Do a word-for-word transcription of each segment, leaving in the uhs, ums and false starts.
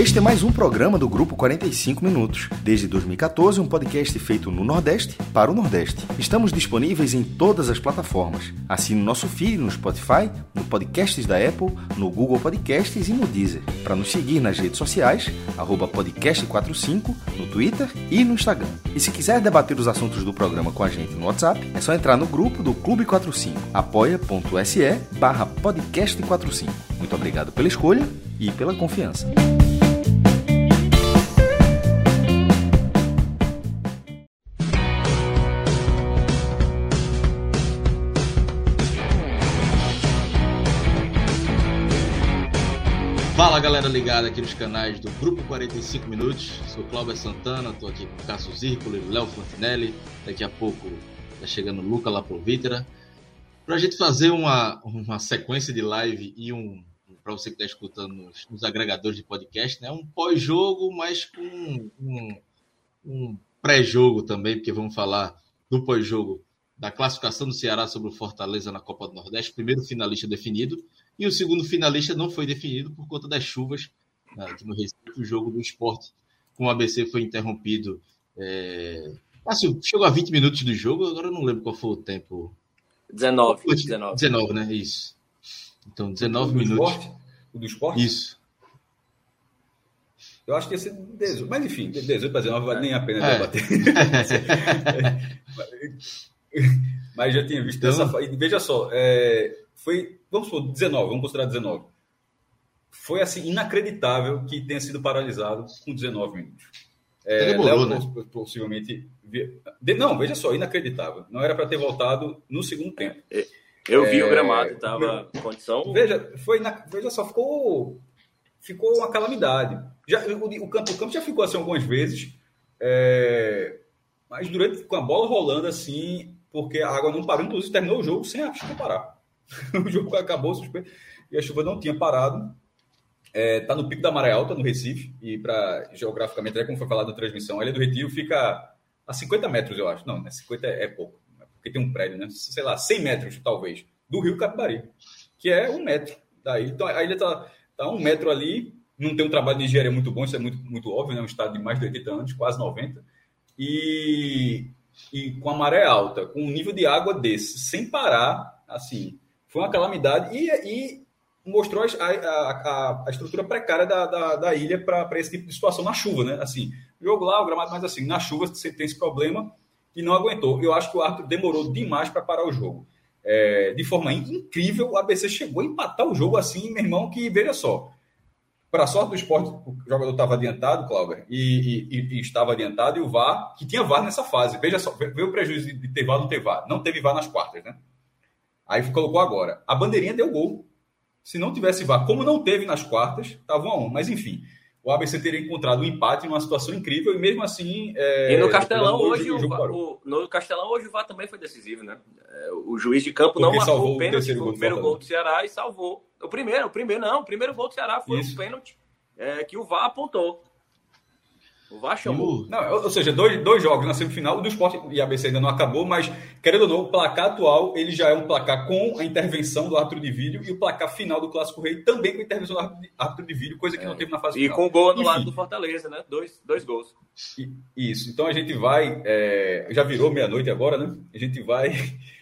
Este é mais um programa do Grupo quarenta e cinco Minutos. Desde dois mil e catorze, um podcast feito no Nordeste para o Nordeste. Estamos disponíveis em todas as plataformas. Assine nosso feed no Spotify, no Podcasts da Apple, no Google Podcasts e no Deezer. Para nos seguir nas redes sociais, arroba podcast quarenta e cinco, no Twitter e no Instagram. E se quiser debater os assuntos do programa com a gente no WhatsApp, é só entrar no grupo do Clube quarenta e cinco, apoia.se barra podcast quarenta e cinco. Muito obrigado pela escolha e pela confiança. Fala galera ligada aqui nos canais do Grupo quarenta e cinco Minutos, sou Cláudio Santana, estou aqui com o Cássio Zirpoli, Léo Fontinelli, daqui a pouco está chegando o Luca Laprovítera, para a gente fazer uma, uma sequência de live e um, para você que está escutando nos, nos agregadores de podcast, né, um pós-jogo, mas com um, um pré-jogo também, porque vamos falar do pós-jogo da classificação do Ceará sobre o Fortaleza na Copa do Nordeste, primeiro finalista definido. E o segundo finalista não foi definido por conta das chuvas, né, aqui no Recife. O jogo do Sport com o A B C foi interrompido. É... Assim, chegou a vinte minutos do jogo, agora eu não lembro qual foi o tempo. dezenove. dezenove, dezenove, né? Isso. Então, dezenove minutos. Esporte? O do Sport? Isso. Eu acho que ia ser dezoito. Mas enfim, dezoito para dezenove vale nem a pena é. debater. Mas já tinha visto então... essa. Veja só, é... foi. Vamos supor, dezenove, vamos considerar dezenove. Foi assim, inacreditável que tenha sido paralisado com dezenove minutos. É, demorou, Léo, né? Possivelmente. Não, veja só, inacreditável. Não era para ter voltado no segundo tempo. Eu vi é... o gramado, estava em condição. Veja, foi na... veja só, ficou, ficou uma calamidade. Já, o, o, campo, o campo já ficou assim algumas vezes, é... mas durante com a bola rolando assim, porque a água não parou, inclusive terminou o jogo sem a chuva parar. O jogo acabou e a chuva não tinha parado. Está é, no pico da Maré Alta, no Recife, e para geograficamente, é como foi falado na transmissão, a Ilha do Retiro fica a cinquenta metros, eu acho. Não, né? cinquenta é, é pouco, porque tem um prédio, né? Sei lá, cem metros, talvez, do Rio Capibari, que é um metro daí. Então, a ilha está tá um metro ali, não tem um trabalho de engenharia muito bom, isso é muito, muito óbvio, né? Um estado de mais de oitenta anos, quase noventa, e, e com a maré alta, com um nível de água desse, sem parar, assim... Foi uma calamidade e, e mostrou a, a, a estrutura precária da, da, da ilha para esse tipo de situação na chuva, né? Assim, jogo lá, o gramado, mas assim, na chuva você tem esse problema e não aguentou. Eu acho que o árbitro demorou demais para parar o jogo. É, de forma incrível, o A B C chegou a empatar o jogo assim, meu irmão, que veja só. Para a sorte do Sport, o jogador estava adiantado, Cláudio, e, e, e estava adiantado, e o V A R, que tinha V A R nessa fase. Veja só, veio o prejuízo de ter V A R ou não ter V A R. Não teve V A R nas quartas, né? Aí colocou agora. A bandeirinha deu gol. Se não tivesse V A R, como não teve nas quartas, estava um a um. Mas, enfim, o A B C teria encontrado um empate numa situação incrível e, mesmo assim... É, e no Castelão, hoje, o, o, o, no Castelão, hoje o V A R também foi decisivo, né? O juiz de campo Porque não marcou o pênalti no gol primeiro gol do Ceará e salvou. O primeiro, o primeiro não. O primeiro gol do Ceará foi Isso. um pênalti é, que o V A R apontou. O V A R chamou. Não, ou seja, dois, dois jogos na semifinal, o do Sport e A B C ainda não acabou, mas, querendo ou não, o placar atual ele já é um placar com a intervenção do árbitro de vídeo e o placar final do Clássico Rei também com a intervenção do árbitro de vídeo, coisa que é. não teve na fase e final. E com o gol no lado do Fortaleza, né? Dois, dois gols. Isso. Então a gente vai... É, já virou meia-noite agora, né? A gente vai...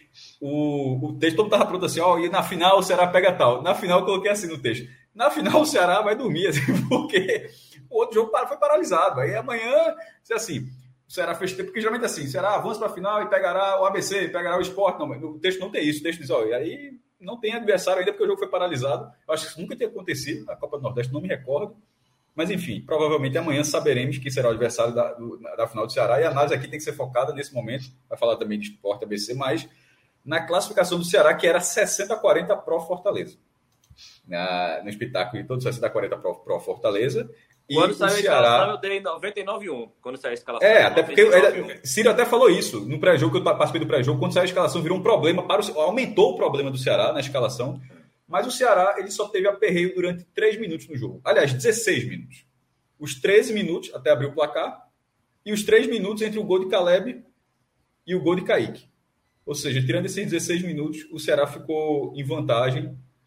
O, o texto todo estava pronto assim, ó, e na final o Ceará pega tal. Na final eu coloquei assim no texto. Na final o Ceará vai dormir, assim, porque... O outro jogo foi paralisado. Aí amanhã, assim, o Ceará fez tempo, porque geralmente assim, o Ceará avança para a final e pegará o A B C, pegará o Sport. Não, o texto não tem isso. O texto diz, ó, e aí não tem adversário ainda porque o jogo foi paralisado. Eu acho que isso nunca tinha acontecido na Copa do Nordeste, não me recordo. Mas, enfim, provavelmente amanhã saberemos quem será o adversário da, do, da final do Ceará. E a análise aqui tem que ser focada nesse momento. Vai falar também de Sport, A B C, mas na classificação do Ceará, que era sessenta a quarenta pró-Fortaleza. Na, no espetáculo de todo sessenta a quarenta pró-Fortaleza. Quando saiu a Ceará... escalação, eu dei noventa e nove a um. Quando saiu a escalação. É, até porque ele, Ciro até falou isso no pré-jogo, que eu participei do pré-jogo. Quando saiu a escalação, virou um problema para o aumentou o problema do Ceará na escalação. Mas o Ceará ele só teve aperreio durante três minutos no jogo. Aliás, dezesseis minutos. Os treze minutos até abrir o placar e os três minutos entre o gol de Caleb e o gol de Kaique. Ou seja, tirando esses dezesseis minutos, o Ceará ficou em vantagem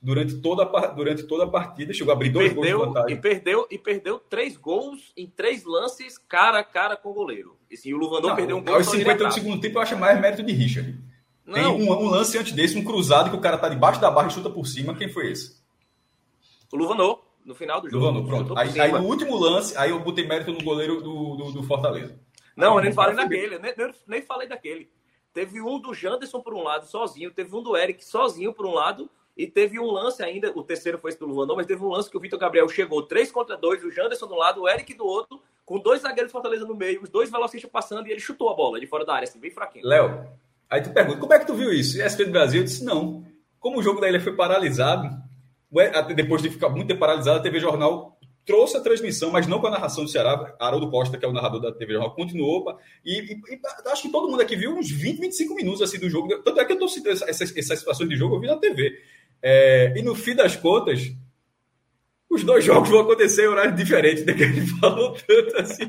durante toda a, durante toda a partida, chegou a abrir dois perdeu, gols de vantagem. E perdeu, e perdeu três gols em três lances cara a cara com o goleiro. E sim, o Luvanor perdeu um gol. Aos cinquenta do segundo tempo, eu acho mais mérito de Richard. Não. Tem um, um lance antes desse, um cruzado que o cara tá debaixo da barra e chuta por cima. Quem foi esse? O Luvanor, no final do jogo. Luvanor, pronto. Aí, aí no último lance, aí eu botei mérito no goleiro do, do, do Fortaleza. Não, aí, eu nem falei daquele, nem, nem, nem falei daquele. Teve um do Janderson por um lado, sozinho. Teve um do Eric sozinho por um lado. E teve um lance ainda, o terceiro foi esse do Luvanor, mas teve um lance que o Vitor Gabriel chegou três contra dois, o Janderson do lado, o Eric do outro, com dois zagueiros de Fortaleza no meio, os dois velocistas passando e ele chutou a bola de fora da área, assim, bem fraquinho. Léo, aí tu pergunta, como é que tu viu isso? E S P do Brasil, eu disse, não. Como o jogo da ilha foi paralisado, depois de ficar muito tempo paralisado, a T V Jornal trouxe a transmissão, mas não com a narração do Ceará. Haroldo Costa, que é o narrador da T V Jornal, continuou. E, e, e acho que todo mundo aqui viu uns vinte, vinte e cinco minutos assim, do jogo. Tanto é que eu tô citando essas essa, essa situações de jogo, eu vi na T V. É, e no fim das contas, os dois jogos vão acontecer em horários diferentes, né? Que ele falou tanto assim.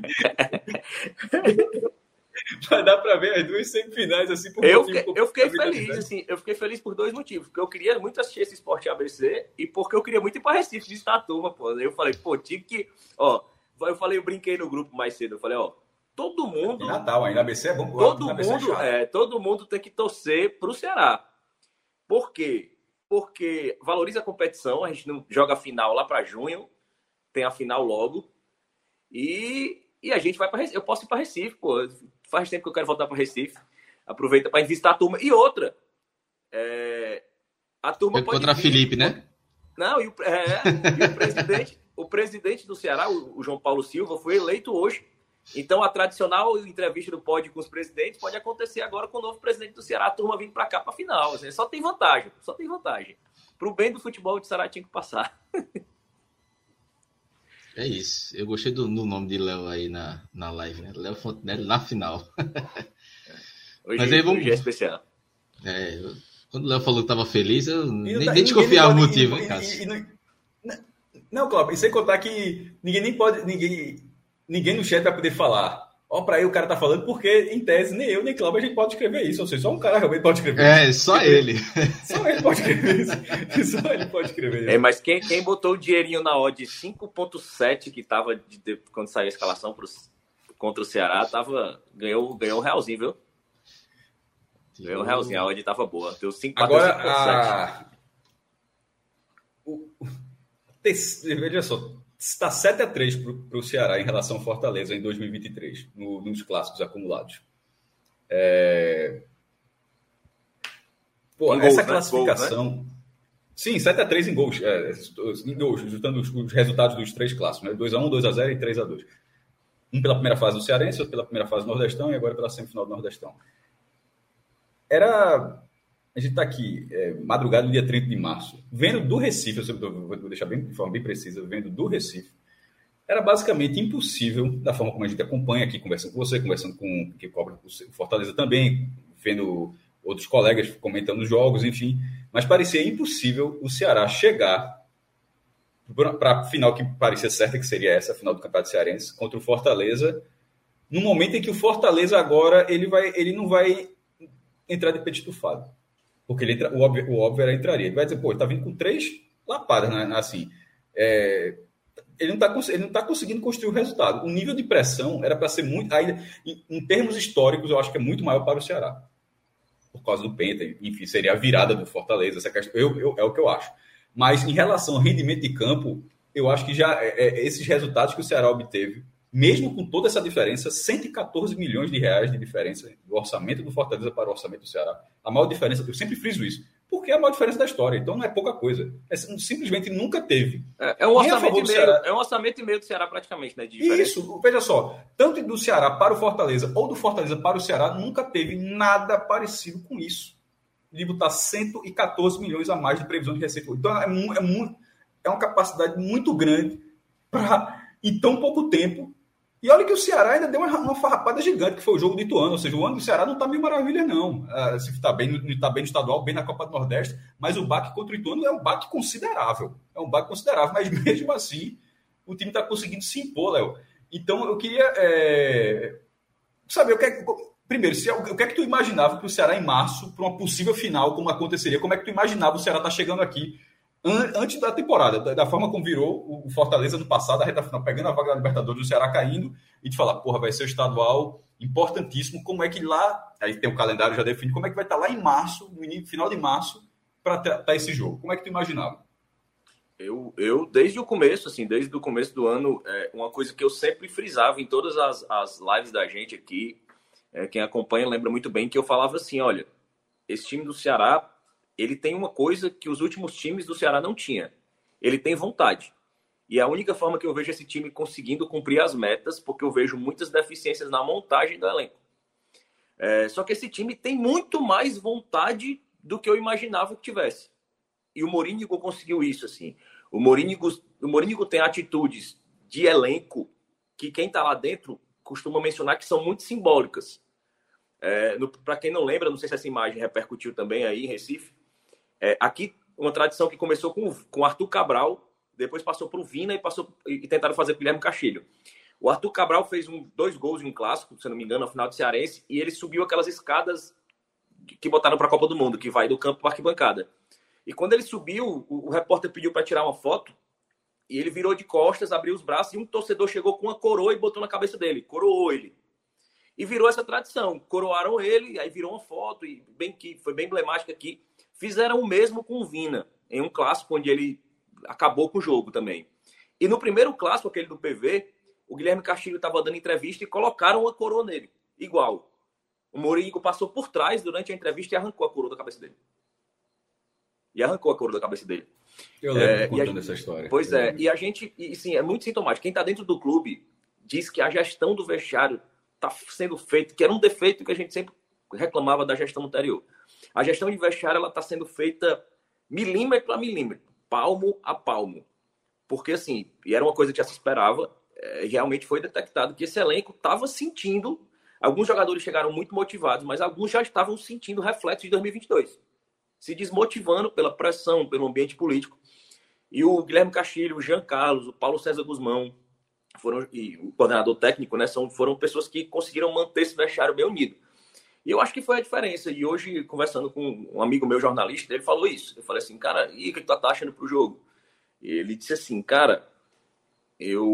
Mas dá para ver as duas semifinais assim. Por eu, motivo, eu fiquei feliz, assim, eu fiquei feliz por dois motivos. Porque eu queria muito assistir esse Sport A B C e porque eu queria muito ir para Recife visitar a turma, pô. Eu falei, pô, tinha que. Ó, eu falei, eu brinquei no grupo mais cedo. Eu falei, ó, todo mundo. E Natal ainda, A B C é bom. Todo mundo, é, é, todo mundo tem que torcer pro Ceará. Por quê? Porque valoriza a competição, a gente não joga a final lá para junho, tem a final logo, e, e a gente vai para Recife. Eu posso ir para Recife, pô. Faz tempo que eu quero voltar para Recife. Aproveita para visitar a turma. E outra, é, a turma é pode contra vir, Felipe, né? Não, e o, é, e o presidente, o presidente do Ceará, o, o João Paulo Silva, foi eleito hoje. Então, a tradicional entrevista do Pod com os presidentes pode acontecer agora com o novo presidente do Ceará, a turma vindo para cá para a final. Assim, só tem vantagem, só tem vantagem. Para o bem do futebol, o Ceará tinha que passar. É isso. Eu gostei do, do nome de Léo aí na, na live, né? Léo Fontenelle na final. Hoje, Mas aí vamos... hoje é especial. É, quando o Léo falou que estava feliz, eu nem, tá, nem desconfiava o motivo, hein, Cássio? E, e, não, não, Cláudio, e sem contar que ninguém nem pode... Ninguém, ninguém no chat vai poder falar. Ó, pra aí o cara tá falando, porque, em tese, nem eu, nem Cláudio, a gente pode escrever isso. Ou seja, só um cara realmente pode escrever é, isso. É, só ele. Só ele pode escrever isso. Só ele pode escrever isso. É, mas quem, quem botou o dinheirinho na odd cinco ponto sete, que tava de, de, quando saiu a escalação pros, contra o Ceará, tava, ganhou, ganhou um realzinho, viu? Ganhou um realzinho, a odd tava boa. Deu cinco, agora, a... o... veja só, está sete a três para o Ceará em relação ao Fortaleza em dois mil e vinte e três, no, nos clássicos acumulados. É... Pô, em essa gols, classificação... Né? Gols, né? Sim, sete a três em gols. É, em gols, juntando os, os resultados dos três clássicos. Né? dois a um, dois a zero e três a dois. Um pela primeira fase do Cearense, outro pela primeira fase do Nordestão e agora pela semifinal do Nordestão. Era... A gente está aqui, é, madrugada do dia trinta de março, vendo do Recife, eu vou deixar bem, de forma bem precisa, vendo do Recife, era basicamente impossível, da forma como a gente acompanha aqui, conversando com você, conversando com quem cobre o Fortaleza também, vendo outros colegas comentando os jogos, enfim, mas parecia impossível o Ceará chegar para a final que parecia certa, que seria essa, a final do Campeonato Cearense, contra o Fortaleza, no momento em que o Fortaleza agora, ele, vai, ele não vai entrar de peito estufado. Porque ele entra, o, óbvio, o óbvio era entraria. Ele vai dizer, pô, ele tá vindo com três lapadas, né? Assim. É, ele, não tá, ele não tá conseguindo construir o resultado. O nível de pressão era para ser muito... Ainda, em, em termos históricos, eu acho que é muito maior para o Ceará. Por causa do Penta, enfim, seria a virada do Fortaleza. Essa questão, eu, eu, é o que eu acho. Mas em relação ao rendimento de campo, eu acho que já é, é, esses resultados que o Ceará obteve, mesmo com toda essa diferença, cento e quatorze milhões de reais de diferença do orçamento do Fortaleza para o orçamento do Ceará. A maior diferença, eu sempre friso isso, porque é a maior diferença da história, então não é pouca coisa. É, simplesmente nunca teve. É, é, um orçamento e meio, é um orçamento e meio do Ceará praticamente, né? De isso, veja só, tanto do Ceará para o Fortaleza ou do Fortaleza para o Ceará, nunca teve nada parecido com isso. De botar cento e quatorze milhões a mais de previsão de receita. Então é, é, muito, é uma capacidade muito grande para, em tão pouco tempo. E olha que o Ceará ainda deu uma, uma farrapada gigante, que foi o jogo de Ituano. Ou seja, o ano do Ceará não está mil maravilhas, não. Uh, se está bem, tá bem no estadual, bem na Copa do Nordeste, mas o baque contra o Ituano é um baque considerável. É um baque considerável, mas mesmo assim, o time está conseguindo se impor, Léo. Então, eu queria é, saber o que é, primeiro, se, o que é que tu imaginava para o Ceará em março, para uma possível final, como aconteceria? Como é que tu imaginava o Ceará estar tá chegando aqui antes da temporada, da, da forma como virou o Fortaleza no passado, a reta final, pegando a vaga da Libertadores, o Ceará caindo, e de falar, porra, vai ser o estadual importantíssimo, como é que lá, aí tem o calendário já definido, como é que vai estar lá em março, no final de março, para estar esse jogo? Como é que tu imaginava? Eu, eu, desde o começo, assim, desde o começo do ano, é, uma coisa que eu sempre frisava em todas as, as lives da gente aqui, é, quem acompanha lembra muito bem, que eu falava assim, olha, esse time do Ceará, ele tem uma coisa que os últimos times do Ceará não tinham. Ele tem vontade. E é a única forma que eu vejo esse time conseguindo cumprir as metas, porque eu vejo muitas deficiências na montagem do elenco. É, só que esse time tem muito mais vontade do que eu imaginava que tivesse. E o Morínigo conseguiu isso, assim. O Morínigo, o Morínigo tem atitudes de elenco que quem está lá dentro costuma mencionar que são muito simbólicas. É, para quem não lembra, não sei se essa imagem repercutiu também aí em Recife, é, aqui uma tradição que começou com, com Arthur Cabral, depois passou para o Vina e, passou, e tentaram fazer com o Guilherme Castilho. O Arthur Cabral fez um, dois gols em um clássico, se não me engano, no final do Cearense, e ele subiu aquelas escadas que botaram para a Copa do Mundo, que vai do campo para a arquibancada. E quando ele subiu, o, o repórter pediu para tirar uma foto, e ele virou de costas, abriu os braços, e um torcedor chegou com uma coroa e botou na cabeça dele, coroou ele. E virou essa tradição, coroaram ele, aí virou uma foto, e bem que foi bem emblemática aqui. Fizeram o mesmo com o Vina, em um clássico onde ele acabou com o jogo também. E no primeiro clássico, aquele do P V, o Guilherme Castilho estava dando entrevista e colocaram uma coroa nele, igual. O Morínigo passou por trás durante a entrevista e arrancou a coroa da cabeça dele. E arrancou a coroa da cabeça dele. Eu lembro é, contando gente, essa história. Pois é, e a gente, e, sim, é muito sintomático. Quem está dentro do clube diz que a gestão do vestiário está sendo feita, que era um defeito que a gente sempre reclamava da gestão anterior. A gestão de vestiário ela está sendo feita milímetro a milímetro, palmo a palmo. Porque, assim, e era uma coisa que já se esperava, é, realmente foi detectado que esse elenco estava sentindo, alguns jogadores chegaram muito motivados, mas alguns já estavam sentindo reflexos de dois mil e vinte e dois. Se desmotivando pela pressão, pelo ambiente político. E o Guilherme Castilho, o Jean Carlos, o Paulo César Guzmão, foram, e o coordenador técnico, né, são, foram pessoas que conseguiram manter esse vestiário bem unido. E eu acho que foi a diferença. E hoje, conversando com um amigo meu, jornalista, ele falou isso. Eu falei assim, cara, e o que tu tá achando pro jogo? E ele disse assim, cara, eu...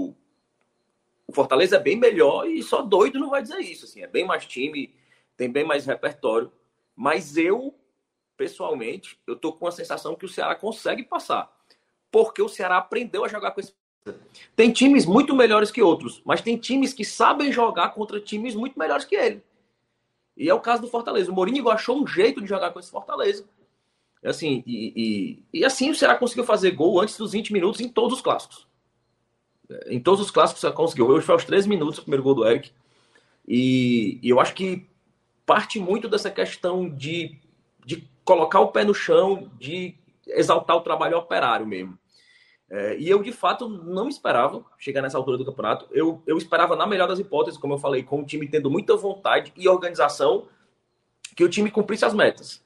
o Fortaleza é bem melhor e só doido não vai dizer isso. Assim, é bem mais time, tem bem mais repertório. Mas eu, pessoalmente, eu tô com a sensação que o Ceará consegue passar. Porque o Ceará aprendeu a jogar com esse... Tem times muito melhores que outros, mas tem times que sabem jogar contra times muito melhores que ele. E é o caso do Fortaleza. O Morínigo achou um jeito de jogar com esse Fortaleza. Assim, e, e, e assim o Ceará conseguiu fazer gol antes dos vinte minutos em todos os clássicos. Em todos os clássicos o Ceará conseguiu. Hoje foi aos treze minutos o primeiro gol do Eric. E, e eu acho que parte muito dessa questão de, de colocar o pé no chão, de exaltar o trabalho operário mesmo. É, e eu, de fato, não esperava chegar nessa altura do campeonato. Eu, eu esperava, na melhor das hipóteses, como eu falei, com o time tendo muita vontade e organização, que o time cumprisse as metas.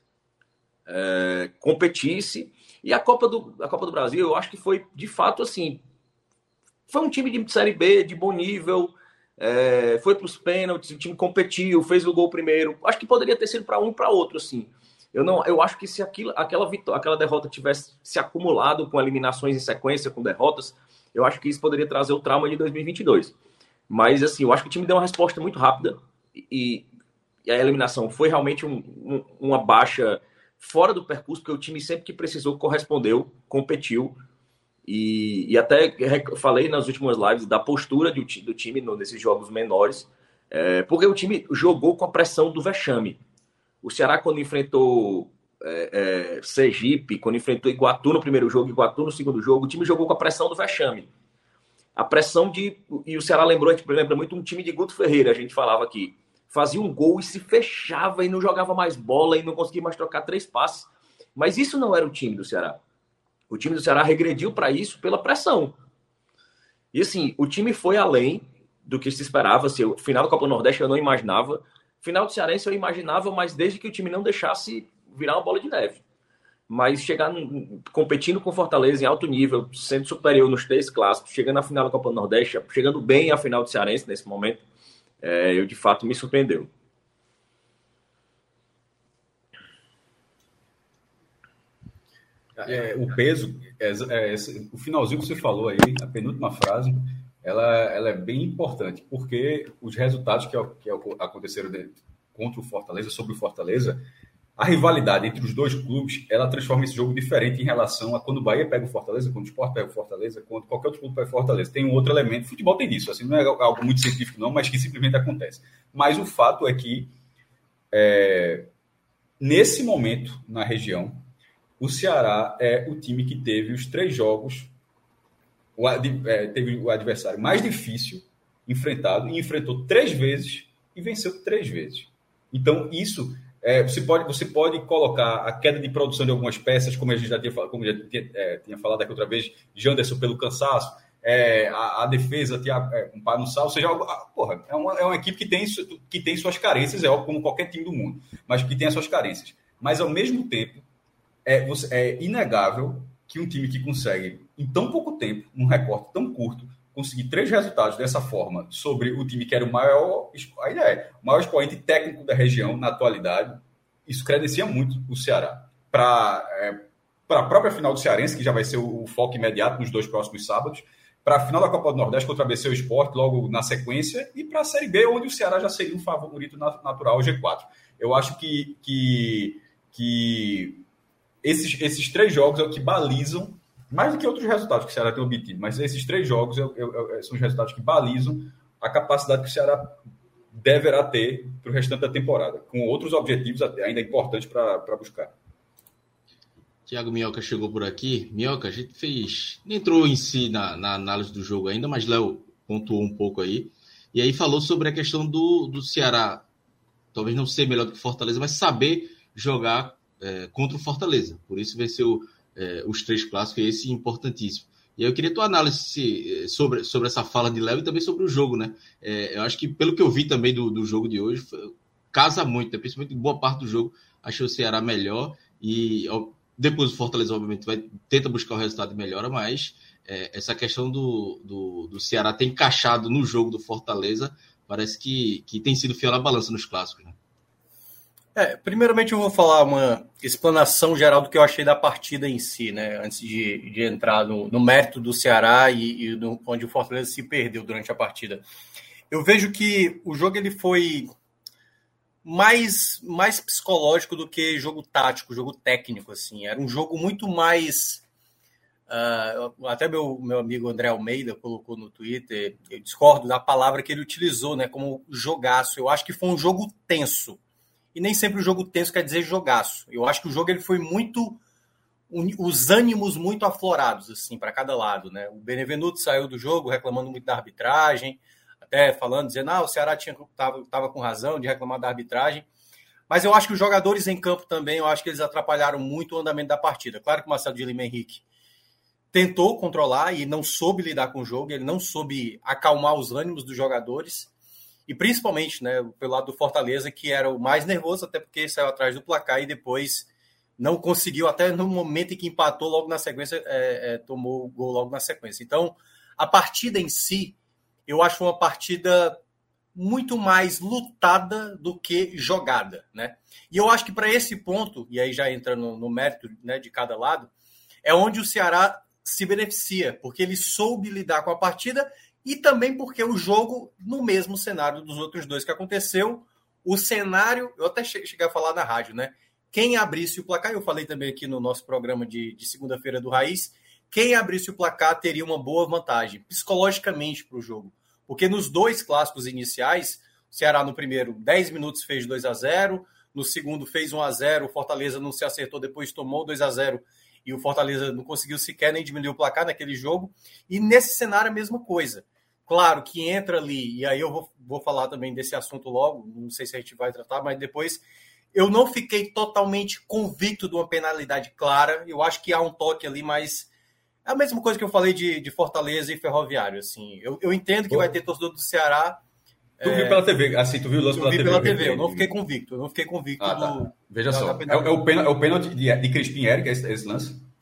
É, competisse. E a Copa, do, a Copa do Brasil, eu acho que foi, de fato, assim... Foi um time de Série B, de bom nível, é, foi para os pênaltis, o time competiu, fez o gol primeiro. Acho que poderia ter sido para um e para outro, assim. Eu, não, eu acho que se aquilo, aquela, vitória, aquela derrota tivesse se acumulado com eliminações em sequência, com derrotas, eu acho que isso poderia trazer o trauma de dois mil e vinte e dois. Mas, assim, eu acho que o time deu uma resposta muito rápida e, e a eliminação foi realmente um, um, uma baixa fora do percurso, porque o time sempre que precisou correspondeu, competiu. E, e até falei nas últimas lives da postura do, do time nesses jogos menores, é, porque o time jogou com a pressão do vexame. O Ceará, quando enfrentou é, é, Sergipe, quando enfrentou Iguatu no primeiro jogo, Iguatu no segundo jogo, o time jogou com a pressão do vexame. A pressão de... E o Ceará lembrou, a gente lembra muito um time de Guto Ferreira, a gente falava aqui. Fazia um gol e se fechava e não jogava mais bola e não conseguia mais trocar três passes. Mas isso não era o time do Ceará. O time do Ceará regrediu para isso pela pressão. E assim, o time foi além do que se esperava. Assim, o final da Copa do Nordeste eu não imaginava. Final do Cearense eu imaginava, mas desde que o time não deixasse virar uma bola de neve. Mas chegar competindo com Fortaleza em alto nível, sendo superior nos três clássicos, chegando na final da Copa do Nordeste, chegando bem à final do Cearense nesse momento, é, eu de fato me surpreendeu. É, o peso, é, é, esse, o finalzinho que você falou aí, a penúltima frase, ela, ela é bem importante, porque os resultados que, que aconteceram dentro, contra o Fortaleza, sobre o Fortaleza, a rivalidade entre os dois clubes, ela transforma esse jogo diferente em relação a quando o Bahia pega o Fortaleza, quando o Sport pega o Fortaleza, quando qualquer outro clube pega o Fortaleza. Tem um outro elemento, futebol tem isso, assim, não é algo muito científico não, mas que simplesmente acontece. Mas o fato é que, é, nesse momento, na região, o Ceará é o time que teve os três jogos, o, é, teve o adversário mais difícil enfrentado, e enfrentou três vezes e venceu três vezes. Então, isso... É, você, pode, você pode colocar a queda de produção de algumas peças, como a gente já tinha falado, como já tinha, é, tinha falado aqui outra vez, Janderson pelo cansaço, é, a, a defesa tinha é, um pá no sal, ou seja, a, porra, é, uma, é uma equipe que tem, que tem suas carências, é óbvio, como qualquer time do mundo, mas que tem as suas carências. Mas, ao mesmo tempo, é, você, é inegável que um time que consegue, em tão pouco tempo, num recorte tão curto, conseguir três resultados dessa forma sobre o time que era o maior, ainda é, o maior expoente técnico da região na atualidade, isso credencia muito o Ceará. Para é, a própria final do Cearense, que já vai ser o, o foco imediato nos dois próximos sábados, para a final da Copa do Nordeste contra a B C Sport, logo na sequência, e para a Série B, onde o Ceará já seria um favorito natural ao G quatro. Eu acho que, que, que esses, esses três jogos é o que balizam, mais do que outros resultados que o Ceará tem obtido, mas esses três jogos eu, eu, eu, são os resultados que balizam a capacidade que o Ceará deverá ter para o restante da temporada, com outros objetivos ainda importantes para buscar. Thiago Minhoca chegou por aqui. Minhoca, a gente fez... Nem entrou em si na, na análise do jogo ainda, mas Léo pontuou um pouco aí. E aí falou sobre a questão do, do Ceará, talvez não ser melhor do que o Fortaleza, mas saber jogar é, contra o Fortaleza. Por isso venceu... É, os três clássicos, e esse é importantíssimo. E aí eu queria tua análise sobre, sobre essa fala de Léo e também sobre o jogo, né? É, eu acho que, pelo que eu vi também do, do jogo de hoje, foi, casa muito, né? Principalmente em boa parte do jogo, achei o Ceará melhor e ó, depois o Fortaleza, obviamente, vai, tenta buscar o resultado e melhora, mas é, essa questão do, do, do Ceará ter encaixado no jogo do Fortaleza parece que, que tem sido fiel na balança nos clássicos, né? É, primeiramente eu vou falar uma explanação geral do que eu achei da partida em si, né? Antes de, de entrar no, no mérito do Ceará e, e no, onde o Fortaleza se perdeu durante a partida. Eu vejo que o jogo ele foi mais, mais psicológico do que jogo tático, jogo técnico, assim. Era um jogo muito mais... Uh, até meu, meu amigo André Almeida colocou no Twitter, eu discordo da palavra que ele utilizou, né? Como jogaço. Eu acho que foi um jogo tenso. E nem sempre o jogo tenso quer dizer jogaço. Eu acho que o jogo ele foi muito... Os ânimos muito aflorados, assim, para cada lado, né? O Benevenuto saiu do jogo reclamando muito da arbitragem, até falando, dizendo, ah, o Ceará estava com razão de reclamar da arbitragem. Mas eu acho que os jogadores em campo também, eu acho que eles atrapalharam muito o andamento da partida. Claro que o Marcelo de Lima Henrique tentou controlar e não soube lidar com o jogo, ele não soube acalmar os ânimos dos jogadores. E principalmente, né, pelo lado do Fortaleza, que era o mais nervoso, até porque saiu atrás do placar e depois não conseguiu, até no momento em que empatou logo na sequência, é, é, tomou o gol logo na sequência. Então, a partida em si, eu acho uma partida muito mais lutada do que jogada, né? E eu acho que para esse ponto, e aí já entrando no, no mérito, né, de cada lado, é onde o Ceará se beneficia, porque ele soube lidar com a partida. E também porque o jogo, no mesmo cenário dos outros dois que aconteceu, o cenário, eu até cheguei a falar na rádio, né? Quem abrisse o placar, eu falei também aqui no nosso programa de, de segunda-feira do Raiz, quem abrisse o placar teria uma boa vantagem, psicologicamente, para o jogo. Porque nos dois clássicos iniciais, o Ceará no primeiro, dez minutos fez dois a zero, no segundo fez um a zero, o Fortaleza não se acertou, depois tomou dois a zero, e o Fortaleza não conseguiu sequer nem diminuir o placar naquele jogo. E nesse cenário a mesma coisa. Claro que entra ali, e aí eu vou, vou falar também desse assunto logo, não sei se a gente vai tratar, mas depois eu não fiquei totalmente convicto de uma penalidade clara, eu acho que há um toque ali, mas é a mesma coisa que eu falei de, de Fortaleza e Ferroviário, assim, eu, eu entendo que Pô. vai ter torcedor do Ceará. Tu é... viu pela T V, assim, tu viu o lance pela T V? Eu vi pela T V, eu não fiquei convicto, eu não fiquei convicto ah, tá. do... Veja da, só, da é, é o pênalti de, de Crispim Eric, esse, esse lance?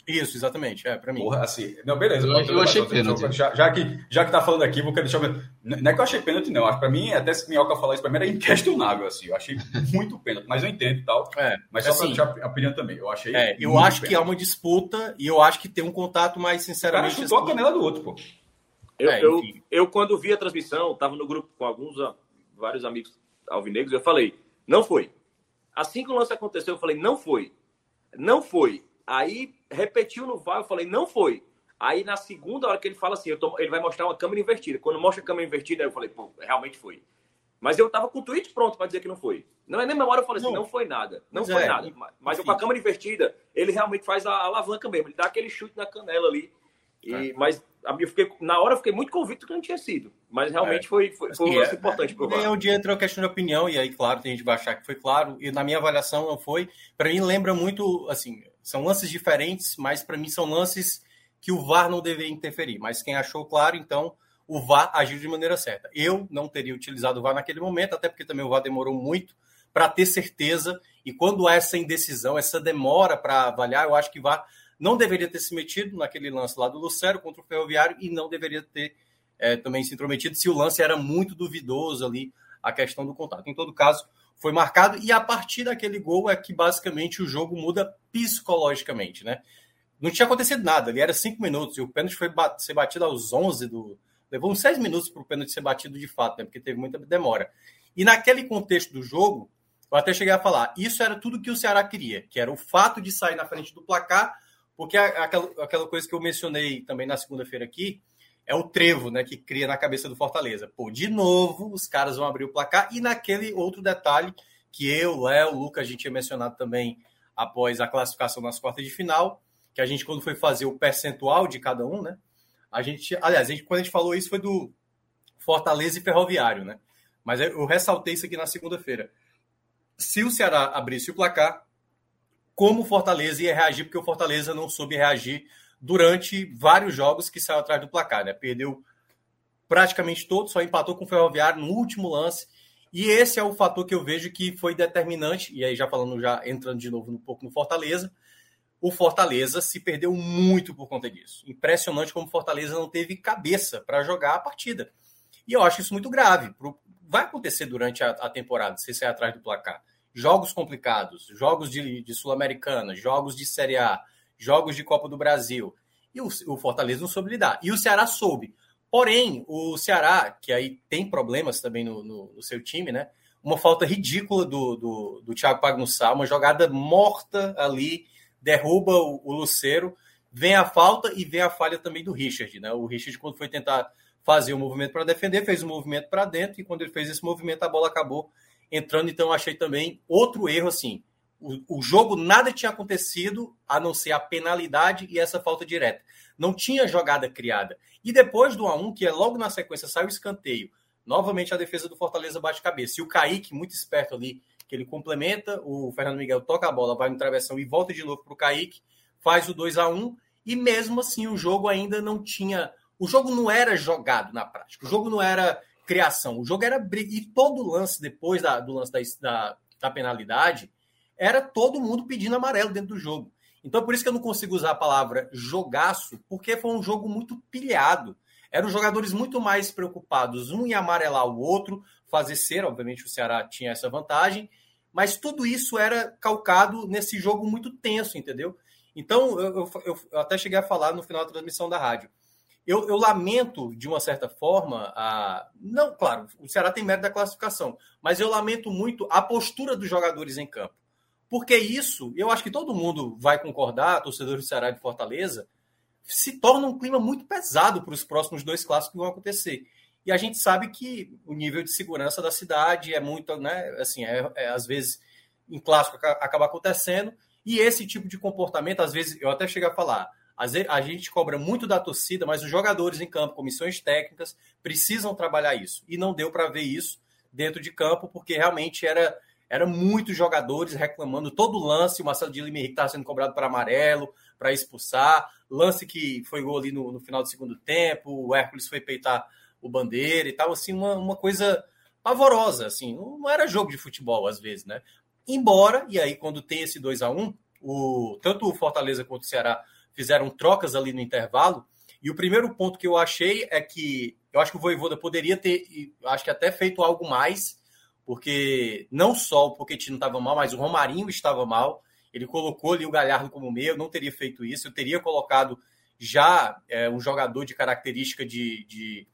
Isso, exatamente, é, pra mim. Porra, assim, não, beleza. Eu, eu achei pênalti. Já, já, que, já que tá falando aqui, vou querer deixar... Não é que eu achei pênalti, não. Acho que pra mim, até se Minhoca falar isso, pra mim era inquestionável, assim. Eu achei muito pênalti, mas eu entendo e tal. É, mas só assim, pra deixar a opinião também. Eu achei é, eu acho pênalti. Que há uma disputa e eu acho que tem um contato mais, sinceramente... O cara chutou assim, a canela do outro, pô. Eu, é, eu, eu, quando vi a transmissão, tava no grupo com alguns, vários amigos alvinegros, eu falei, não foi. Assim que o lance aconteceu, eu falei, não foi. Não foi. Aí, repetiu no V A R, eu falei, não foi. Aí, na segunda hora que ele fala assim, eu tô, ele vai mostrar uma câmera invertida. Quando mostra a câmera invertida, eu falei, pô, realmente foi. Mas eu tava com o tweet pronto para dizer que não foi. Não é nem na hora eu falei assim, não, não foi nada. Não mas foi é, nada. Mas enfim. Com a câmera invertida, ele realmente faz a alavanca mesmo. Ele dá aquele chute na canela ali. E, é. Mas eu fiquei, na hora eu fiquei muito convicto que não tinha sido. Mas realmente é. foi, foi, foi um lance é, importante. É onde entra a questão de opinião. E aí, claro, tem gente que vai achar que foi claro. E na minha avaliação não foi. Para mim, lembra muito, assim... São lances diferentes, mas para mim são lances que o V A R não deveria interferir. Mas quem achou claro, então, o V A R agiu de maneira certa. Eu não teria utilizado o V A R naquele momento, até porque também o V A R demorou muito para ter certeza. E quando há essa indecisão, essa demora para avaliar, eu acho que o V A R não deveria ter se metido naquele lance lá do Lucero contra o Ferroviário e não deveria ter é, também se intrometido se o lance era muito duvidoso ali, a questão do contato. Em todo caso, foi marcado, e a partir daquele gol é que basicamente o jogo muda psicologicamente, né? Não tinha acontecido nada, ali era cinco minutos, e o pênalti foi bat- ser batido aos onze, do... levou uns seis minutos para o pênalti ser batido de fato, né? Porque teve muita demora. E naquele contexto do jogo, eu até cheguei a falar, isso era tudo que o Ceará queria, que era o fato de sair na frente do placar, porque aquela, aquela coisa que eu mencionei também na segunda-feira aqui, é o trevo, né, que cria na cabeça do Fortaleza. Pô, de novo, os caras vão abrir o placar. E naquele outro detalhe que eu, Léo, o Lucas, a gente tinha mencionado também após a classificação nas quartas de final, que a gente, quando foi fazer o percentual de cada um, né, a gente... Aliás, a gente, quando a gente falou isso foi do Fortaleza e Ferroviário, né? Mas eu ressaltei isso aqui na segunda-feira. Se o Ceará abrisse o placar, como o Fortaleza ia reagir, porque o Fortaleza não soube reagir durante vários jogos que saiu atrás do placar, né? Perdeu praticamente todos, só empatou com o Ferroviário no último lance. E esse é o fator que eu vejo que foi determinante, e aí já falando, já entrando de novo um pouco no Fortaleza, o Fortaleza se perdeu muito por conta disso. Impressionante como o Fortaleza não teve cabeça para jogar a partida. E eu acho isso muito grave. Vai acontecer durante a, a temporada, se sair atrás do placar. Jogos complicados, jogos de, de Sul-Americana, jogos de Série A, jogos de Copa do Brasil, e o, o Fortaleza não soube lidar. E o Ceará soube. Porém, o Ceará, que aí tem problemas também no, no, no seu time, né? Uma falta ridícula do, do, do Thiago Pagnussá, uma jogada morta ali, derruba o, o Lucero, vem a falta e vem a falha também do Richard, né? O Richard, quando foi tentar fazer um movimento para defender, fez um movimento para dentro, e quando ele fez esse movimento, a bola acabou entrando. Então, eu achei também outro erro, assim. O, o jogo, nada tinha acontecido, a não ser a penalidade e essa falta direta. Não tinha jogada criada. E depois do um a um, que é logo na sequência, sai o escanteio. Novamente a defesa do Fortaleza bate cabeça. E o Kaique, muito esperto ali, que ele complementa, o Fernando Miguel toca a bola, vai no travessão e volta de novo para o Kaique, faz o dois a um, e mesmo assim o jogo ainda não tinha... O jogo não era jogado na prática. O jogo não era criação. O jogo era briga. E todo lance, depois da, do lance da, da, da penalidade, era todo mundo pedindo amarelo dentro do jogo. Então, por isso que eu não consigo usar a palavra jogaço, porque foi um jogo muito pilhado. Eram jogadores muito mais preocupados, um em amarelar o outro, fazer cera, obviamente o Ceará tinha essa vantagem, mas tudo isso era calcado nesse jogo muito tenso, entendeu? Então, eu, eu, eu até cheguei a falar no final da transmissão da rádio. Eu, eu lamento, de uma certa forma, a... não, claro, o Ceará tem mérito da classificação, mas eu lamento muito a postura dos jogadores em campo. Porque isso, eu acho que todo mundo vai concordar, torcedores do Ceará e de Fortaleza, se torna um clima muito pesado para os próximos dois clássicos que vão acontecer. E a gente sabe que o nível de segurança da cidade é muito, né, assim, é, é, às vezes em clássico acaba acontecendo, e esse tipo de comportamento, às vezes, eu até chego a falar, às vezes a gente cobra muito da torcida, mas os jogadores em campo, comissões técnicas, precisam trabalhar isso. E não deu para ver isso dentro de campo, porque realmente era... Eram muitos jogadores reclamando todo lance. O Marcelo de Lima Henrique estava sendo cobrado para amarelo, para expulsar. Lance que foi gol ali no, no final do segundo tempo. O Hércules foi peitar o Bandeira e tal. Assim, uma, uma coisa pavorosa. Assim. Não, não era jogo de futebol, às vezes, né? Embora, e aí quando tem esse dois a um, o, tanto o Fortaleza quanto o Ceará fizeram trocas ali no intervalo. E o primeiro ponto que eu achei é que eu acho que o Vojvoda poderia ter, acho que até feito algo mais, porque não só o Pochettino estava mal, mas o Romarinho estava mal. Ele colocou ali o Galhardo como meio, eu não teria feito isso. Eu teria colocado já é, um jogador de característica de, de...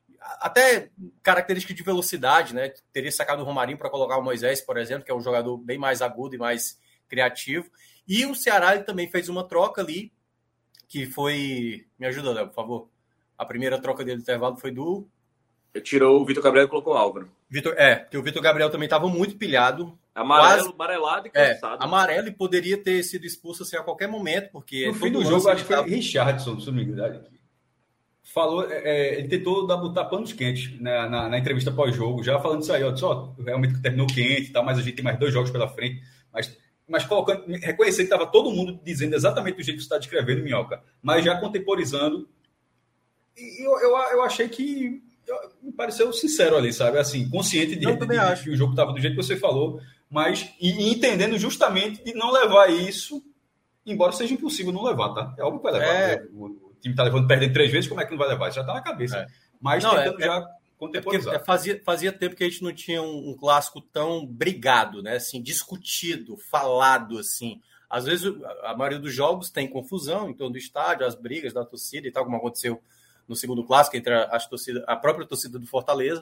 até característica de velocidade, né? Teria sacado o Romarinho para colocar o Moisés, por exemplo, que é um jogador bem mais agudo e mais criativo. E o Ceará ele também fez uma troca ali, que foi... Me ajuda, Léo, por favor. A primeira troca dele do intervalo foi do... Ele tirou o Vitor Gabriel e colocou o Álvaro. Vitor, é, porque o Vitor Gabriel também estava muito pilhado. Amarelo, quase, amarelado e cansado. É, amarelo e poderia ter sido expulso assim, a qualquer momento, porque... No fim do jogo, acho que foi Richardson, se não me engano. Falou, é, ele tentou dar, botar panos quentes né, na, na entrevista pós-jogo, já falando isso aí, ó, só realmente terminou quente e tal, mas a gente tem mais dois jogos pela frente, mas... Mas colocando, reconhecendo que estava todo mundo dizendo exatamente do jeito que você está descrevendo, Minhoca, mas já contemporizando. E eu, eu, eu achei que eu, me pareceu sincero ali, sabe? Assim, consciente de, de, de que o jogo estava do jeito que você falou, mas e, e entendendo justamente de não levar isso, embora seja impossível não levar, tá? É óbvio que vai levar. É... O, o time está levando, perdendo três vezes, como é que não vai levar? Isso já está na cabeça. É. Mas não, tentando é, já. É... É porque fazia, fazia tempo que a gente não tinha um, um clássico tão brigado, né? Assim, discutido, falado, assim. Às vezes, a maioria dos jogos tem confusão em torno do estádio, as brigas da torcida e tal, como aconteceu no segundo clássico entre as torcidas, a própria torcida do Fortaleza.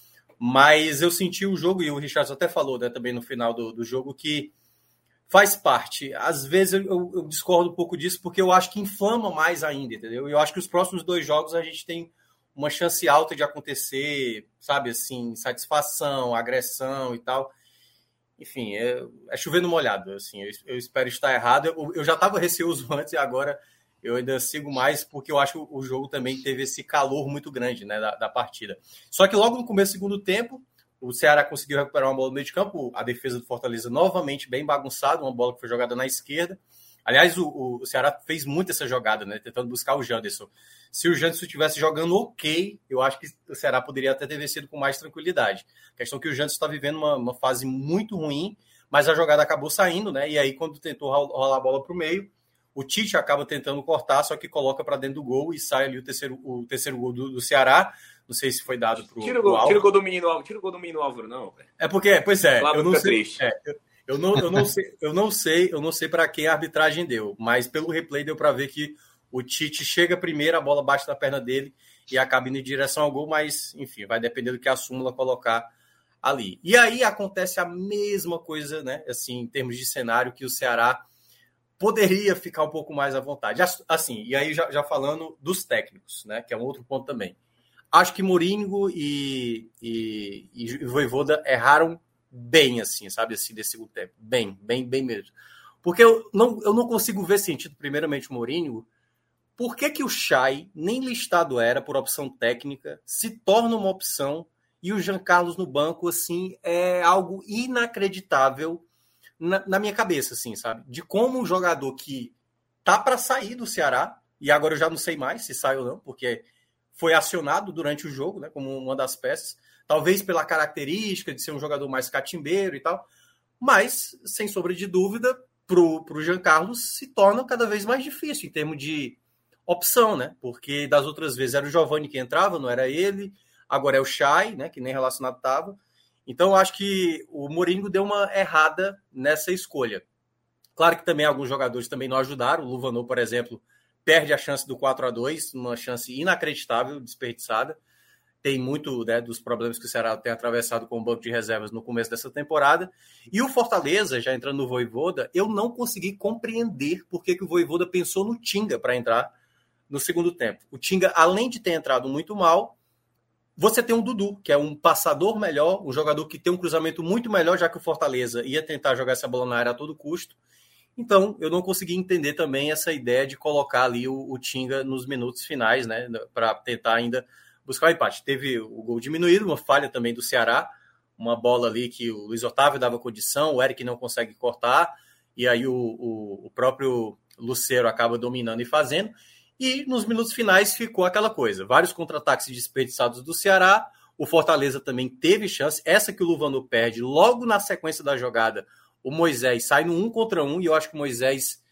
Mas eu senti o jogo, e o Richardson até falou, né, também no final do, do jogo, que faz parte. Às vezes eu, eu discordo um pouco disso, porque eu acho que inflama mais ainda, entendeu? Eu acho que os próximos dois jogos a gente tem uma chance alta de acontecer, sabe, assim, satisfação, agressão e tal. Enfim, é, é chover no molhado, assim, eu, eu espero estar errado. Eu, eu já estava receoso antes e agora eu ainda sigo mais, porque eu acho que o jogo também teve esse calor muito grande, né, da, da partida. Só que logo no começo do segundo tempo, o Ceará conseguiu recuperar uma bola no meio de campo, a defesa do Fortaleza novamente bem bagunçada, uma bola que foi jogada na esquerda. Aliás, o, o Ceará fez muito essa jogada, né, tentando buscar o Janderson. Se o Janderson estivesse jogando ok, eu acho que o Ceará poderia até ter vencido com mais tranquilidade. A questão é que o Janderson está vivendo uma, uma fase muito ruim, mas a jogada acabou saindo, né? E aí, quando tentou rolar a bola para o meio, o Tite acaba tentando cortar, só que coloca para dentro do gol e sai ali o terceiro, o terceiro gol do, do Ceará. Não sei se foi dado para o Tira o gol, tira o gol do menino, tira o gol do menino Álvaro, não. É porque, pois é, Claro, eu não sei. Triste. É, eu, eu não, eu não sei, eu não sei, eu não sei para quem a arbitragem deu, mas pelo replay deu para ver que o Tite chega primeiro, a bola bate na perna dele e acaba indo em direção ao gol, mas, enfim, vai depender do que a súmula colocar ali. E aí acontece a mesma coisa, né, assim, em termos de cenário, que o Ceará poderia ficar um pouco mais à vontade. Assim, e aí já, já falando dos técnicos, né, que é um outro ponto também. Acho que Mourinho e, e, e Vojvoda erraram bem, assim, sabe, assim, desse segundo tempo. Bem, bem, bem mesmo. Porque eu não, eu não consigo ver sentido, primeiramente, o Mourinho. Por que que o Chay, nem listado era por opção técnica, se torna uma opção e o Jean Carlos no banco, assim, é algo inacreditável na, na minha cabeça, assim, sabe? De como um jogador que tá para sair do Ceará, e agora eu já não sei mais se sai ou não, porque foi acionado durante o jogo, né, como uma das peças, talvez pela característica de ser um jogador mais catimbeiro e tal, mas, sem sombra de dúvida, pro, pro Jean Carlos se torna cada vez mais difícil em termos de opção, né? Porque das outras vezes era o Giovani que entrava, não era ele. Agora é o Chay, né? Que nem relacionado estava. Então, eu acho que o Mourinho deu uma errada nessa escolha. Claro que também alguns jogadores também não ajudaram. O Luvanor, por exemplo, perde a chance do quatro a dois, uma chance inacreditável, desperdiçada. Tem muito, né, dos problemas que o Ceará tem atravessado com o banco de reservas no começo dessa temporada. E o Fortaleza, já entrando no Vojvoda, eu não consegui compreender por que, que o Vojvoda pensou no Tinga para entrar no segundo tempo. O Tinga, além de ter entrado muito mal, você tem um Dudu, que é um passador melhor, um jogador que tem um cruzamento muito melhor, já que o Fortaleza ia tentar jogar essa bola na área a todo custo. Então, eu não consegui entender também essa ideia de colocar ali o, o Tinga nos minutos finais, né, para tentar ainda buscar o empate. Teve o gol diminuído, uma falha também do Ceará, uma bola ali que o Luiz Otávio dava condição, o Eric não consegue cortar, e aí o, o, o próprio Lucero acaba dominando e fazendo. E nos minutos finais ficou aquela coisa. Vários contra-ataques desperdiçados do Ceará. O Fortaleza também teve chance. Essa que o Luvanor perde, logo na sequência da jogada, o Moisés sai no um contra um. E eu acho que o Moisés,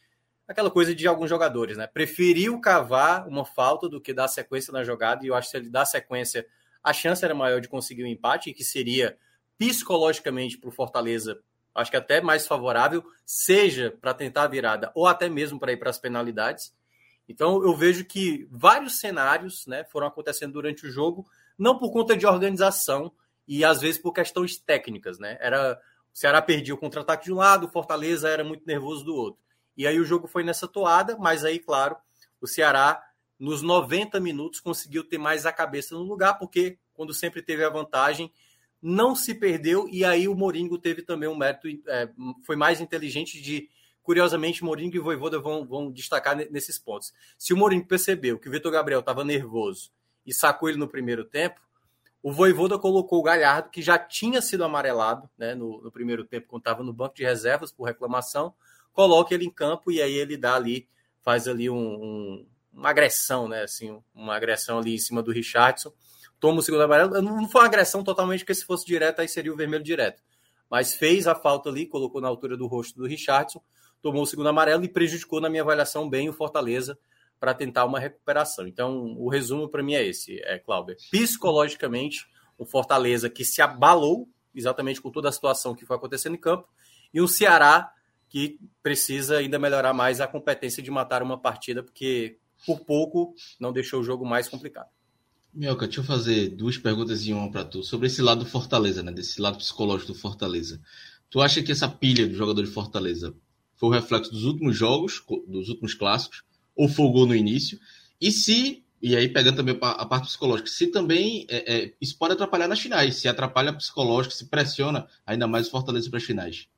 aquela coisa de alguns jogadores, né? Preferiu cavar uma falta do que dar sequência na jogada, e eu acho que se ele dá sequência, a chance era maior de conseguir um empate, que seria psicologicamente para o Fortaleza, acho que até mais favorável, seja para tentar a virada ou até mesmo para ir para as penalidades. Então eu vejo que vários cenários, né, foram acontecendo durante o jogo, não por conta de organização e às vezes por questões técnicas, né? Era, o Ceará perdia o contra-ataque de um lado, o Fortaleza era muito nervoso do outro. E aí o jogo foi nessa toada, mas aí, claro, o Ceará, nos noventa minutos, conseguiu ter mais a cabeça no lugar, porque quando sempre teve a vantagem, não se perdeu, e aí o Morínigo teve também um mérito, é, foi mais inteligente de, curiosamente, Morínigo e Vojvoda vão, vão destacar nesses pontos. Se o Morínigo percebeu que o Vitor Gabriel estava nervoso e sacou ele no primeiro tempo, o Vojvoda colocou o Galhardo, que já tinha sido amarelado, né, no, no primeiro tempo, quando estava no banco de reservas por reclamação, coloca ele em campo e aí ele dá ali, faz ali um, um, uma agressão, né? Assim, uma agressão ali em cima do Richardson. Toma o segundo amarelo. Não foi uma agressão totalmente, porque se fosse direto, aí seria o vermelho direto. Mas fez a falta ali, colocou na altura do rosto do Richardson, tomou o segundo amarelo e prejudicou, na minha avaliação, bem o Fortaleza para tentar uma recuperação. Então, o resumo para mim é esse, é, Cláudio. Psicologicamente, o Fortaleza que se abalou, exatamente com toda a situação que foi acontecendo em campo, e o Ceará que precisa ainda melhorar mais a competência de matar uma partida, porque por pouco não deixou o jogo mais complicado. Mioca, deixa eu fazer duas perguntas em uma para tu, sobre esse lado do Fortaleza, né? Desse lado psicológico do Fortaleza. Tu acha que essa pilha do jogador de Fortaleza foi o reflexo dos últimos jogos, dos últimos clássicos, ou foi o gol no início? E se, e aí pegando também a parte psicológica, se também é, é, isso pode atrapalhar nas finais, se atrapalha psicológico, se pressiona ainda mais o Fortaleza para as finais?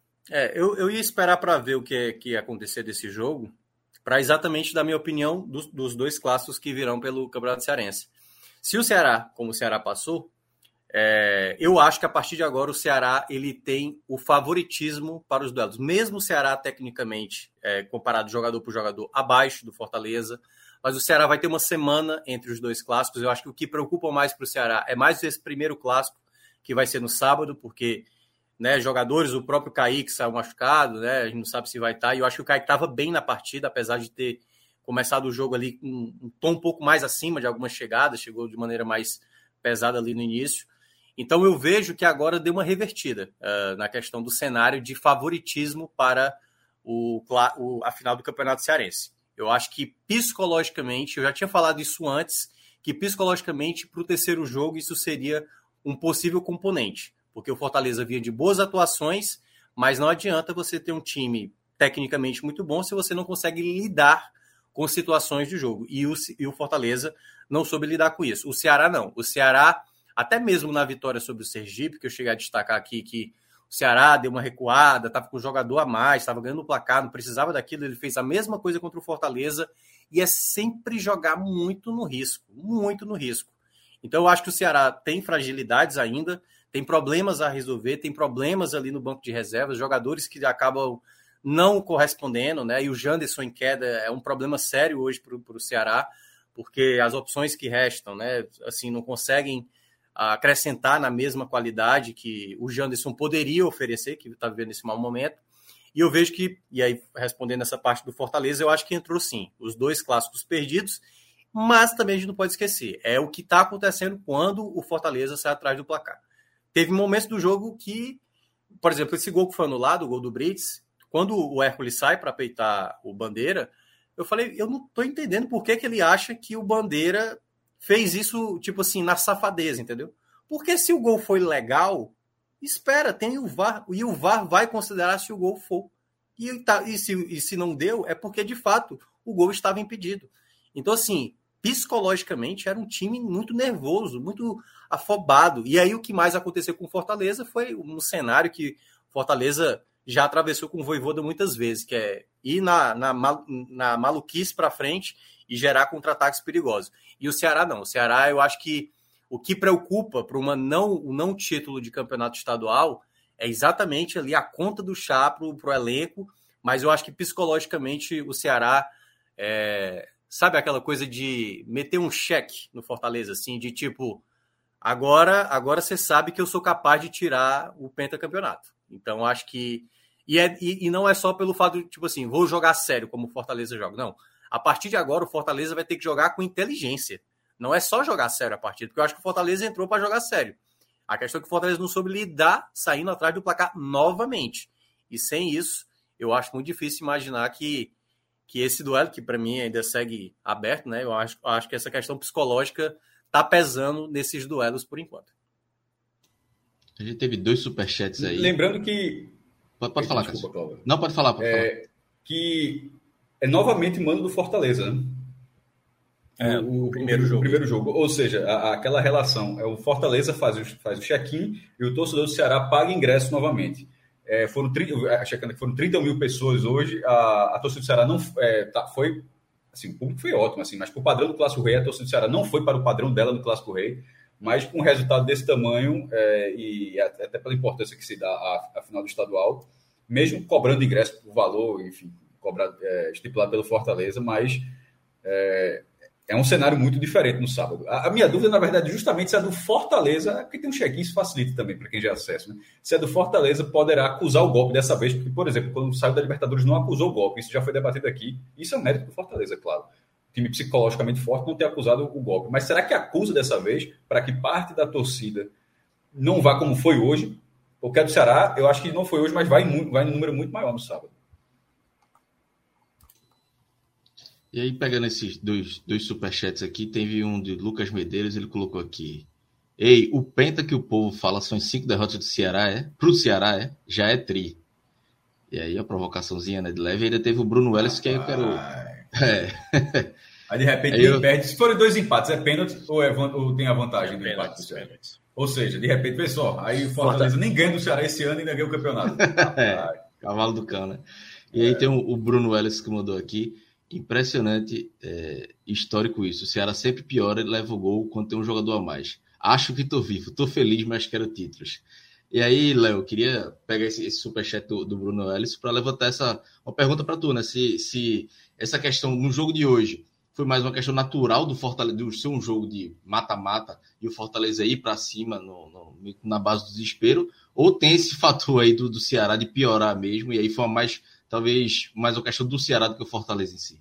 É, eu, eu ia esperar para ver o que, que ia acontecer desse jogo, para exatamente dar minha opinião dos, dos dois clássicos que virão pelo Campeonato Cearense. Se o Ceará, como o Ceará passou, é, eu acho que a partir de agora o Ceará ele tem o favoritismo para os duelos. Mesmo o Ceará, tecnicamente, é, comparado jogador por jogador, abaixo do Fortaleza, mas o Ceará vai ter uma semana entre os dois clássicos. Eu acho que o que preocupa mais para o Ceará é mais esse primeiro clássico, que vai ser no sábado, porque... Né, jogadores, o próprio Kaique saiu machucado, né, a gente não sabe se vai estar, e eu acho que o Kaique estava bem na partida, apesar de ter começado o jogo ali com um tom um pouco mais acima de algumas chegadas, chegou de maneira mais pesada ali no início. Então eu vejo que agora deu uma revertida uh, na questão do cenário de favoritismo para o, o, a final do Campeonato Cearense. Eu acho que psicologicamente, eu já tinha falado isso antes, que psicologicamente para o terceiro jogo isso seria um possível componente. Porque o Fortaleza vinha de boas atuações, mas não adianta você ter um time tecnicamente muito bom se você não consegue lidar com situações de jogo. E o, e o Fortaleza não soube lidar com isso. O Ceará não. O Ceará, até mesmo na vitória sobre o Sergipe, que eu cheguei a destacar aqui, que o Ceará deu uma recuada, estava com o jogador a mais, estava ganhando o placar, não precisava daquilo, ele fez a mesma coisa contra o Fortaleza, e é sempre jogar muito no risco, muito no risco. Então eu acho que o Ceará tem fragilidades ainda, tem problemas a resolver, tem problemas ali no banco de reservas, jogadores que acabam não correspondendo, né? E o Janderson em queda é um problema sério hoje para o Ceará, porque as opções que restam, né, assim, não conseguem acrescentar na mesma qualidade que o Janderson poderia oferecer, que está vivendo esse mau momento. E eu vejo que, e aí respondendo essa parte do Fortaleza, eu acho que entrou sim, os dois clássicos perdidos, mas também a gente não pode esquecer, é o que está acontecendo quando o Fortaleza sai atrás do placar. Teve momentos do jogo que, por exemplo, esse gol que foi anulado, o gol do Brits, quando o Hércules sai para peitar o Bandeira, eu falei, eu não estou entendendo por que, que ele acha que o Bandeira fez isso, tipo assim, na safadeza, entendeu? Porque se o gol foi legal, espera, tem o V A R, e o V A R vai considerar se o gol for. E, tá, e, se, e se não deu, é porque, de fato, o gol estava impedido. Então, assim, psicologicamente, era um time muito nervoso, muito afobado. E aí, o que mais aconteceu com o Fortaleza foi um cenário que Fortaleza já atravessou com o Vojvoda muitas vezes, que é ir na, na, na maluquice para frente e gerar contra-ataques perigosos. E o Ceará não. O Ceará, eu acho que o que preocupa para uma não, um não título de campeonato estadual é exatamente ali a conta do chá para o elenco, mas eu acho que psicologicamente o Ceará... É, sabe aquela coisa de meter um cheque no Fortaleza, assim, de tipo, agora, agora você sabe que eu sou capaz de tirar o pentacampeonato. Então, acho que E, é, e, e não é só pelo fato de, tipo assim, vou jogar sério como o Fortaleza joga. Não. A partir de agora, o Fortaleza vai ter que jogar com inteligência. Não é só jogar sério a partida, porque eu acho que o Fortaleza entrou para jogar sério. A questão é que o Fortaleza não soube lidar saindo atrás do placar novamente. E sem isso, eu acho muito difícil imaginar que, que esse duelo, que para mim ainda segue aberto, né? Eu acho, acho que essa questão psicológica está pesando nesses duelos por enquanto. A gente teve dois superchats aí. Lembrando que... Pode, pode falar, Cássio. Não, pode falar, pode é, falar. Que é novamente mando do Fortaleza, né? É, o, o primeiro o, jogo. O primeiro jogo. Ou seja, a, aquela relação. É o Fortaleza faz o, faz o check-in e o torcedor do Ceará paga ingresso novamente. É, foram, checando que foram trinta mil pessoas hoje. A, a torcida do Ceará não é, tá, foi... Assim, o público foi ótimo, assim, mas para o padrão do Clássico Rei, a torcida do Ceará não foi para o padrão dela no Clássico Rei, mas com um resultado desse tamanho é, e até pela importância que se dá à, à final do estadual, mesmo cobrando ingresso por valor, enfim, cobrado, é, estipulado pelo Fortaleza, mas é, é um cenário muito diferente no sábado. A, a minha dúvida, na verdade, justamente se é do Fortaleza, porque tem um check-in, isso facilita também para quem já acessa, né? Se é do Fortaleza, poderá acusar o golpe dessa vez, porque, por exemplo, quando saiu da Libertadores não acusou o golpe, isso já foi debatido aqui, isso é um mérito do Fortaleza, claro. Time psicologicamente forte não ter acusado o golpe. Mas será que acusa dessa vez para que parte da torcida não vá como foi hoje? Porque a do Ceará, eu acho que não foi hoje, mas vai em vai um número muito maior no sábado. E aí, pegando esses dois, dois superchats aqui, teve um de Lucas Medeiros, ele colocou aqui: ei, o penta que o povo fala são cinco derrotas do Ceará, é? Pro Ceará, é? Já é tri. E aí a provocaçãozinha, né, de leve, ainda teve o Bruno Welles, que aí eu quero... É. Aí de repente aí eu... perde. Se forem dois empates, é pênalti ou, é, ou tem a vantagem do empate do Ceará? Ou seja, de repente, pessoal, aí o Fortaleza nem ganha do Ceará esse ano e ainda ganha o campeonato. É, cavalo do cão, né? E aí é. tem o, o Bruno Welles que mandou aqui. Impressionante, é, histórico isso. O Ceará sempre piora e leva o gol quando tem um jogador a mais. Acho que tô vivo, tô feliz, mas quero títulos. E aí, Léo, queria pegar esse, esse superchat do, do Bruno Welles para levantar essa uma pergunta para tu, né? Se, se essa questão no jogo de hoje foi mais uma questão natural do Fortaleza, de ser um jogo de mata-mata e o Fortaleza ir para cima no, no, na base do desespero, ou tem esse fator aí do, do Ceará de piorar mesmo, e aí foi mais, talvez, mais uma questão do Ceará do que o Fortaleza em si?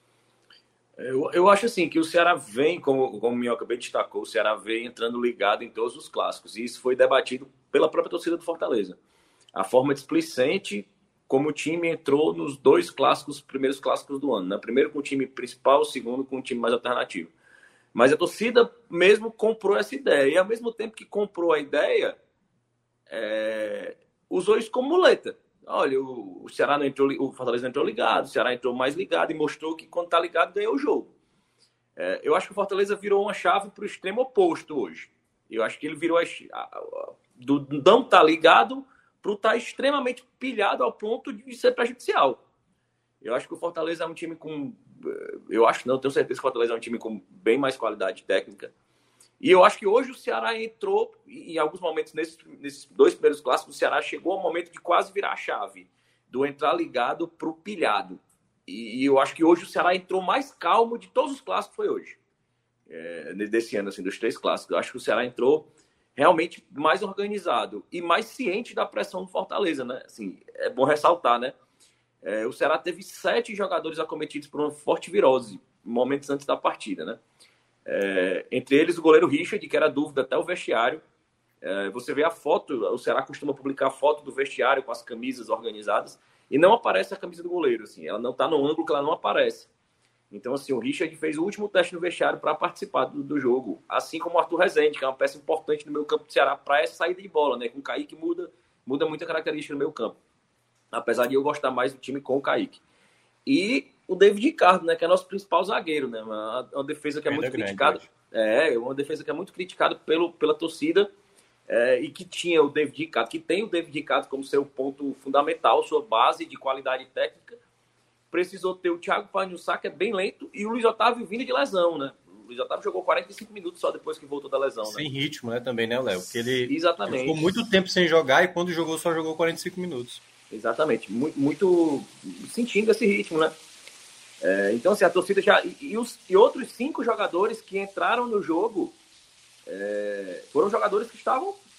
Eu, eu acho assim que o Ceará vem, como, como o Minhoca bem destacou, o Ceará vem entrando ligado em todos os clássicos, e isso foi debatido pela própria torcida do Fortaleza. A forma displicente como o time entrou nos dois clássicos, primeiros clássicos do ano, né? Primeiro com o time principal, segundo com o time mais alternativo. Mas a torcida mesmo comprou essa ideia, e ao mesmo tempo que comprou a ideia, é, usou isso como muleta. Olha, o, o Ceará não entrou, o Fortaleza não entrou ligado, o Ceará entrou mais ligado e mostrou que quando tá ligado ganhou o jogo. É, eu acho que o Fortaleza virou uma chave para o extremo oposto hoje. Eu acho que ele virou a, a, a, do não tá ligado para estar extremamente pilhado ao ponto de ser prejudicial. Eu acho que o Fortaleza é um time com... Eu acho não, eu tenho certeza que o Fortaleza é um time com bem mais qualidade técnica. E eu acho que hoje o Ceará entrou, em alguns momentos, nesses, nesses dois primeiros clássicos, o Ceará chegou ao momento de quase virar a chave, do entrar ligado para o pilhado. E, e eu acho que hoje o Ceará entrou mais calmo de todos os clássicos, foi hoje. É, desse ano, assim, dos três clássicos. Eu acho que o Ceará entrou realmente mais organizado e mais ciente da pressão do Fortaleza, né? Assim, é bom ressaltar, né? É, o Ceará teve sete jogadores acometidos por uma forte virose, momentos antes da partida, né? É, entre eles o goleiro Richard, que era dúvida até o vestiário. É, você vê a foto, o Ceará costuma publicar foto do vestiário com as camisas organizadas e não aparece a camisa do goleiro, assim, ela não está no ângulo que ela não aparece. Então, assim, o Richard fez o último teste no vestiário para participar do, do jogo, assim como o Arthur Rezende, que é uma peça importante no meio campo do Ceará para essa saída de bola, né? Com o Kaique muda, muda muita característica no meio campo, apesar de eu gostar mais do time com o Kaique. E o David Ricardo, né, que é nosso principal zagueiro, né? Uma, uma defesa que é muito criticada. É, uma defesa que é muito criticada pelo, pela torcida, é, e que tinha o David Ricardo, que tem o David Ricardo como seu ponto fundamental, sua base de qualidade técnica. Precisou ter o Thiago Panhussá, que é bem lento, e o Luiz Otávio vindo de lesão, né? O Luiz Otávio jogou quarenta e cinco minutos só depois que voltou da lesão, né? Sem ritmo, né, também, né, Léo? Porque ele, Exatamente. ele ficou muito tempo sem jogar e quando jogou só jogou quarenta e cinco minutos. Exatamente. Muito, muito sentindo esse ritmo, né? É, então, assim, a torcida já... E, e, os, e outros cinco jogadores que entraram no jogo é, foram jogadores que estavam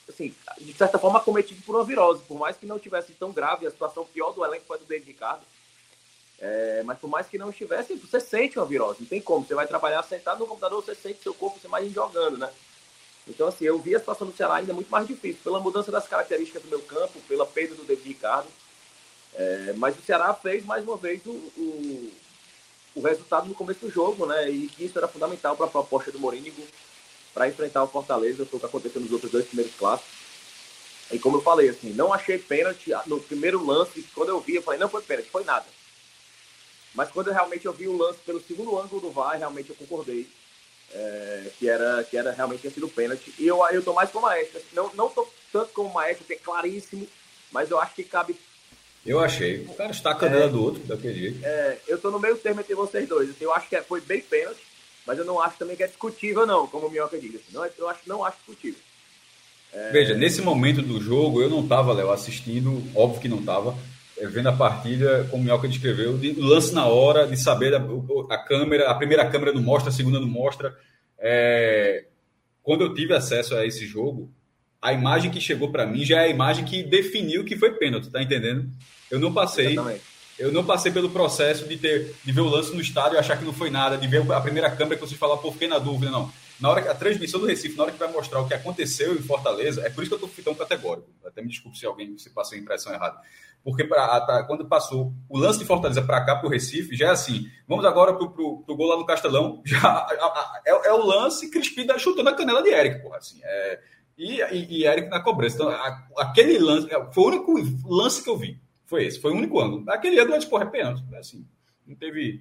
assim, de certa forma, acometido por uma virose. Por mais que não tivesse tão grave, a situação pior do elenco foi a do David Ricardo. É, mas por mais que não estivesse, você sente uma virose. Não tem como. Você vai trabalhar sentado no computador, você sente seu corpo, você imagina jogando, né? Então, assim, eu vi a situação do Ceará ainda muito mais difícil, pela mudança das características do meu campo, pela perda do David Ricardo. É, mas o Ceará fez, mais uma vez, o, o, o resultado no começo do jogo, né? E que isso era fundamental para a proposta do Morínigo para enfrentar o Fortaleza, foi o que aconteceu nos outros dois primeiros clássicos. E como eu falei, assim, não achei pênalti no primeiro lance. Quando eu vi, eu falei, não foi pênalti, foi nada. Mas quando eu realmente eu vi o lance pelo segundo ângulo do V A R, realmente eu concordei. É, que, era, que era realmente tinha sido pênalti. E eu, eu tô mais como o Maestro. Não, não tô tanto como o Maestro, que é claríssimo, mas eu acho que cabe. Eu achei. O cara está a canela é, do outro, daquele jeito. É, eu tô no meio termo entre vocês dois. Assim, eu acho que foi bem pênalti, mas eu não acho também que é discutível, não, como o Minhoca diz. Assim, não, eu acho, não acho discutível. É... Veja, nesse momento do jogo, eu não tava, Léo, assistindo, óbvio que não tava, vendo a partida, como o Minhoca descreveu, de lance na hora, de saber a, a câmera, a primeira câmera não mostra, a segunda não mostra. É, quando eu tive acesso a esse jogo, a imagem que chegou para mim já é a imagem que definiu que foi pênalti, tá entendendo? Eu não passei, Exatamente. eu não passei pelo processo de ter, de ver o lance no estádio e achar que não foi nada, de ver a primeira câmera que vocês falaram, pô, fiquei na dúvida, não. Na hora que a transmissão do Recife, na hora que vai mostrar o que aconteceu em Fortaleza, é por isso que eu estou tão categórico. Até me desculpe se alguém se passou a impressão errada. Porque pra, a, quando passou o lance de Fortaleza para cá, para o Recife, já é assim, vamos agora para o gol lá no Castelão, já, a, a, é, é o lance Crispim chutando a canela de Eric, porra, assim, é, e, e, e Eric na cobrança. Então, a, aquele lance, foi o único lance que eu vi, foi esse, foi o único ângulo. Aquele ângulo, tipo, porra, é pênalti, assim, não teve...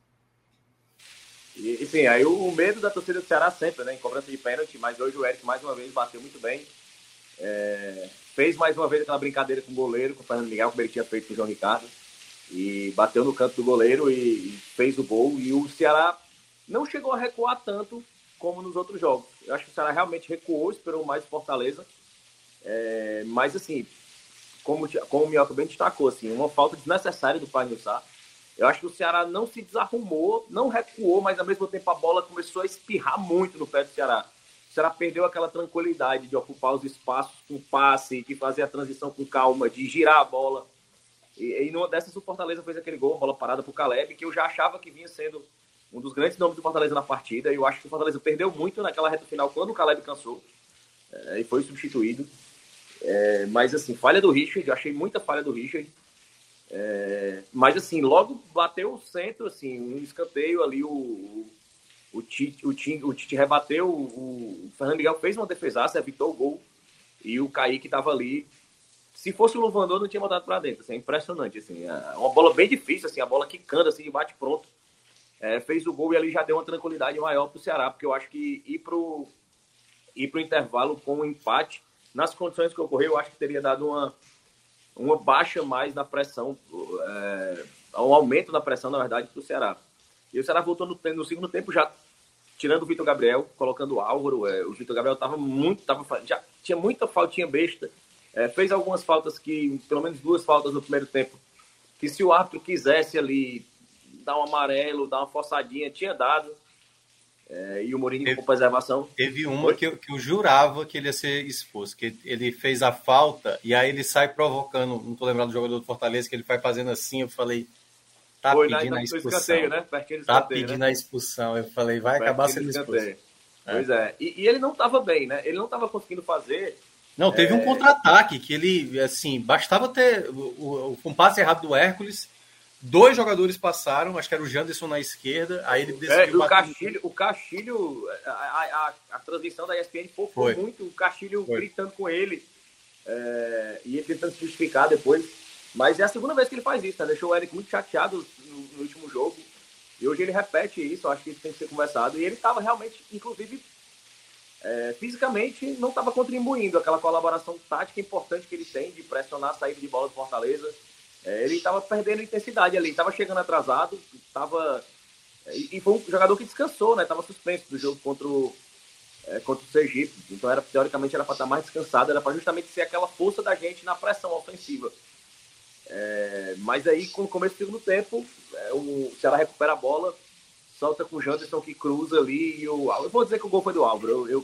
E, enfim, aí o, o medo da torcida do Ceará sempre, né, em cobrança de pênalti, mas hoje o Eric mais uma vez bateu muito bem. É, fez mais uma vez aquela brincadeira com o goleiro, com o Fernando Miguel, como ele tinha feito com o João Ricardo, e bateu no canto do goleiro e, e fez o gol. E o Ceará não chegou a recuar tanto como nos outros jogos. Eu acho que o Ceará realmente recuou, esperou mais o Fortaleza. É, mas, assim, como, como o Minhoca bem destacou, assim, uma falta desnecessária do Pagnussá. Eu acho que o Ceará não se desarrumou, não recuou, mas ao mesmo tempo a bola começou a espirrar muito no pé do Ceará. O Ceará perdeu aquela tranquilidade de ocupar os espaços com passe, de fazer a transição com calma, de girar a bola. E, e numa dessas o Fortaleza fez aquele gol, bola parada para o Caleb, que eu já achava que vinha sendo um dos grandes nomes do Fortaleza na partida. E eu acho que o Fortaleza perdeu muito naquela reta final quando o Caleb cansou é, e foi substituído. É, mas, assim, falha do Richard, eu achei muita falha do Richard. É, mas, assim, logo bateu o centro, assim, um escanteio ali, o, o, o, Tite, o, Tite, o Tite rebateu, o, o Fernando Miguel fez uma defesaça, evitou o gol, e o Kaique estava ali. Se fosse o Luvandor, não tinha botado para dentro, assim, é impressionante, assim, é uma bola bem difícil, assim, a bola quicando, assim, de bate pronto, é, fez o gol e ali já deu uma tranquilidade maior para o Ceará, porque eu acho que ir para o ir pro intervalo com um empate, nas condições que ocorreu, eu acho que teria dado uma uma baixa mais na pressão, é, um aumento na pressão, na verdade, para o Ceará. E o Ceará voltou no, no segundo tempo já tirando o Vitor Gabriel, colocando o Álvaro. É, o Vitor Gabriel tava muito, tava, já tinha muita faltinha besta, é, fez algumas faltas que, pelo menos duas faltas no primeiro tempo, que se o árbitro quisesse ali dar um amarelo, dar uma forçadinha, tinha dado. É, e o Mourinho com preservação. Teve uma que eu, que eu jurava que ele ia ser expulso, que ele fez a falta e aí ele sai provocando, não tô lembrado do jogador do Fortaleza, que ele vai fazendo assim, eu falei, tá Foi pedindo na, a expulsão. Escanteio, né? Tá pedindo né? a expulsão. Eu falei, vai Perto acabar sendo expulso. É. Pois é. E, e ele não tava bem, né? Ele não tava conseguindo fazer... Não, teve é... um contra-ataque que ele, assim, bastava ter o, o, o passe errado do Hércules. Dois jogadores passaram, acho que era o Janderson na esquerda, aí ele decidiu... É, o Castilho, o Castilho a, a, a transmissão da E S P N focou Foi. muito, o Castilho Foi. gritando com ele, é, e ele tentando se justificar depois. Mas é a segunda vez que ele faz isso, né? Deixou o Eric muito chateado no, no último jogo, e hoje ele repete isso, eu acho que isso tem que ser conversado. E ele estava realmente, inclusive, é, fisicamente, não estava contribuindo aquela colaboração tática importante que ele tem de pressionar a saída de bola do Fortaleza. É, ele estava perdendo intensidade ali, estava chegando atrasado, tava, e, e foi um jogador que descansou, né? Estava suspenso do jogo contra o, é, contra o Sergipe, então era, teoricamente era para estar mais descansado, era para justamente ser aquela força da gente na pressão ofensiva. É, mas aí, com o começo do segundo tempo, é, o Ceará recupera a bola, solta com o Janderson que cruza ali, e o, eu vou dizer que o gol foi do Álvaro, eu, eu,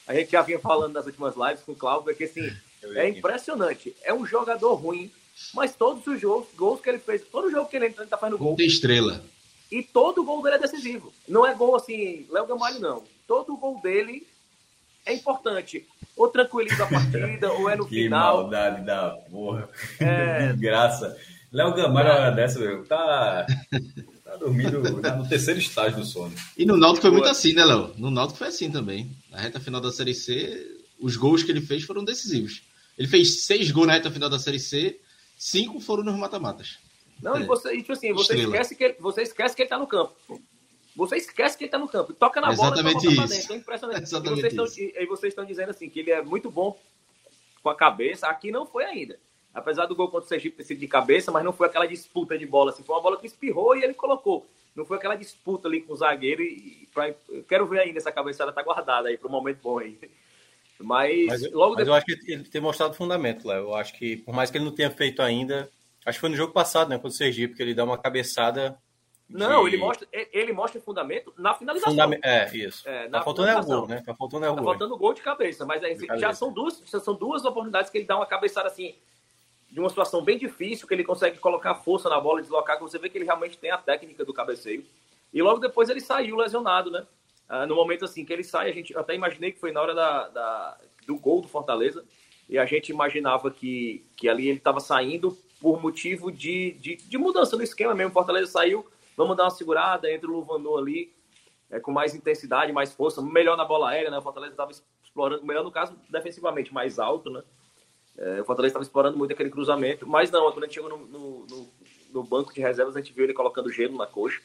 a gente já vinha falando nas últimas lives com o Cláudio, é que assim, é impressionante. É um jogador ruim, mas todos os jogos, gols que ele fez, todo jogo que ele entra, ele tá fazendo gol. Tem estrela. E todo gol dele é decisivo. Não é gol assim, Léo Gamalho, não. Todo gol dele é importante. Ou tranquiliza a partida, ou é no que final. Que maldade da porra. É... De graça. Léo Gamalho, hora dessa, meu, tá, tá dormindo no terceiro estágio do sono. E no Náutico foi muito assim, né, Léo? No Náutico foi assim também. Na reta final da Série C, os gols que ele fez foram decisivos. Ele fez seis gols na reta final da Série C, cinco foram nos mata-matas. Não, é. e você, e, tipo assim, você esquece, que ele, você esquece que ele tá no campo. Você esquece que ele tá no campo. Toca na bola Exatamente e isso. pra dentro. É impressionante. Exatamente e, vocês isso. Estão, e vocês estão dizendo assim, que ele é muito bom com a cabeça. Aqui não foi ainda. Apesar do gol contra o Sergipe ter sido de cabeça, mas não foi aquela disputa de bola. Assim, foi uma bola que espirrou e ele colocou. Não foi aquela disputa ali com o zagueiro. E, e pra, eu quero ver ainda essa cabeçada tá guardada aí para um momento bom aí. Mas, mas, logo mas depois... eu acho que ele tem mostrado fundamento, Léo. Eu acho que, por mais que ele não tenha feito ainda, acho que foi no jogo passado, né, contra o Sergipe, que ele dá uma cabeçada. Não, de... ele mostra, ele mostra fundamento na finalização. Fundam... É, isso. É, tá faltando é o gol, né? Tá faltando é o tá gol. faltando gol de cabeça, mas aí, de já cabeça. São duas, já são duas oportunidades que ele dá uma cabeçada assim, de uma situação bem difícil, que ele consegue colocar força na bola e deslocar, que você vê que ele realmente tem a técnica do cabeceio. E logo depois ele saiu lesionado, né? Ah, no momento assim que ele sai, a gente eu até imaginei que foi na hora da, da, do gol do Fortaleza, e a gente imaginava que, que ali ele estava saindo por motivo de, de, de mudança no esquema mesmo. O Fortaleza saiu, vamos dar uma segurada, entra o Luvanor ali, é, com mais intensidade, mais força, melhor na bola aérea, né? O Fortaleza estava explorando, melhor no caso, defensivamente, mais alto, né? É, o Fortaleza estava explorando muito aquele cruzamento, mas não, quando a gente chegou no, no, no, no banco de reservas, a gente viu ele colocando gelo na coxa.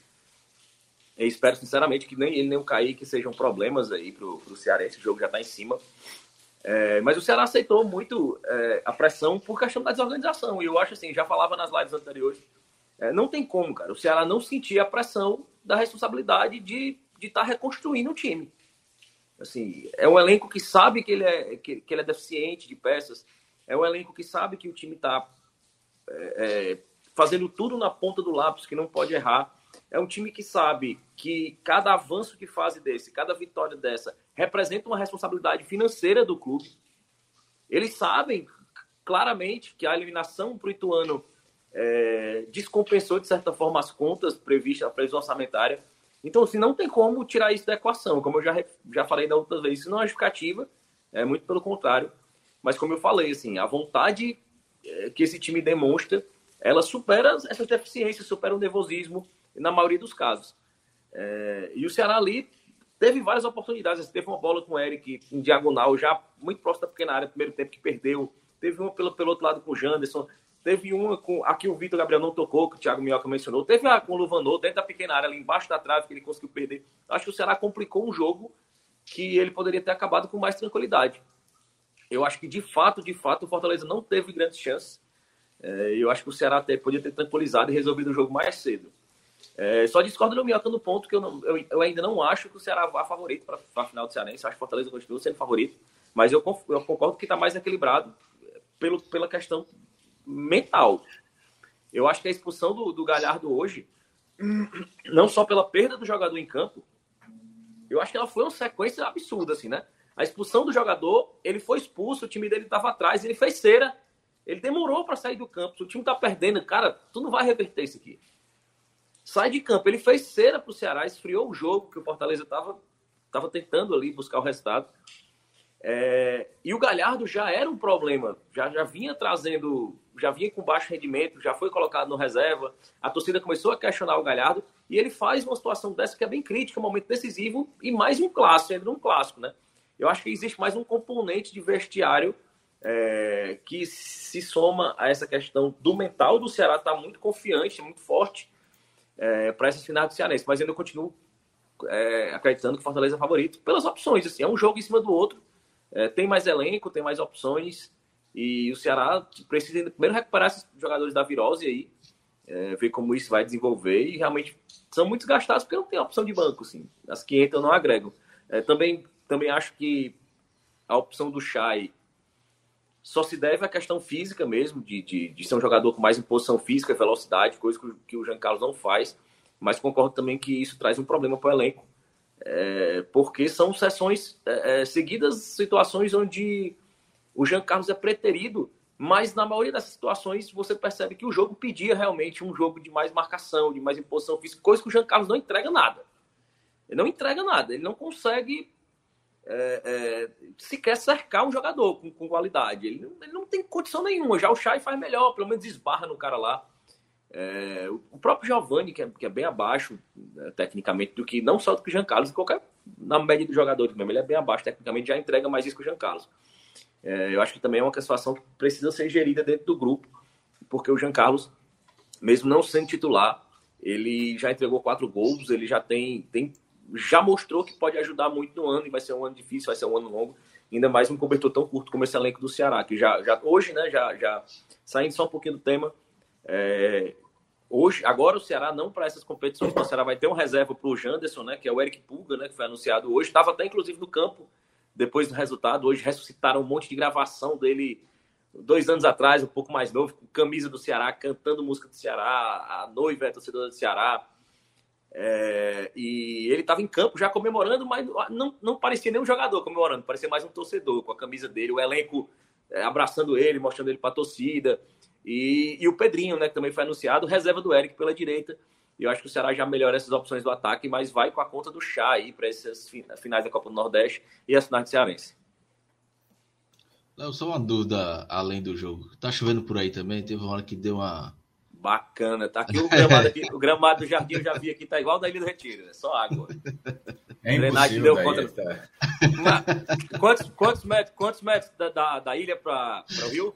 Eu espero, sinceramente, que nem ele nem o Kaique sejam problemas aí pro, pro Cearense, o jogo já tá em cima. É, mas o Ceará aceitou muito é, a pressão por questão da desorganização. E eu acho assim, já falava nas lives anteriores, é, não tem como, cara, o Ceará não sentir a pressão da responsabilidade de estar tá reconstruindo o time. Assim, é um elenco que sabe que ele é, que, que ele é deficiente de peças, é um elenco que sabe que o time está é, é, fazendo tudo na ponta do lápis, que não pode errar. É um time que sabe que cada avanço de fase desse, cada vitória dessa, representa uma responsabilidade financeira do clube. Eles sabem claramente que a eliminação para o Ituano é, descompensou, de certa forma, as contas previstas, a previsão orçamentária. Então, assim, não tem como tirar isso da equação. Como eu já, já falei da outra vez, isso não é justificativa, é muito pelo contrário. Mas, como eu falei, assim, a vontade é, que esse time demonstra, ela supera essas deficiências, supera o nervosismo, na maioria dos casos. É, e o Ceará ali teve várias oportunidades. Teve uma bola com o Eric em diagonal, já muito próximo da pequena área, no primeiro tempo que perdeu. Teve uma pelo, pelo outro lado com o Janderson. Teve uma com aqui o Vitor Gabriel não tocou, que o Thiago Minhoca mencionou. Teve a com o Luvanor, dentro da pequena área, ali embaixo da trave, que ele conseguiu perder. Acho que o Ceará complicou um jogo que ele poderia ter acabado com mais tranquilidade. Eu acho que, de fato, de fato, o Fortaleza não teve grandes chances. É, eu acho que o Ceará até podia ter tranquilizado e resolvido o jogo mais cedo. É, só discordo do Minhoca no ponto que eu, não, eu, eu ainda não acho que o Ceará vá favorito para a final do Cearense. Eu acho que o Fortaleza continua sendo favorito, mas eu, eu concordo que está mais equilibrado pelo, pela questão mental. Eu acho que a expulsão do, do Galhardo hoje, não só pela perda do jogador em campo, eu acho que ela foi uma sequência absurda, assim, né? A expulsão do jogador, ele foi expulso, o time dele estava atrás, ele fez cera, ele demorou para sair do campo. Se o time está perdendo, cara, tu não vai reverter isso aqui. Sai de campo. Ele fez cera para o Ceará, esfriou o jogo, que o Fortaleza estava tava tentando ali buscar o resultado. É, e o Galhardo já era um problema, já, já vinha trazendo, já vinha com baixo rendimento, já foi colocado no reserva. A torcida começou a questionar o Galhardo e ele faz uma situação dessa que é bem crítica, um momento decisivo e mais um clássico, ainda um clássico, né? Eu acho que existe mais um componente de vestiário é, que se soma a essa questão do mental do Ceará, está muito confiante, muito forte. É, para essas finais do Cearense, mas ainda continuo é, acreditando que o Fortaleza é favorito pelas opções, assim, é um jogo em cima do outro, é, tem mais elenco, tem mais opções e o Ceará precisa ainda primeiro recuperar esses jogadores da virose aí, é, ver como isso vai desenvolver e realmente são muito gastados porque não tem opção de banco, assim, as que entram não agregam. É, também, também acho que a opção do Chay só se deve à questão física mesmo, de, de, de ser um jogador com mais imposição física, velocidade, coisa que, que o Jean Carlos não faz, mas concordo também que isso traz um problema para o elenco, é, porque são sessões é, seguidas, situações onde o Jean Carlos é preterido, mas na maioria das situações você percebe que o jogo pedia realmente um jogo de mais marcação, de mais imposição física, coisa que o Jean Carlos não entrega nada. Ele não entrega nada, ele não consegue é, é, sequer cercar um jogador com, com qualidade. Ele não, ele não tem condição nenhuma. Já o Chay faz melhor, pelo menos esbarra no cara lá. É, o próprio Giovani, que é, que é bem abaixo, né, tecnicamente, do que não só do que o Jean Carlos, qualquer, na média dos jogadores mesmo, ele é bem abaixo, tecnicamente já entrega mais isso que o Jean Carlos. É, eu acho que também é uma situação que precisa ser gerida dentro do grupo, porque o Jean Carlos, mesmo não sendo titular, ele já entregou quatro gols, ele já tem, tem já mostrou que pode ajudar muito no ano, e vai ser um ano difícil, vai ser um ano longo, ainda mais um cobertor tão curto como esse elenco do Ceará, que já, já hoje, né, já, já saindo só um pouquinho do tema, é, hoje, agora o Ceará não para essas competições, o Ceará vai ter um reserva para o Janderson, né, que é o Eric Pulga, né, que foi anunciado hoje, estava até inclusive no campo depois do resultado, hoje ressuscitaram um monte de gravação dele dois anos atrás, um pouco mais novo, com camisa do Ceará, cantando música do Ceará, a noiva é torcedora do Ceará, é, e ele estava em campo já comemorando, mas não, não parecia nenhum jogador comemorando, parecia mais um torcedor com a camisa dele, o elenco é, abraçando ele, mostrando ele para a torcida, e, e o Pedrinho, né, que também foi anunciado, reserva do Eric pela direita. Eu acho que o Ceará já melhora essas opções do ataque, mas vai com a conta do chá aí para essas finais da Copa do Nordeste e as finais do Cearense. Léo, só uma dúvida além do jogo. Tá chovendo por aí também? Teve uma hora que deu uma... Bacana. Tá aqui o gramado, aqui, o gramado do Jardim, eu já vi aqui, tá igual da Ilha do Retiro, né? Só água. É drenagem deu daí, conta. tá. quantos, quantos metros, quantos metros da, da, da ilha para o Rio?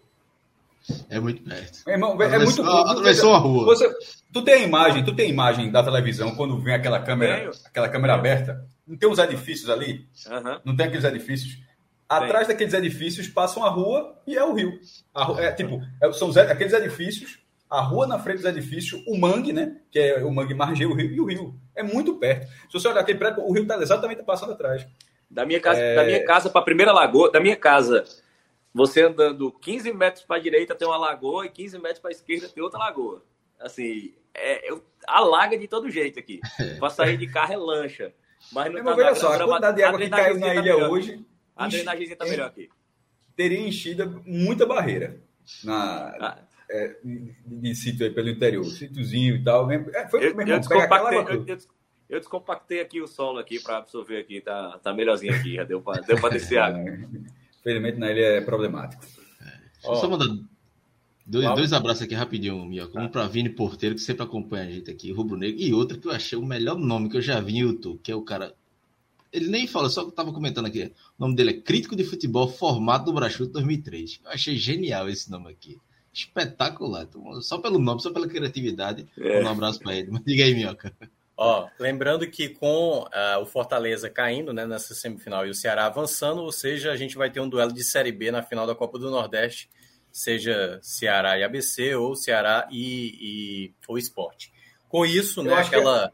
É muito perto. Meu irmão, é muito curto. Atravessou a rua. Você, tu tem a imagem, tu tem a imagem da televisão quando vem aquela câmera, Tenho. aquela câmera aberta? Não tem uns edifícios ali? Uhum. Não tem aqueles edifícios? Atrás daqueles edifícios passa uma rua e é o rio. A rua, é, tipo, é, são os, aqueles edifícios, a rua na frente dos edifícios, o mangue, né? Que é o mangue margeia o rio e o rio. É muito perto. Se você olhar aquele prédio, o rio está exatamente passando atrás. Da minha casa, É... da minha casa para a primeira lagoa, da minha casa, você andando quinze metros para a direita tem uma lagoa e quinze metros para a esquerda tem outra lagoa. Assim, é, eu, alaga de todo jeito aqui. Para sair de carro é lancha. Mas não Mas tá veja na, só, a quantidade de água que caiu na tá ilha melhor. hoje... A drenagem está melhor aqui. Teria enchido muita barreira na, Ah. é, de, de sítio aí pelo interior. Sítiozinho e tal. É, foi, Eu, meu eu, irmão, pega aquela descompactei, água eu, toda. eu, eu descompactei aqui o solo aqui para absorver aqui. Tá, tá melhorzinho aqui. Já deu para deu descer água. Infelizmente na ilha é problemático. Deixa eu só mandar dois, Claro. dois abraços aqui rapidinho, Minhoca. Um para Vini Porteiro, que sempre acompanha a gente aqui, Rubro Negro, e outro que eu achei o melhor nome que eu já vi no YouTube, que é o cara... Ele nem fala, só que eu tava comentando aqui. O nome dele é Crítico de Futebol Formado do Brachute dois mil e três. Eu achei genial esse nome aqui. Espetacular. Então, só pelo nome, só pela criatividade. É. Um abraço para ele. Mas diga aí, Minhoca. Ó, lembrando que com uh, o Fortaleza caindo, né, nessa semifinal e o Ceará avançando, ou seja, a gente vai ter um duelo de Série B na final da Copa do Nordeste, seja Ceará e A B C ou Ceará e, e o Sport. Com isso, Eu né, acho que- aquela...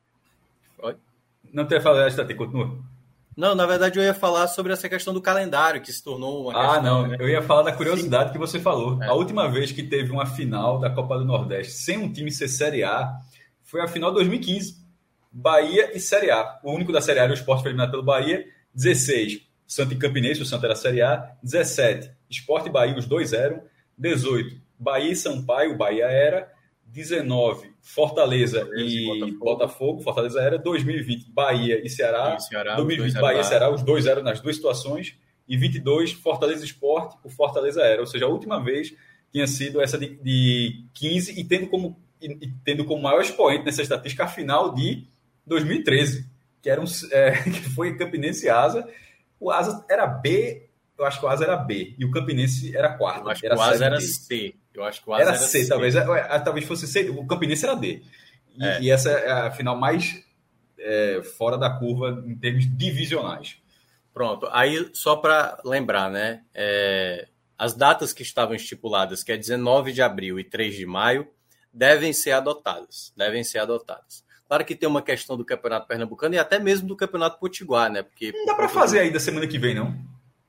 Oi? Não tem falado, Tati, continua. Não, na verdade eu ia falar sobre essa questão do calendário, que se tornou uma Ah, questão... não. né? Eu ia falar da curiosidade que você falou. É. A última vez que teve uma final da Copa do Nordeste sem um time ser Série A foi a final de dois mil e quinze. Bahia e Série A. O único da Série A era o Sport foi eliminado pelo Bahia. dezesseis, Santa e Campinense, o Santa era Série A. dezessete, Sport e Bahia, os dois eram. dezoito, Bahia e Sampaio, o Bahia era. dezenove, Fortaleza, Fortaleza e e Botafogo. Botafogo. Fortaleza era. dois mil e vinte, Bahia e Ceará. E Ceará, dois mil e vinte, os dois Bahia e eram Ceará, os dois eram nas duas situações. E vinte e dois, Fortaleza e Sport, o Fortaleza era. Ou seja, a última vez tinha sido essa de, de quinze e tendo como, e, e tendo como maior expoente nessa estatística a final de dois mil e treze, que, era um, é, que foi Campinense e Asa. O Asa era B, eu acho que o Asa era B, e o Campinense era quarto. Eu acho que era o Asa Série era D. C. Eu acho que o Asa Era era C, C. talvez. É, talvez fosse C, o Campinense era D. E, É. e essa é a final mais é, fora da curva em termos divisionais. Pronto, aí só para lembrar, né? é, as datas que estavam estipuladas, que é dezenove de abril e três de maio, devem ser adotadas. Devem ser adotadas. Claro que tem uma questão do Campeonato Pernambucano e até mesmo do Campeonato Potiguar, né? Porque Não dá para fazer ainda semana que vem, não.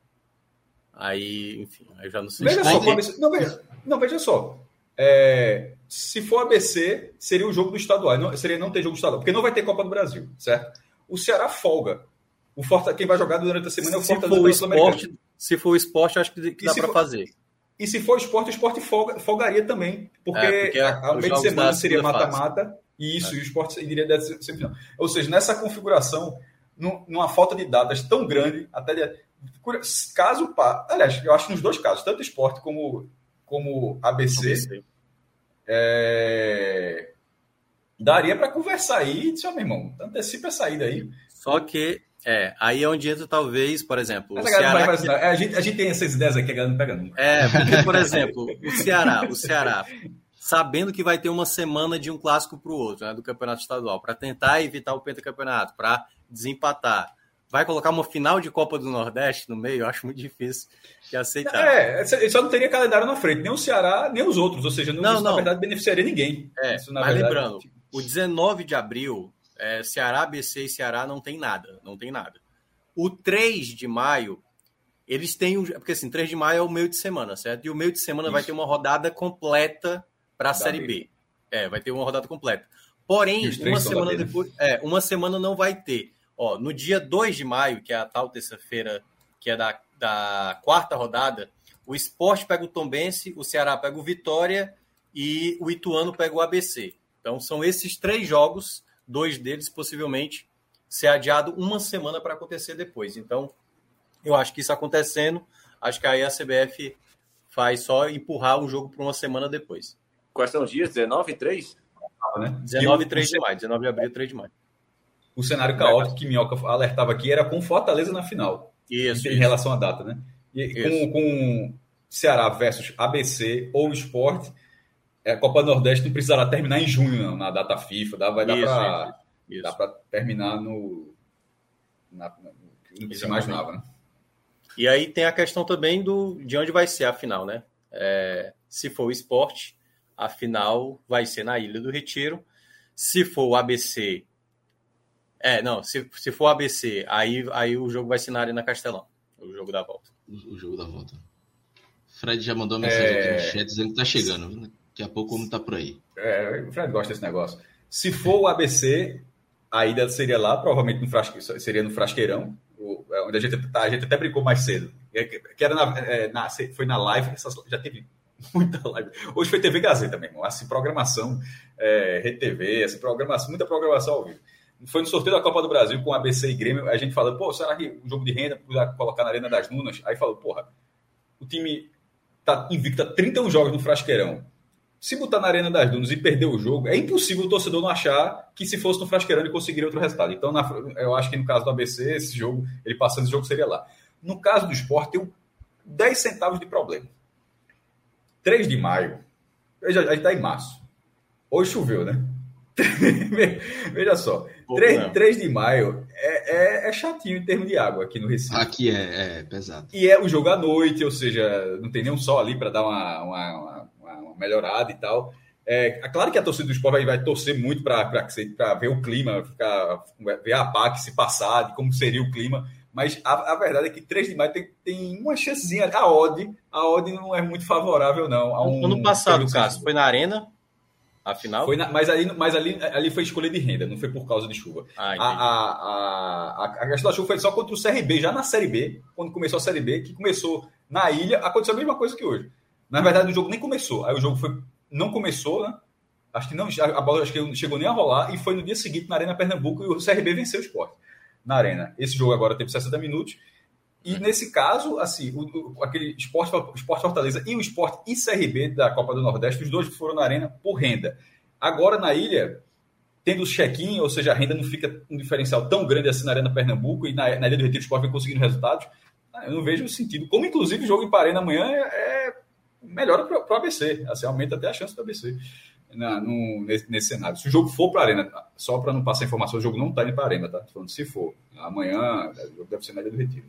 aí, enfim, eu já não sei. Veja se- só, pode- não, veja, não, veja só. É, se for A B C, seria o jogo do estadual. Não, seria não ter jogo do estadual, porque não vai ter Copa do Brasil, certo? o Ceará folga. O Forta, quem vai jogar durante a semana é o se Fortaleza for o esporte, Se for o esporte, acho que, que dá para fazer. E se for o esporte, o esporte folga, folgaria também. Porque, é, porque a, a meio de semana seria mata-mata. E isso, é. e o esporte iria da semifinal. Ou seja, nessa configuração, numa falta de datas tão grande, até caso pá, aliás, eu acho que nos dois casos, tanto o esporte como, como A B C, A B C. É, daria para conversar aí e dizer, oh, meu irmão, antecipa a saída aí. Só que, é, aí é onde entra talvez, por exemplo, Mas o a, Ceará Ceará... que... a, gente, a gente tem essas ideias aqui, a galera não pega nunca. É, porque, por exemplo, o Ceará, o Ceará, sabendo que vai ter uma semana de um clássico para o outro, né, do campeonato estadual, para tentar evitar o pentacampeonato, para desempatar, vai colocar uma final de Copa do Nordeste no meio, eu acho muito difícil de aceitar. É, ele só não teria calendário na frente, nem o Ceará, nem os outros, ou seja, não, não, isso, não. na verdade, beneficiaria ninguém. É, isso, na mas verdade, lembrando, o dezenove de abril, é, Ceará, A B C e Ceará não tem nada, não tem nada. O três de maio, eles têm, um, porque assim, três de maio é o meio de semana, certo? E o meio de semana isso. vai ter uma rodada completa para a Série B. É, vai ter uma rodada completa. Porém, uma semana depois, é, uma semana não vai ter. Ó, no dia dois de maio, que é a tal terça-feira, que é da, da quarta rodada, o Sport pega o Tombense, o Ceará pega o Vitória e o Ituano pega o A B C. Então, são esses três jogos, dois deles possivelmente ser adiado uma semana para acontecer depois. Então, eu acho que isso acontecendo, acho que aí a C B F faz só empurrar o jogo para uma semana depois. Quais são os dias? dezenove e três? Né? dezenove e três de maio. dezenove de abril e três de maio. O cenário caótico que Minhoca alertava aqui era com Fortaleza na final. Isso. Em isso. relação à data, né? E com, com Ceará versus A B C ou Sport, a Copa do Nordeste não precisará terminar em junho, não, na data FIFA. Dá, vai dar para dá para terminar no, na, no que se imaginava, né? E aí tem a questão também do, de onde vai ser a final, né? É, se for o Sport, a final vai ser na Ilha do Retiro. Se for o A B C... É, não, se, se for o A B C, aí, aí o jogo vai ser na Arena Castelão. O jogo da volta. O, o jogo da volta. Fred já mandou uma mensagem é... aqui no chat dizendo que tá chegando. Daqui a pouco como tá por aí. É, o Fred gosta desse negócio. Se for o A B C, a ida seria lá, provavelmente no frasque... seria no Frasqueirão, onde a gente, a gente até brincou mais cedo. Que era na, é, na, foi na live, essas, já teve muita live. Hoje foi T V Gazeta mesmo. Assim, programação, é, Rede T V, essa programação, muita programação ao vivo. Foi no sorteio da Copa do Brasil com A B C e Grêmio, a gente falou, pô, será que o jogo de renda podia colocar na Arena das Nunas? Aí falou, porra, o time tá invicto a trinta e um jogos no Frasqueirão. Se botar na Arena das Dunas e perder o jogo, é impossível o torcedor não achar que se fosse no Frasqueirão ele conseguiria outro resultado. Então, na, eu acho que no caso do A B C, esse jogo, ele passando esse jogo seria lá. No caso do Sport, tem dez centavos de problema. três de maio, veja, a gente tá em março. Hoje choveu, né? Veja só, três de maio é, é, é chatinho em termos de água aqui no Recife. Aqui é, é pesado. E é o jogo à noite, ou seja, não tem nenhum sol ali para dar uma, uma, uma, uma melhorada e tal. É, é claro que a torcida do Sport vai, vai torcer muito para ver o clima, ficar, ver a P A C se passar, de como seria o clima. Mas a, a verdade é que três de maio tem, tem uma chancezinha. A odd, a odd não é muito favorável, não. A um, ano passado, Cássio, foi na Arena? Afinal? Foi na, mas ali, mas ali, ali foi escolha de renda, não foi por causa de chuva. Ah, a, a, a, a questão da chuva foi só contra o C R B, já na Série B, quando começou a Série B, que começou na ilha, aconteceu a mesma coisa que hoje. Na verdade, o jogo nem começou. Aí o jogo foi, não começou, né? Acho que não, a bola acho que não chegou nem a rolar, e foi no dia seguinte na Arena Pernambuco, e o C R B venceu o Sport na Arena. Esse jogo agora teve sessenta minutos. E nesse caso, assim, o, o, aquele Sport, Sport Fortaleza e o Sport e C R B da Copa do Nordeste, os dois foram na Arena por renda. Agora, na ilha, tendo o check-in, ou seja, a renda não fica um diferencial tão grande assim na Arena Pernambuco e na, na Ilha do Retiro o Sport vem conseguindo resultados, eu não vejo sentido. Como, inclusive, o jogo em Parena amanhã é, é melhor para o A B C. Assim, aumenta até a chance do A B C na, no, nesse, nesse cenário. Se o jogo for para a Arena, só para não passar informação, o jogo não está indo para a Arena, tá? Falando se for. Amanhã, o jogo deve ser na Ilha do Retiro.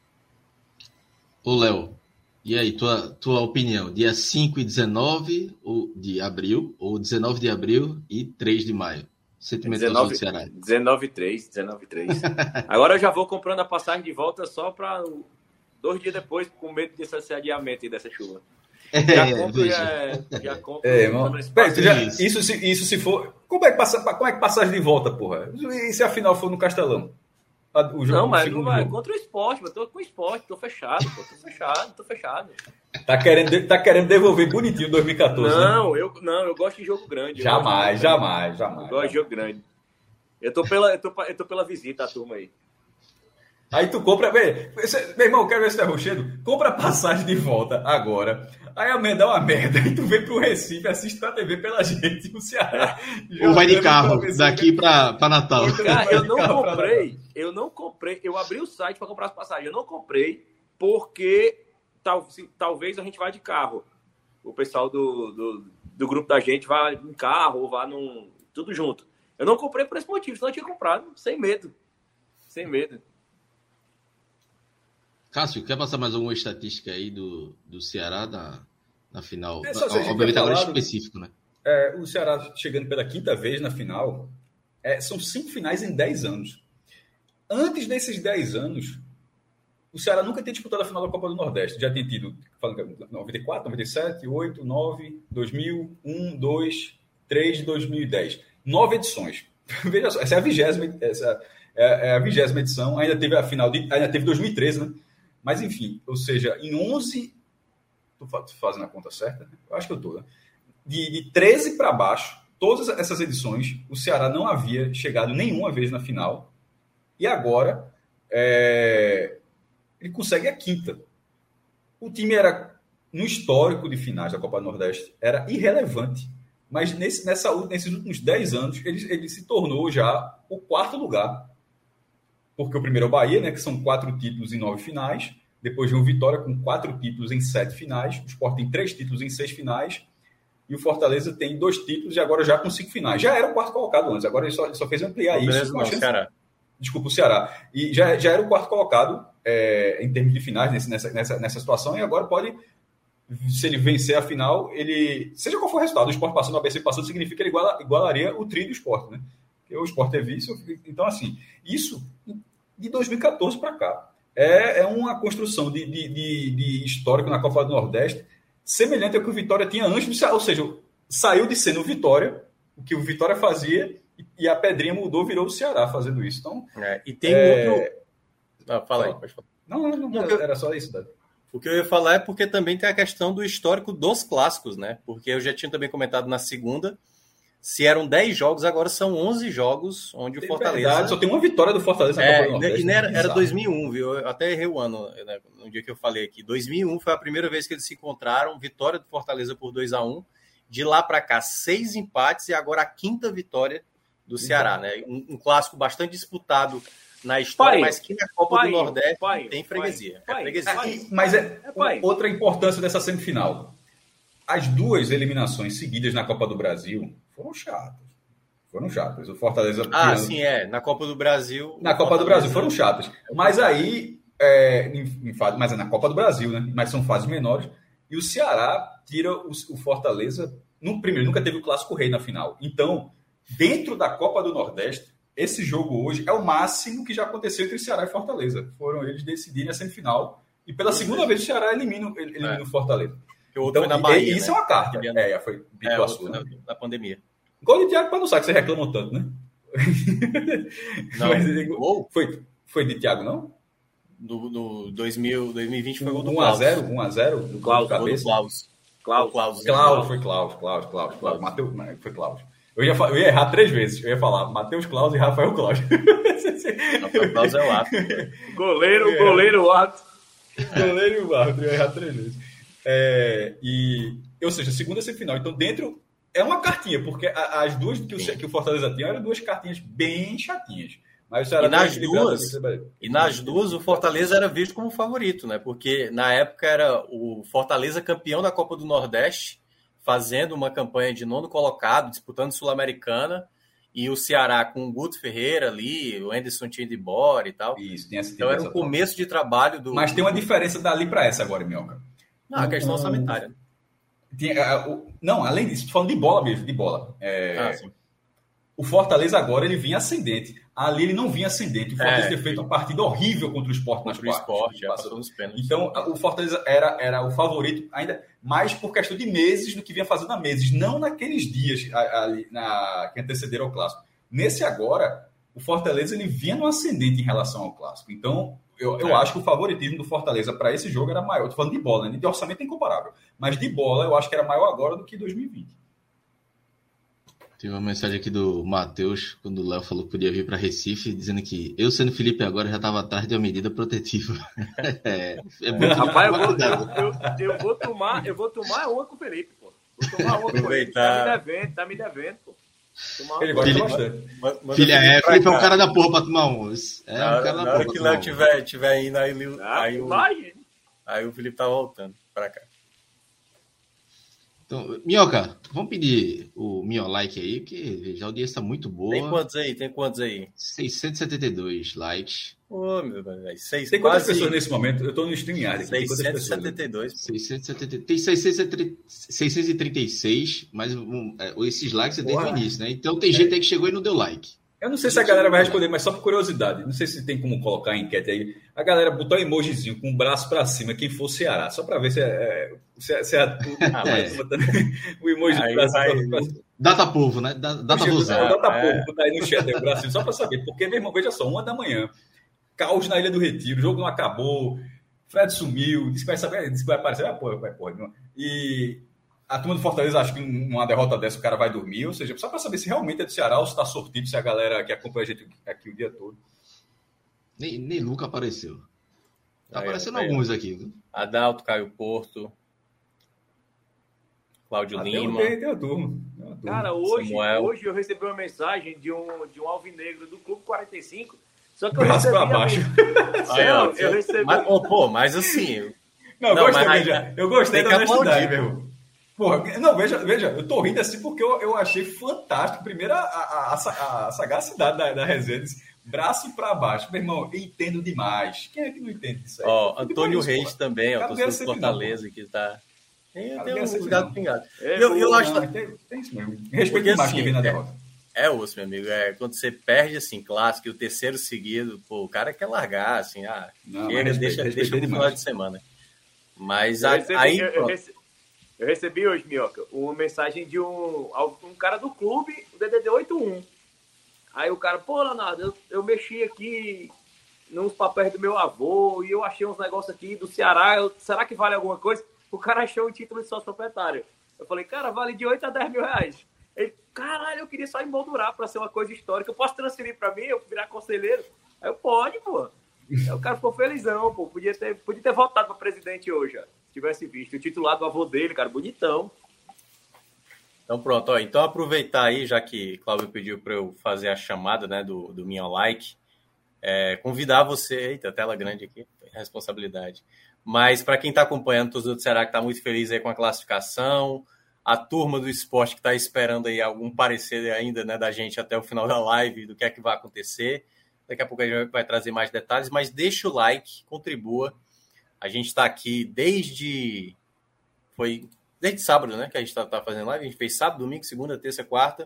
Ô, Léo, e aí, tua, tua opinião? Dia cinco e dezenove de abril, ou dezenove de abril e três de maio? Sentimento do Ceará. dezenove e três, dezenove e três. Agora eu já vou comprando a passagem de volta só para dois dias depois, com medo desse adiamento e dessa chuva. Já É, compro, veja. já, já compro. É, irmão. no espaço. Peraí, tu já- Isso. isso, se, isso se for. Como é, que passa, como é que passagem de volta, porra? E se a final for no Castelão? A- O jogo, Não, o mas segundo não vai. jogo. Contra o esporte, mas tô com o esporte, tô fechado, pô, tô fechado, tô fechado. Tá querendo, tá querendo devolver bonitinho dois mil e quatorze, né? Não, eu, não, eu gosto de jogo grande. eu Jamais, gosto de jogo grande. jamais, Eu jamais. gosto de jogo grande. Eu tô pela, eu tô, pa- eu tô pela visita, a turma aí. Aí tu compra. Vê, você- meu irmão, quero ver se tá rochedo. Compra a passagem de volta agora. Aí a merda é uma merda. Aí tu vem pro Recife, assiste pra T V pela gente, o Ceará. Ou vai de Jogando carro, pra ver se- daqui pra, pra Natal. Cara, eu não Carro pra comprei, eu não comprei, eu abri o site para comprar as passagens, eu não comprei porque tal, se- talvez a gente vá de carro. O pessoal do, do, do grupo da gente vá em carro ou vá num. Tudo junto. Eu não comprei por esse motivo, senão eu tinha comprado, sem medo. Sem medo. Cássio, quer passar mais alguma estatística aí do, do Ceará na, na final? É só se a gente Obviamente ter agora é falado- específico, né? É, o Ceará chegando pela quinta vez na final. É, são cinco finais em dez anos. Antes desses dez anos, o Ceará nunca tinha disputado a final da Copa do Nordeste. Já tinha tido noventa e quatro, noventa e sete, oito, nove, dois mil, um, dois, três, dois mil e dez. Nove edições. Veja só, essa é a vigésima, essa é é a vigésima edição. Ainda teve a final, de, ainda teve dois mil e treze, né? Mas enfim, ou seja, em onze. Tô fazendo a conta certa? Eu acho que eu tô, né? De, de treze para baixo, todas essas edições, o Ceará não havia chegado nenhuma vez na final. E agora, é, ele consegue a quinta. O time era, no histórico de finais da Copa do Nordeste, era irrelevante. Mas nesse, nessa, nesses últimos dez anos, ele, ele se tornou já o quarto lugar. Porque o primeiro é o Bahia, né, que são quatro títulos em nove finais. Depois vem o Vitória com quatro títulos em sete finais. O Sport tem três títulos em seis finais. E o Fortaleza tem dois títulos e agora já com cinco finais. Já era o quarto colocado antes, agora ele só, ele só fez ampliar Não, isso. beleza, não, chance... Ceará. Desculpa, o Ceará. E já, já era o quarto colocado é, em termos de finais nesse, nessa, nessa, nessa situação. E agora pode, se ele vencer a final, ele. Seja qual for o resultado, o Sport passando, o A B C passando, significa que ele iguala, igualaria o tri do Sport, né? Porque o Sport teve isso. Então, assim, isso de dois mil e quatorze para cá. É, é uma construção de, de, de, de histórico na Copa do Nordeste semelhante ao que o Vitória tinha antes do Ceará. Ou seja, saiu de ser no Vitória, o que o Vitória fazia, e a pedrinha mudou, virou o Ceará fazendo isso. Então, É, e tem é... outro. Ah, fala aí, pode falar. Não, não, não, Não, era, era só isso, Dado. O que eu ia falar é porque também tem a questão do histórico dos clássicos, né? Porque eu já tinha também comentado na segunda, se eram dez jogos, agora são onze jogos, onde o Tem Fortaleza... verdade, só tem uma vitória do Fortaleza na É, Copa do Nordeste. e não era, era Bizarro. dois mil e um, viu? Eu até errei o ano, né, no dia que eu falei aqui. dois mil e um foi a primeira vez que eles se encontraram, vitória do Fortaleza por dois a um. De lá para cá, seis empates e agora a quinta vitória do Ceará, né? Um, um clássico bastante disputado na história, Pai, mas que na Copa pai, do Nordeste pai, tem freguesia. pai, é freguesia. pai. Ah, e- mas é, É, pai. outra importância dessa semifinal. As duas eliminações seguidas na Copa do Brasil foram chatas. Foram chatas. O Fortaleza... Ah, tirando- sim, é. Na Copa do Brasil... Na Copa do Brasil foram chatas. Mas aí, é, em, em fase, mas é na Copa do Brasil, né? Mas são fases menores. E o Ceará tira o, o Fortaleza. No primeiro, nunca teve o Clássico Rei na final. Então, dentro da Copa do Nordeste, esse jogo hoje é o máximo que já aconteceu entre Ceará e Fortaleza. Foram eles decidirem a semifinal. E pela segunda vez o Ceará elimina, elimina É. o Fortaleza. Que o outro Então, foi na Bahia, e, isso né? é uma carta. Aquele É, foi É, Pituaçu, outro né? na, na pandemia. Gol de Thiago Panussá, que vocês reclamam tanto, né? Não, Mas ele- gol foi, foi de Thiago, não? do, do dois mil, dois mil e vinte foi gol do um a zero, Klaus. um a zero do Klaus, Gol do cabeça. Klaus. Klaus. Klaus. Klaus, foi Klaus, Klaus, Klaus, Klaus. Mateus, não, foi Klaus. Eu ia, fa- eu ia errar três vezes. Eu ia falar Matheus Klaus e Rafael Klaus. Rafael Klaus é o ato. Goleiro, É. goleiro, ato. Goleiro e o árbitro, eu ia errar três vezes. É, e, ou seja, segunda semifinal. Então, dentro. É uma cartinha, porque a- as duas que o, que o Fortaleza tinha eram duas cartinhas bem chatinhas. Mas o Ceará E nas tá equilibrado, duas- tá equilibrado. E nas duas, o Fortaleza era visto como favorito, né? Porque na época era o Fortaleza campeão da Copa do Nordeste, fazendo uma campanha de nono colocado, disputando Sul-Americana, e o Ceará com o Guto Ferreira ali, o Anderson tinha ido embora e tal. Isso, tem essa, Então era essa o começo de trabalho do. Mas tem uma diferença dali para essa agora, Minhoca. Não, a questão Um- orçamentária. né? Tinha, a- o- não, além disso, tô falando de bola mesmo, de bola. É, Ah, sim. O Fortaleza agora ele vinha ascendente. Ali ele não vinha ascendente. O Fortaleza É, ter feito uma partida horrível contra o Sport nas Contra o quartas. Sport, já passou nos pênaltis. Então, o Fortaleza era, era o favorito, ainda mais por questão de meses do que vinha fazendo há meses, não naqueles dias ali na, que antecederam ao Clássico. Nesse agora, o Fortaleza ele vinha no ascendente em relação ao Clássico. Então, eu, eu é. acho que o favoritismo do Fortaleza para esse jogo era maior. Estou falando de bola, né? De orçamento é incomparável. Mas de bola, eu acho que era maior agora do que dois mil e vinte. Tem uma mensagem aqui do Matheus, quando o Léo falou que podia vir para Recife, dizendo que eu, sendo Felipe agora, já estava atrás de uma medida protetiva. é, é muito Rapaz, eu vou, eu, eu, eu vou tomar, eu vou tomar uma com o Felipe, pô. Vou tomar uma com o Felipe. Tá me devendo, tá me devendo, pô. Tomar Ele gosta Felipe, bastante. Filha, é, Felipe é um cara da porra para tomar um. É na um cara na da hora porra que o pra Léo tomar um. tiver, tiver indo, aí, Ah, aí, o, imagina. aí o Felipe tá voltando pra cá. Então, Minhoca, vamos pedir o Minho Like aí, porque já a audiência está muito boa. Tem quantos aí? Tem quantos aí? seiscentos e setenta e dois likes. Ô, meu Deus, seis, Tem quantas quase pessoas nesse momento? Eu estou no StreamYard. Tem quantas seiscentos e pessoas? setenta e dois. seiscentos e setenta, tem seiscentos e trinta e seis, mas um, é, esses likes é desde Uau. o início, né? Então tem gente aí que chegou e não deu like. Eu não sei se a galera vai responder, mas só por curiosidade. Não sei se tem como colocar a enquete aí. A galera botou um emojizinho com o braço para cima, quem for Ceará, só para ver se é, é, se é, se é, Ah, mas- o emoji Aí do braço vai- pra cima. Data povo, né? Da- Data vozão. Data É. povo, botar aí no chat aí o bracinho, só para saber. Porque, meu irmão, veja só, uma da manhã, caos na Ilha do Retiro, o jogo não acabou, Fred sumiu, disse que vai saber, disse que vai aparecer, vai porra, vai porra. Não. E a turma do Fortaleza acha que uma derrota dessa o cara vai dormir, ou seja, só para saber se realmente é do Ceará ou se está sortido, se a galera que acompanha a gente aqui o dia todo. Nem, nem Luca apareceu. Tá Aí, aparecendo aí, alguns aqui, viu? Adalto, Caio Porto, Cláudio Ah, tem, Lima. tem, tem a turma. Tem uma turma. Cara, hoje, Samuel. hoje eu recebi uma mensagem de um, de um alvinegro do Clube quarenta e cinco, só que eu Braço recebi... pra a baixo. mensagem- Aí, ó, Não, eu recebi... Mas, oh, pô, mas assim, Não, eu Não, gostei, mas aí- veja, eu gostei tem da que honestidade, aplaudir. meu irmão. Porra, não, veja, veja, eu tô rindo assim porque eu, eu achei fantástico. Primeiro, a, a, a, a sagacidade da, da resenha. Disse, braço pra baixo. Meu irmão, eu entendo demais. Quem é que não entende isso aí? ó, Fica Antônio por isso, Reis porra. também, ó, Cara, torcedor não do sempre Fortaleza, que tá. Tem, Cara, tem não um sempre gato não. pingado. É, Eu, eu acho. Não, tem, tem isso mesmo. Respeito Porque, demais assim, quem vem na é- derrota. É osso, meu amigo. É, quando você perde, assim, clássico, e o terceiro seguido, pô, o cara quer largar, assim, ah, Não, chega, mas respeito- deixa, respeitei deixa pro demais. final de semana. Mas Eu a- recebi, aí, eu, eu pronto. rece- eu recebi hoje, Minhoca, uma mensagem de um, um cara do clube, o D D D oitenta e um. Aí o cara, pô, Leonardo, eu, eu mexi aqui nos papéis do meu avô e eu achei uns negócios aqui do Ceará. Eu, será que vale alguma coisa? O cara achou o título de sócio proprietário. Eu falei, cara, vale de oito a dez mil reais. Ele, caralho, eu queria só emoldurar para ser uma coisa histórica. Eu posso transferir para mim, eu virar conselheiro? Aí eu, pode, pô. Aí o cara ficou felizão, pô. Podia ter, podia ter votado para presidente hoje, ó, se tivesse visto. O titular do avô dele, cara, bonitão. Então pronto, ó, então aproveitar aí, já que Cláudio pediu para eu fazer a chamada, né, do, do Minha Like, é, convidar você, eita, tela grande aqui, responsabilidade, mas para quem está acompanhando, o torcedor do Ceará que está muito feliz aí com a classificação, a turma do esporte que está esperando aí algum parecer ainda, né, da gente até o final da live, do que é que vai acontecer, daqui a pouco a gente vai trazer mais detalhes, mas deixa o like, contribua, a gente está aqui desde, foi... Desde sábado, né, que a gente tá, tá fazendo live. A gente fez sábado, domingo, segunda, terça, quarta.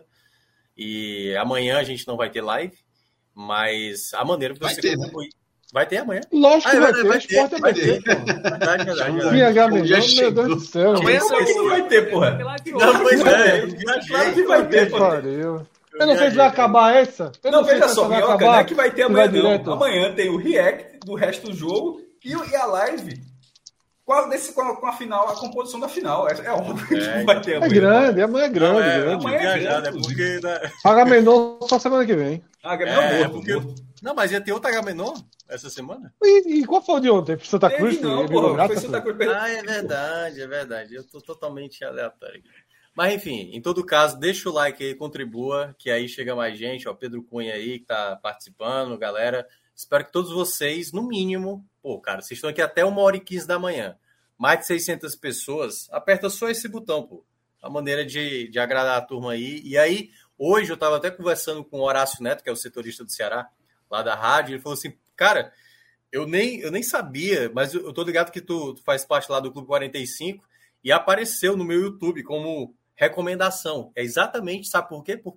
E amanhã a gente não vai ter live. Mas a maneira que Vai você... ter, né? Vai ter amanhã? Lógico que Ah, vai, vai- ter, vai esporte ter, é vai vai ter. ter, pô. Verdade, verdade, Minha verdade. Gabriel, Já meu chegou. Deus do céu. Amanhã Como é que não vai ter, porra? Não, pois é. eu viajei. Claro que vai ter, Que pô. pariu. Eu não sei se vai acabar essa. Eu Não, sei veja se só, essa vai Minhoca, não acabar. é que vai ter Se amanhã, vai não. direto. Amanhã tem o react do resto do jogo e, o- e a live qual desse, com, a, com a final, a composição da final. É, é óbvio que É, não vai ter É amanhã. grande, amanhã é grande, Não, é, grande. amanhã é Amanhã é viajado, é grande, porque... né? Paga menor só semana que vem. Ah, Gabriel É, morto, porque... morto. Não, mas ia ter outro H menor essa semana? E, e qual foi o de ontem? Santa Teve Cruz? não, Ele porra. virou graça, Foi Santa pô. Cruz. Ah, é verdade, é verdade. Eu tô totalmente aleatório aqui. Mas, enfim, em todo caso, deixa o like aí, contribua, que aí chega mais gente. Ó, Pedro Cunha aí, que tá participando, galera. Espero que todos vocês, no mínimo... Pô, cara, vocês estão aqui até uma hora e quinze da manhã. Mais de seiscentas pessoas. Aperta só esse botão, pô. A maneira de, de agradar a turma aí. E aí, hoje eu tava até conversando com o Horácio Neto, que é o setorista do Ceará, lá da rádio. Ele falou assim, cara... Eu nem, eu nem sabia, mas eu tô ligado que tu, tu faz parte lá do Clube quarenta e cinco e apareceu no meu YouTube como recomendação. É exatamente, sabe por quê? Porque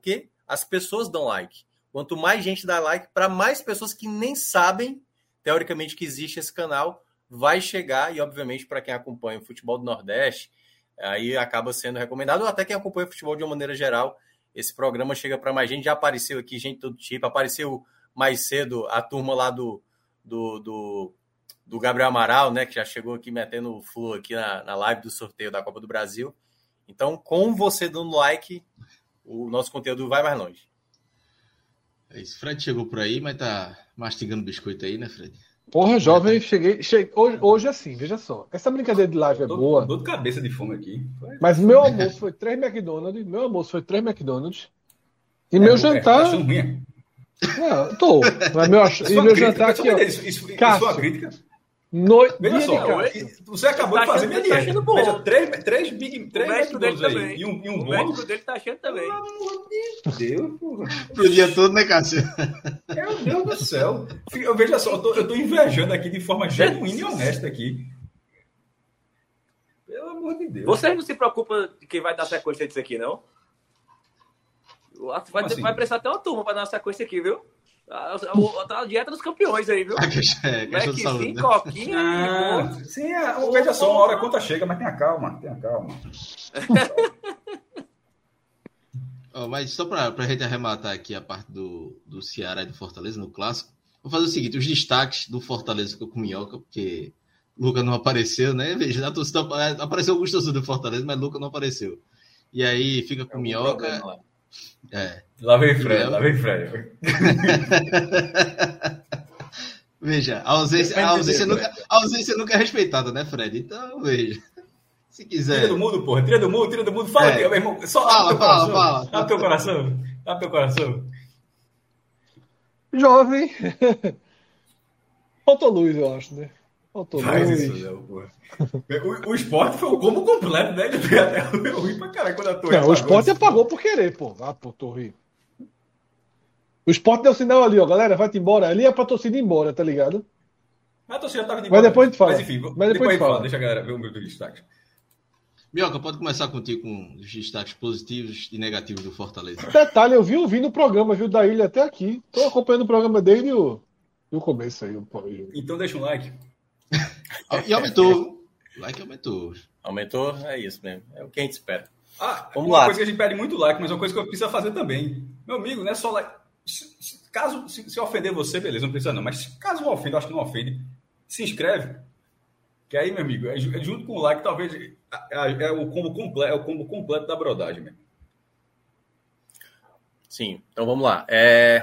as pessoas dão like. Quanto mais gente dá like, para mais pessoas que nem sabem, teoricamente, que existe esse canal, vai chegar, e obviamente para quem acompanha o futebol do Nordeste, aí acaba sendo recomendado, ou até quem acompanha o futebol de uma maneira geral, esse programa chega para mais gente. Já apareceu aqui gente de todo tipo, apareceu mais cedo a turma lá do, do, do, do Gabriel Amaral, né, que já chegou aqui metendo o flu aqui na, na live do sorteio da Copa do Brasil. Então, com você dando like, o nosso conteúdo vai mais longe. É isso. Fred chegou por aí, mas tá mastigando biscoito aí, né, Fred? Porra, jovem, cheguei. cheguei hoje, hoje, assim, veja só. Essa brincadeira de live é Tô- boa, Dor de cabeça de fome aqui. mas meu almoço foi três McDonald's. Meu almoço foi três McDonald's. E É, meu é, jantar. tá achando ruim? Não, tô. Mas meu, ach- Isso e foi meu uma crítica, jantar aqui, pessoal, ó. Isso, isso, isso Cássio. foi uma crítica. Noite, Veja dia só, de casa. você acabou Tá de fazer achando- minha tá dieta. achando bom. Veja, três, três Big O três médico dele McDonald's aí também. e um, e um O bônus. médico dele tá achando também. Pelo amor de Deus, porra. Pro dia todo, né, Cássio? Meu Deus do céu. Eu veja só, eu tô, eu tô invejando aqui de forma genuína e honesta aqui. Pelo amor de Deus. Vocês não se preocupam de quem vai dar sequência disso aqui, não? Vai, Como assim? vai precisar até uma turma para dar uma sequência aqui, viu? A, a, a dieta dos campeões aí, viu? É questão de Maczinho, saúde, né? coquinha. Ah, sim, é, veja só, uma hora a conta chega, mas tenha calma, tenha calma. Ó, mas só para a gente arrematar aqui a parte do, do Ceará e do Fortaleza no clássico, vou fazer o seguinte: os destaques do Fortaleza ficou com minhoca, porque Luca não apareceu, né? Veja, a torcida, apareceu alguns torcedores do Fortaleza, mas Luca não apareceu. E aí fica com minhoca. É. Lá vem Fred, lá vem Fred. Veja, a ausência, a, ausência nunca, a ausência nunca é respeitada, né, Fred? Então, veja. Se quiser. Tira do mundo, porra, tira do mundo, tira do mundo. Fala, É. aqui, meu irmão. Só Fala, abre teu fala, coração. fala. Abre teu coração. Abre teu coração. Jovem. Faltou luz, eu acho, né? Faltou Faz luz. isso, não, porra. O, o esporte foi o combo completo, né? Ele veio até eu ri pra caralho quando a torre Não, o apagou. esporte apagou por querer, pô. Ah, pô, Torre. O esporte deu sinal ali, ó. Galera, vai-te embora. Ali é pra torcida ir embora, tá ligado? Mas a torcida tava indo Mas embora. depois a gente fala. Mas enfim, Mas depois, depois a gente fala. fala. Deixa a galera ver o meu destaque. Minhoca, pode começar contigo com os destaques positivos e negativos do Fortaleza. Detalhe, eu vi ouvindo o programa, viu, da ilha até aqui. Tô acompanhando o programa desde o, do começo aí. O... Então deixa um like. E aumentou. O like aumentou. Aumentou? É isso mesmo. É o que a gente espera. Ah, Vamos uma lá. coisa que a gente pede muito like, mas uma coisa que eu preciso fazer também. Meu amigo, não é só like. Se, se- caso se, se ofender você, beleza, não precisa não. Mas caso não ofenda, eu acho que não ofende, se inscreve. Que aí, meu amigo, é, ju- é junto com o like, talvez é, é- é o combo completo, é o combo completo da brodagem, mesmo. Sim, então vamos lá. É...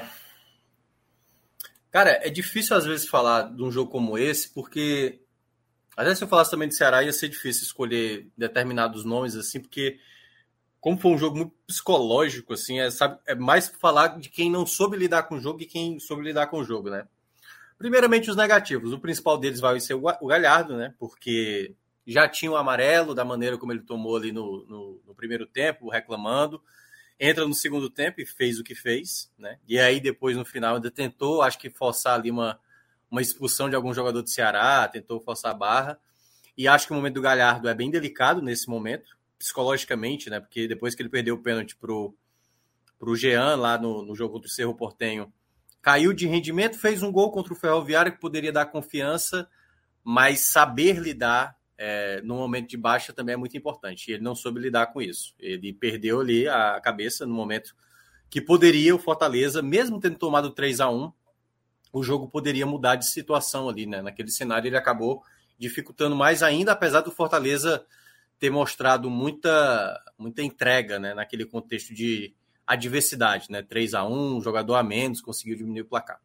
Cara, é difícil às vezes falar de um jogo como esse, porque às vezes se eu falasse também de Ceará ia ser difícil escolher determinados nomes assim, porque como foi um jogo muito psicológico, assim, é, sabe, é mais falar de quem não soube lidar com o jogo e quem soube lidar com o jogo, né? Primeiramente os negativos. O principal deles vai ser o Ga- o Galhardo, né? Porque já tinha o amarelo da maneira como ele tomou ali no, no, no primeiro tempo, reclamando. Entra no segundo tempo e fez o que fez, né? E aí depois no final ainda tentou, acho que forçar ali uma, uma expulsão de algum jogador do Ceará, tentou forçar a barra. E acho que o momento do Galhardo é bem delicado nesse momento, psicologicamente, né? Porque depois que ele perdeu o pênalti pro, pro Jean lá no, no jogo contra o Cerro Porteño, caiu de rendimento, fez um gol contra o Ferroviário que poderia dar confiança, mas saber lidar é, no momento de baixa também é muito importante. E ele não soube lidar com isso. Ele perdeu ali a cabeça no momento que poderia o Fortaleza, mesmo tendo tomado três a um, o jogo poderia mudar de situação ali, né? Naquele cenário ele acabou dificultando mais ainda, apesar do Fortaleza ter mostrado muita, muita entrega, né? Naquele contexto de adversidade, né? três a um, jogador a menos, conseguiu diminuir o placar.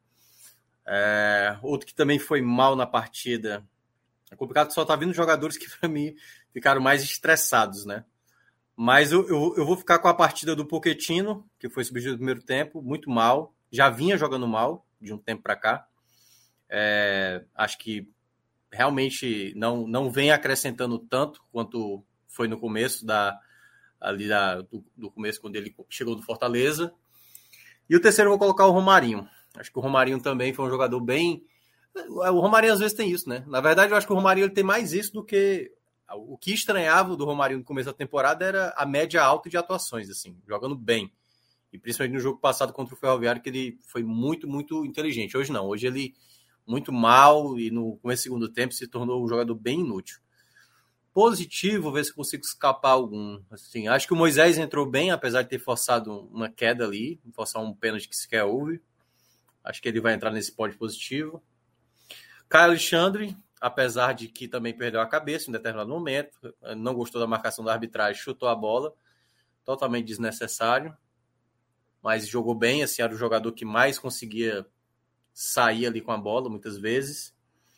É, outro que também foi mal na partida, é complicado que só tá vindo jogadores que para mim ficaram mais estressados, né? Mas eu, eu, eu vou ficar com a partida do Pochettino, que foi substituído no primeiro tempo, muito mal, já vinha jogando mal de um tempo para cá. É, acho que realmente não, não vem acrescentando tanto quanto foi no começo da ali da, do, do começo, quando ele chegou do Fortaleza. E o terceiro eu vou colocar o Romarinho. Acho que o Romarinho também foi um jogador bem... O Romarinho às vezes tem isso, né? Na verdade, eu acho que o Romarinho ele tem mais isso do que... O que estranhava do Romarinho no começo da temporada era a média alta de atuações, assim, jogando bem. E principalmente no jogo passado contra o Ferroviário, que ele foi muito, muito inteligente. Hoje não, hoje ele muito mal e no começo do segundo tempo se tornou um jogador bem inútil. Positivo, ver se consigo escapar algum. Assim, acho que o Moisés entrou bem, apesar de ter forçado uma queda ali, forçar um pênalti que sequer houve. Acho que ele vai entrar nesse pódio positivo. Caio Alexandre, apesar de que também perdeu a cabeça em determinado momento, não gostou da marcação da arbitragem, chutou a bola, totalmente desnecessário, mas jogou bem, assim, era o jogador que mais conseguia sair ali com a bola, muitas vezes.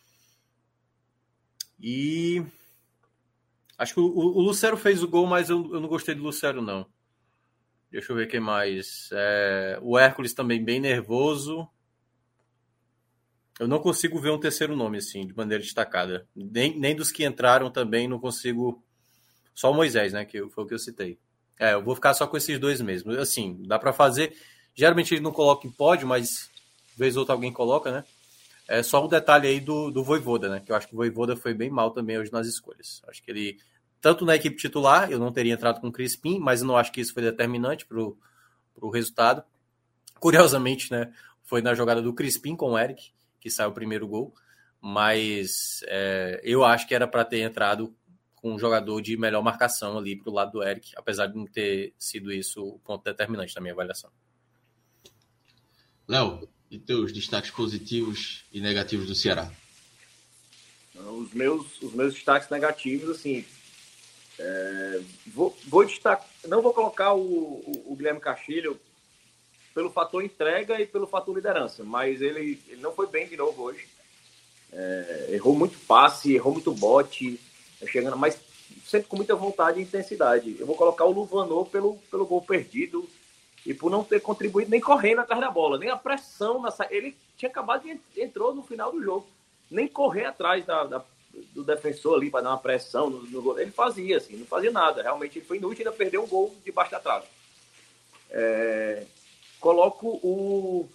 E acho que o, o Lucero fez o gol, mas eu, eu não gostei do Lucero, não. Deixa eu ver quem mais. É, o Hércules também bem nervoso. Eu não consigo ver um terceiro nome, assim, de maneira destacada. Nem, nem dos que entraram também não consigo... Só o Moisés, né, que foi o que eu citei. É, eu vou ficar só com esses dois mesmo. Assim, dá pra fazer... Geralmente ele não coloca em pódio, mas vez ou outra alguém coloca, né? É só um detalhe aí do, do Vojvoda, né? Que eu acho que o Vojvoda foi bem mal também hoje nas escolhas. Acho que ele... Tanto na equipe titular, eu não teria entrado com o Crispim, mas eu não acho que isso foi determinante pro, pro resultado. Curiosamente, né? Foi na jogada do Crispim com o Eric, que saiu o primeiro gol, mas é, eu acho que era para ter entrado com um jogador de melhor marcação ali para o lado do Eric, apesar de não ter sido isso o ponto determinante na minha avaliação. Léo, e teus destaques positivos e negativos do Ceará? Os meus, os meus destaques negativos, assim, é, vou, vou destacar, não vou colocar o, o, o Guilherme Castilho pelo fator entrega e pelo fator liderança, mas ele, ele não foi bem de novo hoje. É, errou muito passe, errou muito bote, chegando, mas sempre com muita vontade e intensidade. Eu vou colocar o Luvanor pelo, pelo gol perdido e por não ter contribuído nem correndo atrás da bola, nem a pressão. Na sa... Ele tinha acabado de entrou no final do jogo, nem correr atrás da, da, do defensor ali para dar uma pressão no, no gol. Ele fazia, assim, não fazia nada. Realmente ele foi inútil e ainda perdeu um gol debaixo da trave. É... Coloco o,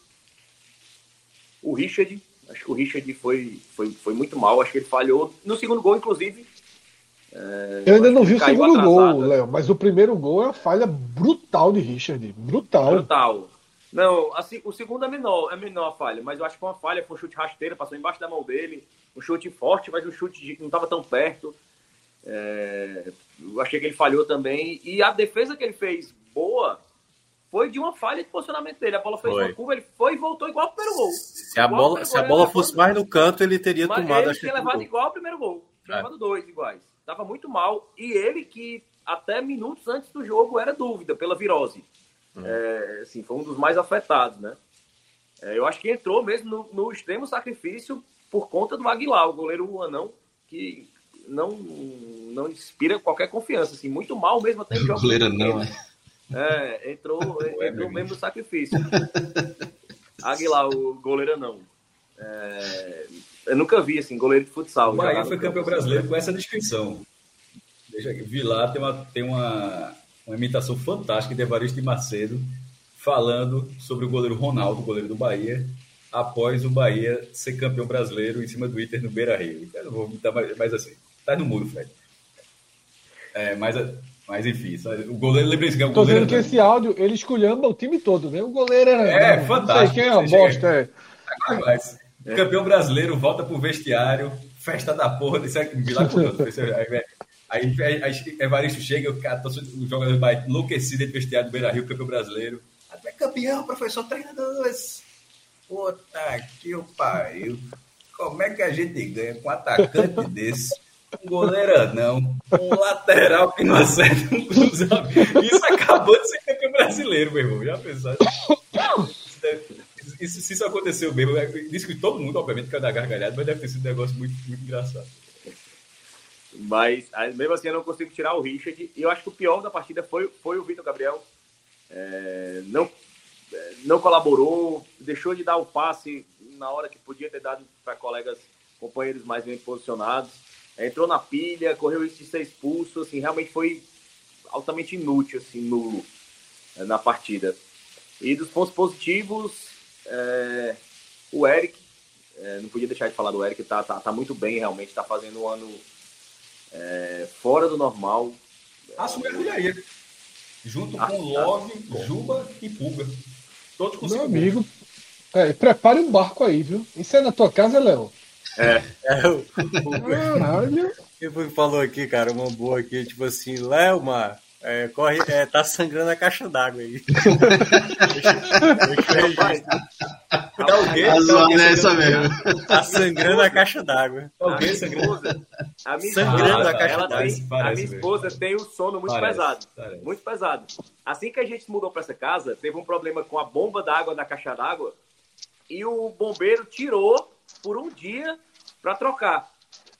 o Richard. Acho que o Richard foi, foi, foi muito mal. Acho que ele falhou no segundo gol, inclusive. É, eu ainda não vi o segundo atrasado. gol, Léo, mas o primeiro gol é uma falha brutal de Richard. Brutal. Brutal. Não, assim, o segundo é menor, é menor a falha, mas eu acho que foi uma falha, foi um chute rasteiro, passou embaixo da mão dele. Um chute forte, mas um chute não estava tão perto. É, eu achei que ele falhou também. E a defesa que ele fez boa foi de uma falha de posicionamento dele. A bola fez foi. uma curva, ele foi e voltou igual ao primeiro gol. Se a bola, se a bola fosse mais no canto, ele teria mas tomado... Ele acho tinha que levado gol. igual ao primeiro gol. Tinha é. levado dois iguais. Tava muito mal. E ele que até minutos antes do jogo era dúvida pela virose. Hum. É, assim, foi um dos mais afetados, né? É, eu acho que entrou mesmo no, no extremo sacrifício por conta do Aguilar, o goleiro anão, que não, não inspira qualquer confiança. Assim, muito mal mesmo até em jogos. Goleiro anão, é. É, entrou, entrou mesmo no sacrifício. Aguilar, o goleiro não. É, eu nunca vi, assim, goleiro de futsal. O Bahia foi campeão brasileiro com essa descrição. Deixa aqui. Vi lá, tem uma, tem uma, uma imitação fantástica de Evaristo de Macedo falando sobre o goleiro Ronaldo, goleiro do Bahia, após o Bahia ser campeão brasileiro em cima do Inter no Beira-Rio. Eu não vou imitar mais, mais assim. Tá no mudo, Fred. É, mas... Mas enfim, o goleiro, lembra isso que é o Tô goleiro. Tô vendo que esse áudio, ele esculhamba o time todo, né? O goleiro era. É, não, fantástico. Não sei quem é uma bosta, é. Agora vai. É. Campeão brasileiro, volta pro vestiário, festa da porra, isso é milagre. Aí, aí, aí Evaristo chega, o, cara, o jogador vai enlouquecido dentro do vestiário do Beira-Rio, campeão brasileiro. Até campeão, professor, treinador. Puta que o pariu. Como é que a gente ganha com um atacante desse? Um goleiro não, um lateral que não acerta um cruzamento. Isso acabou de ser campeão brasileiro, meu irmão. Já pensou? Isso, deve, isso, se isso aconteceu mesmo, disse que todo mundo, obviamente, caiu da gargalhada, mas deve ter sido um negócio muito, muito engraçado. Mas, mesmo assim, eu não consigo tirar o Richard. E eu acho que o pior da partida foi, foi o Vitor Gabriel. É, não, não colaborou, deixou de dar o passe na hora que podia ter dado para colegas, companheiros mais bem posicionados. Entrou na pilha, correu risco de ser expulso, assim, realmente foi altamente inútil, assim, no, na partida. E dos pontos positivos, é, o Eric, é, não podia deixar de falar do Eric, tá, tá, tá muito bem, realmente, tá fazendo um ano é, fora do normal. Assumiu a artilharia. junto com Love, Juba e Pulga. Todos com Meu cinco amigo, é, prepare um barco aí, viu? Isso é na tua casa, Léo? É. é o, Caralho. o falou aqui, cara, uma boa aqui, tipo assim, Léo, Mar, é, corre, é, tá sangrando a caixa d'água aí. Tá o quê? A zona é essa mesmo. Tá sangrando a caixa d'água. A minha esposa, a minha Sangrando esposa, a caixa ela d'água. tem, a Parece minha mesmo. esposa tem o sono muito Parece, pesado. parece. Muito pesado. Assim que a gente mudou para essa casa, teve um problema com a bomba d'água da caixa d'água e o bombeiro tirou por um dia para trocar.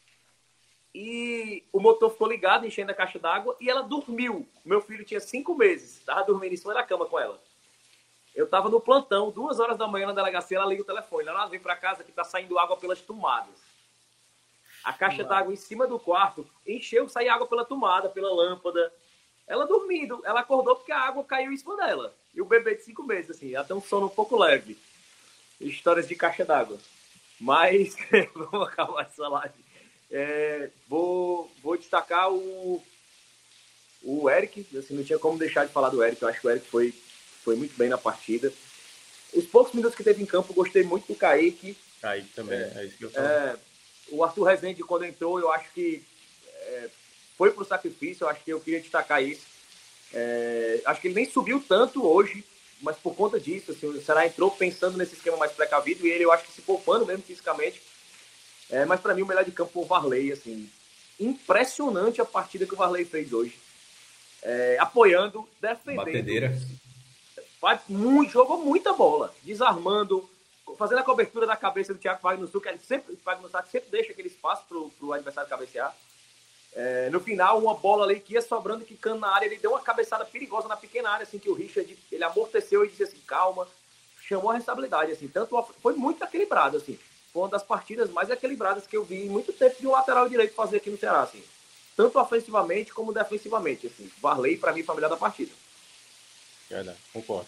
E o motor ficou ligado, enchendo a caixa d'água, e ela dormiu. Meu filho tinha cinco meses, estava dormindo em cima da cama com ela. Eu estava no plantão, duas horas da manhã na delegacia, ela liga o telefone. Ela vem para casa que está saindo água pelas tomadas. A caixa d'água em cima do quarto encheu, saiu água pela tomada, pela lâmpada. Ela dormindo, ela acordou porque a água caiu em cima dela. E o bebê de cinco meses, assim, ela tem um sono um pouco leve. Histórias de caixa d'água. Mas, vamos acabar essa live. É, vou, vou destacar o, o Eric, assim, não tinha como deixar de falar do Eric, eu acho que o Eric foi, foi muito bem na partida. Os poucos minutos que teve em campo, gostei muito do Kaique. Kaique também, é, é isso que eu falo. É, o Arthur Rezende, quando entrou, eu acho que é, foi pro sacrifício, eu acho que eu queria destacar isso. É, acho que ele nem subiu tanto hoje, mas por conta disso, assim, o Ceará entrou pensando nesse esquema mais precavido e ele, eu acho que se poupando mesmo fisicamente. É, mas para mim o melhor de campo foi o Varley, assim, impressionante a partida que o Varley fez hoje, é, apoiando, defendendo, Batedeira. faz muito, jogou muita bola, desarmando, fazendo a cobertura da cabeça do Thiago Wagner Sul, que ele sempre, o Wagner Sul sempre deixa aquele espaço pro, pro adversário cabecear. É, no final, uma bola ali que ia sobrando, quicando na área, ele deu uma cabeçada perigosa na pequena área, assim, que o Richard, ele amorteceu e disse assim, calma, chamou a responsabilidade, assim, tanto foi muito equilibrado, assim. Foi uma das partidas mais equilibradas que eu vi em muito tempo de um lateral direito fazer aqui no Ceará, assim. Tanto ofensivamente como defensivamente, assim. Varley, para mim, foi a melhor da partida. Verdade, concordo.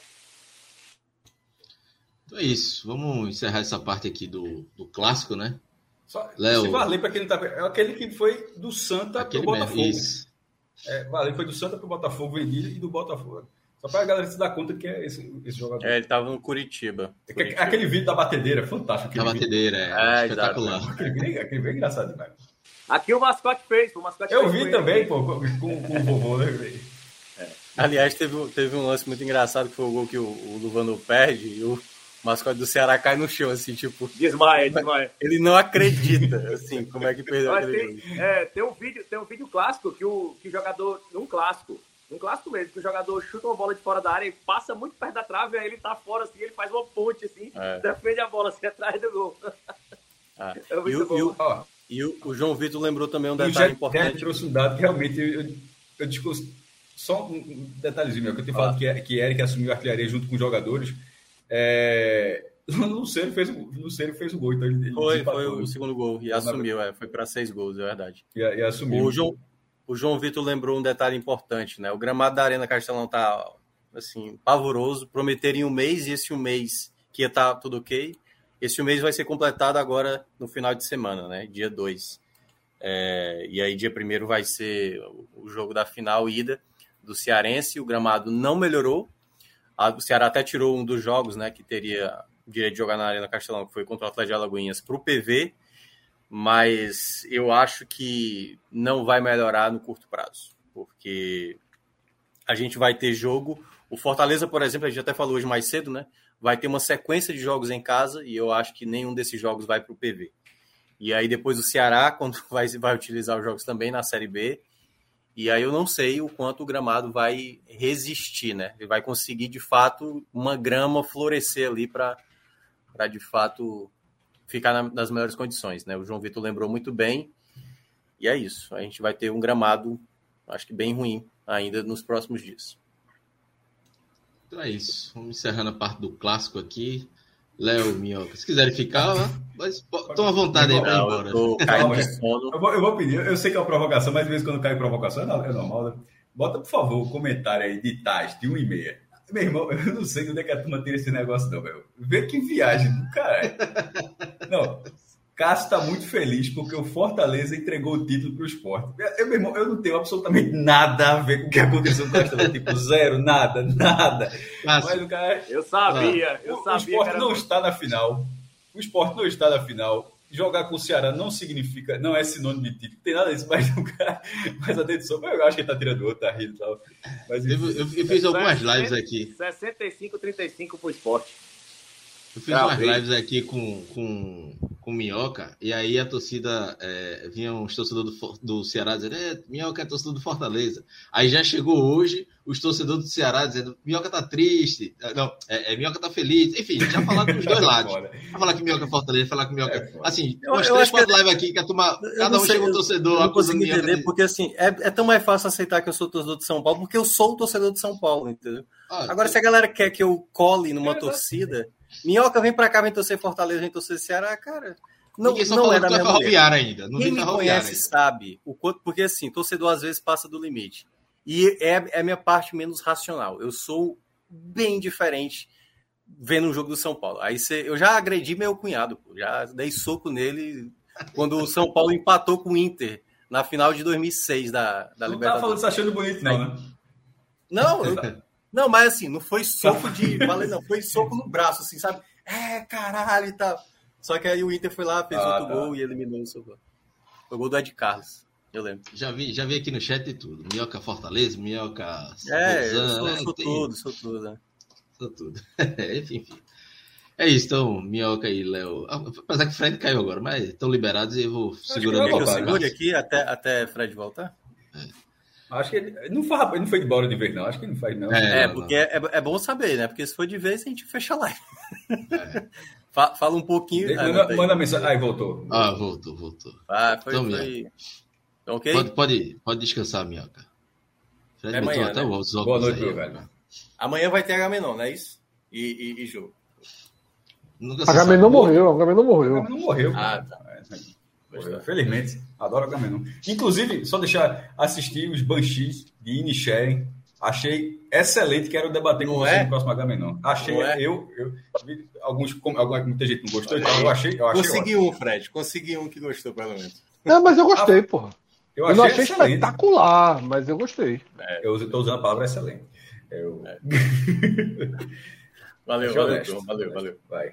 Então é isso. Vamos encerrar essa parte aqui do, do clássico, né? Só, Léo. esse Varley, para quem não tá é aquele que foi do Santa Aquele pro mesmo, Botafogo. isso. É, Varley foi do Santa pro Botafogo, vendido, e do Botafogo. Só para a galera se dar conta que é esse, esse jogador. É, ele tava no Curitiba. É que- Curitiba. Aquele vídeo da batedeira, fantástico. A Aquele vídeo, batedeira, é, É, espetacular. aquele, vídeo, aquele vídeo é engraçado demais. Aqui o mascote fez, o mascote Eu fez vi com também, ele. pô, com, com, com o vovô, né, velho? Aliás, teve, teve um lance muito engraçado que foi o gol que o, o Luvano perde e o mascote do Ceará cai no chão, assim, tipo... Desmaia, desmaia. Ele não acredita, assim, como é que perdeu Mas aquele tem, jogo. é, tem, um vídeo, tem um vídeo clássico que o, que o jogador, um clássico, um clássico mesmo, que o jogador chuta uma bola de fora da área e passa muito perto da trave, aí ele tá fora, assim, ele faz uma ponte, assim, É. defende a bola, assim, atrás do gol. Ah, É muito e o, bom. e o- Ó, e o- o João Vitor lembrou também um o detalhe Jack importante. trouxe um dado que realmente eu, eu, eu discusso. Só um detalhezinho meu, que eu tenho Ah. falado que, que Eric assumiu a artilharia junto com os jogadores. É... O Lucero fez, o Lucero fez o gol, então ele, ele Foi, desempatou, foi o né? segundo gol e assumiu, é, foi para seis gols, é verdade. E, e assumiu. O João, o João Vitor lembrou um detalhe importante, né? O gramado da Arena Castelão tá, assim, pavoroso. Prometeram em um mês e esse um mês que ia estar tudo ok. Esse um mês vai ser completado agora no final de semana, né? Dia dois. É, e aí dia primeiro vai ser o jogo da final ida do Cearense. O gramado não melhorou. A- O Ceará até tirou um dos jogos, né? Que teria direito de jogar na Arena Castelão, que foi contra o Atlético de Alagoinhas, para o P V. Mas eu acho que não vai melhorar no curto prazo, porque a gente vai ter jogo. O Fortaleza, por exemplo, a gente até falou hoje mais cedo, né? Vai ter uma sequência de jogos em casa e eu acho que nenhum desses jogos vai para o P V. E aí depois o Ceará, quando vai, vai utilizar os jogos também na Série B, e aí eu não sei o quanto o gramado vai resistir, né? Ele vai conseguir, de fato, uma grama florescer ali para, de fato, ficar na, nas melhores condições, né? O João Vitor lembrou muito bem, e é isso. A gente vai ter um gramado, acho que bem ruim ainda nos próximos dias. Então é isso. Vamos encerrando a parte do clássico aqui. Léo, Minhoca, se quiserem ficar, mas toma vontade aí pra ir Não, embora. eu tô caindo Calma, de é. sono. Eu vou, eu vou pedir, eu sei que é uma provocação, mas de vez em quando cai provocação, é no- é normal, né? Bota, por favor, o comentário aí de Tais, de um e meia. Meu irmão, eu não sei de onde é que a turma tira esse negócio, não, velho. Vê que viagem do caralho. Não, Cássio está muito feliz porque o Fortaleza entregou o título para o Sport. Eu, meu irmão, eu não tenho absolutamente nada a ver com o que aconteceu no Castelão. Tipo, zero, nada, nada. Cássio, Mas o cara... Eu sabia, eu o, sabia. O Sport que era não muito... está na final. O Sport não está na final. Jogar com o Ceará não significa, não é sinônimo de título. Tem nada disso, mas o cara... Mas a dedução, eu acho que ele está tirando outro, tá rindo e tal. Mas, eu, eu, eu fiz algumas lives aqui. sessenta e cinco a trinta e cinco pro Sport. Eu fiz umas lives aqui com, com, com Minhoca, e aí a torcida, é, vinha uns torcedores do, do Ceará dizendo, é, Minhoca é torcedor do Fortaleza. Aí já chegou hoje os torcedores do Ceará dizendo, Minhoca tá triste, não, é, é Minhoca tá feliz. Enfim, já falaram dos dois lados. Vai falar que Minhoca é Fortaleza, falar que Minhoca... É, assim, eu, umas eu três, quatro que... lives aqui, que a turma, cada um sei, chega um torcedor... Eu não consigo entender, de... porque assim, é, é tão mais fácil aceitar que eu sou torcedor de São Paulo, porque eu sou o torcedor de São Paulo, entendeu? Ah, Agora, se a galera quer que eu cole numa é, torcida... Minhoca, vem pra cá, vem torcer Fortaleza, vem torcer Ceará, cara. Não, não é da minha mulher. Ainda. Não Quem me conhece ainda. Sabe o quanto, porque assim, torcedor às vezes passa do limite. E é, é a minha parte menos racional. Eu sou bem diferente vendo um jogo do São Paulo. Aí cê, eu já agredi meu cunhado, pô, já dei soco nele quando o São Paulo empatou com o Inter na final de dois mil e seis da, da não Libertadores. Não tá falando isso achando bonito, não, né? Não, eu... Não, mas assim, não foi soco de... Falei, não, foi soco no braço, assim, sabe? É, caralho e tal. Só que aí o Inter foi lá, fez ah, outro tá. gol e eliminou o seu gol. Foi o gol do Ed Carlos, eu lembro. Já vi, já vi aqui no chat e tudo. Minhoca Fortaleza, Minhoca... É, eu sou, sou tem... tudo, sou tudo, né? Sou tudo. enfim, enfim. É isso, então, Minhoca e Léo... Apesar que o Fred caiu agora, mas estão liberados e eu vou segurando. Eu segure aqui até, até Fred voltar? É. Acho que ele não foi, ele não foi embora de vez, não. Acho que ele não faz, não. É, é porque é, é bom saber, né? Porque se for de vez, a gente fecha a live. É. Fala um pouquinho. Ele, ah, manda, manda mensagem. Aí, voltou. Ah, voltou, voltou. Ah, foi. Então, foi... Ok? Pode, pode, pode descansar, Minhoca. Fred é amanhã, né? até os Boa noite, meu velho. Amanhã vai ter Agamenon, não é isso? E, e, e jogo. Agamenon morreu, Agamenon morreu. Agamenon morreu. Ah, tá. Morreu. Felizmente, adoro Agamenon. Inclusive, só deixar assistir os Banshees de Inisherin. Achei excelente, quero debater com você no próximo Agamenon. Achei, é? eu, eu, alguns, alguma, muita gente não gostou, então eu achei. Eu achei consegui ótimo. um, Fred, consegui um que gostou, pelo menos. Não, mas eu gostei, ah, porra. Eu, eu achei não achei excelente. espetacular, mas eu gostei. É, eu estou usando a palavra excelente. Eu... É. valeu, valeu, João, valeu, valeu. Vai.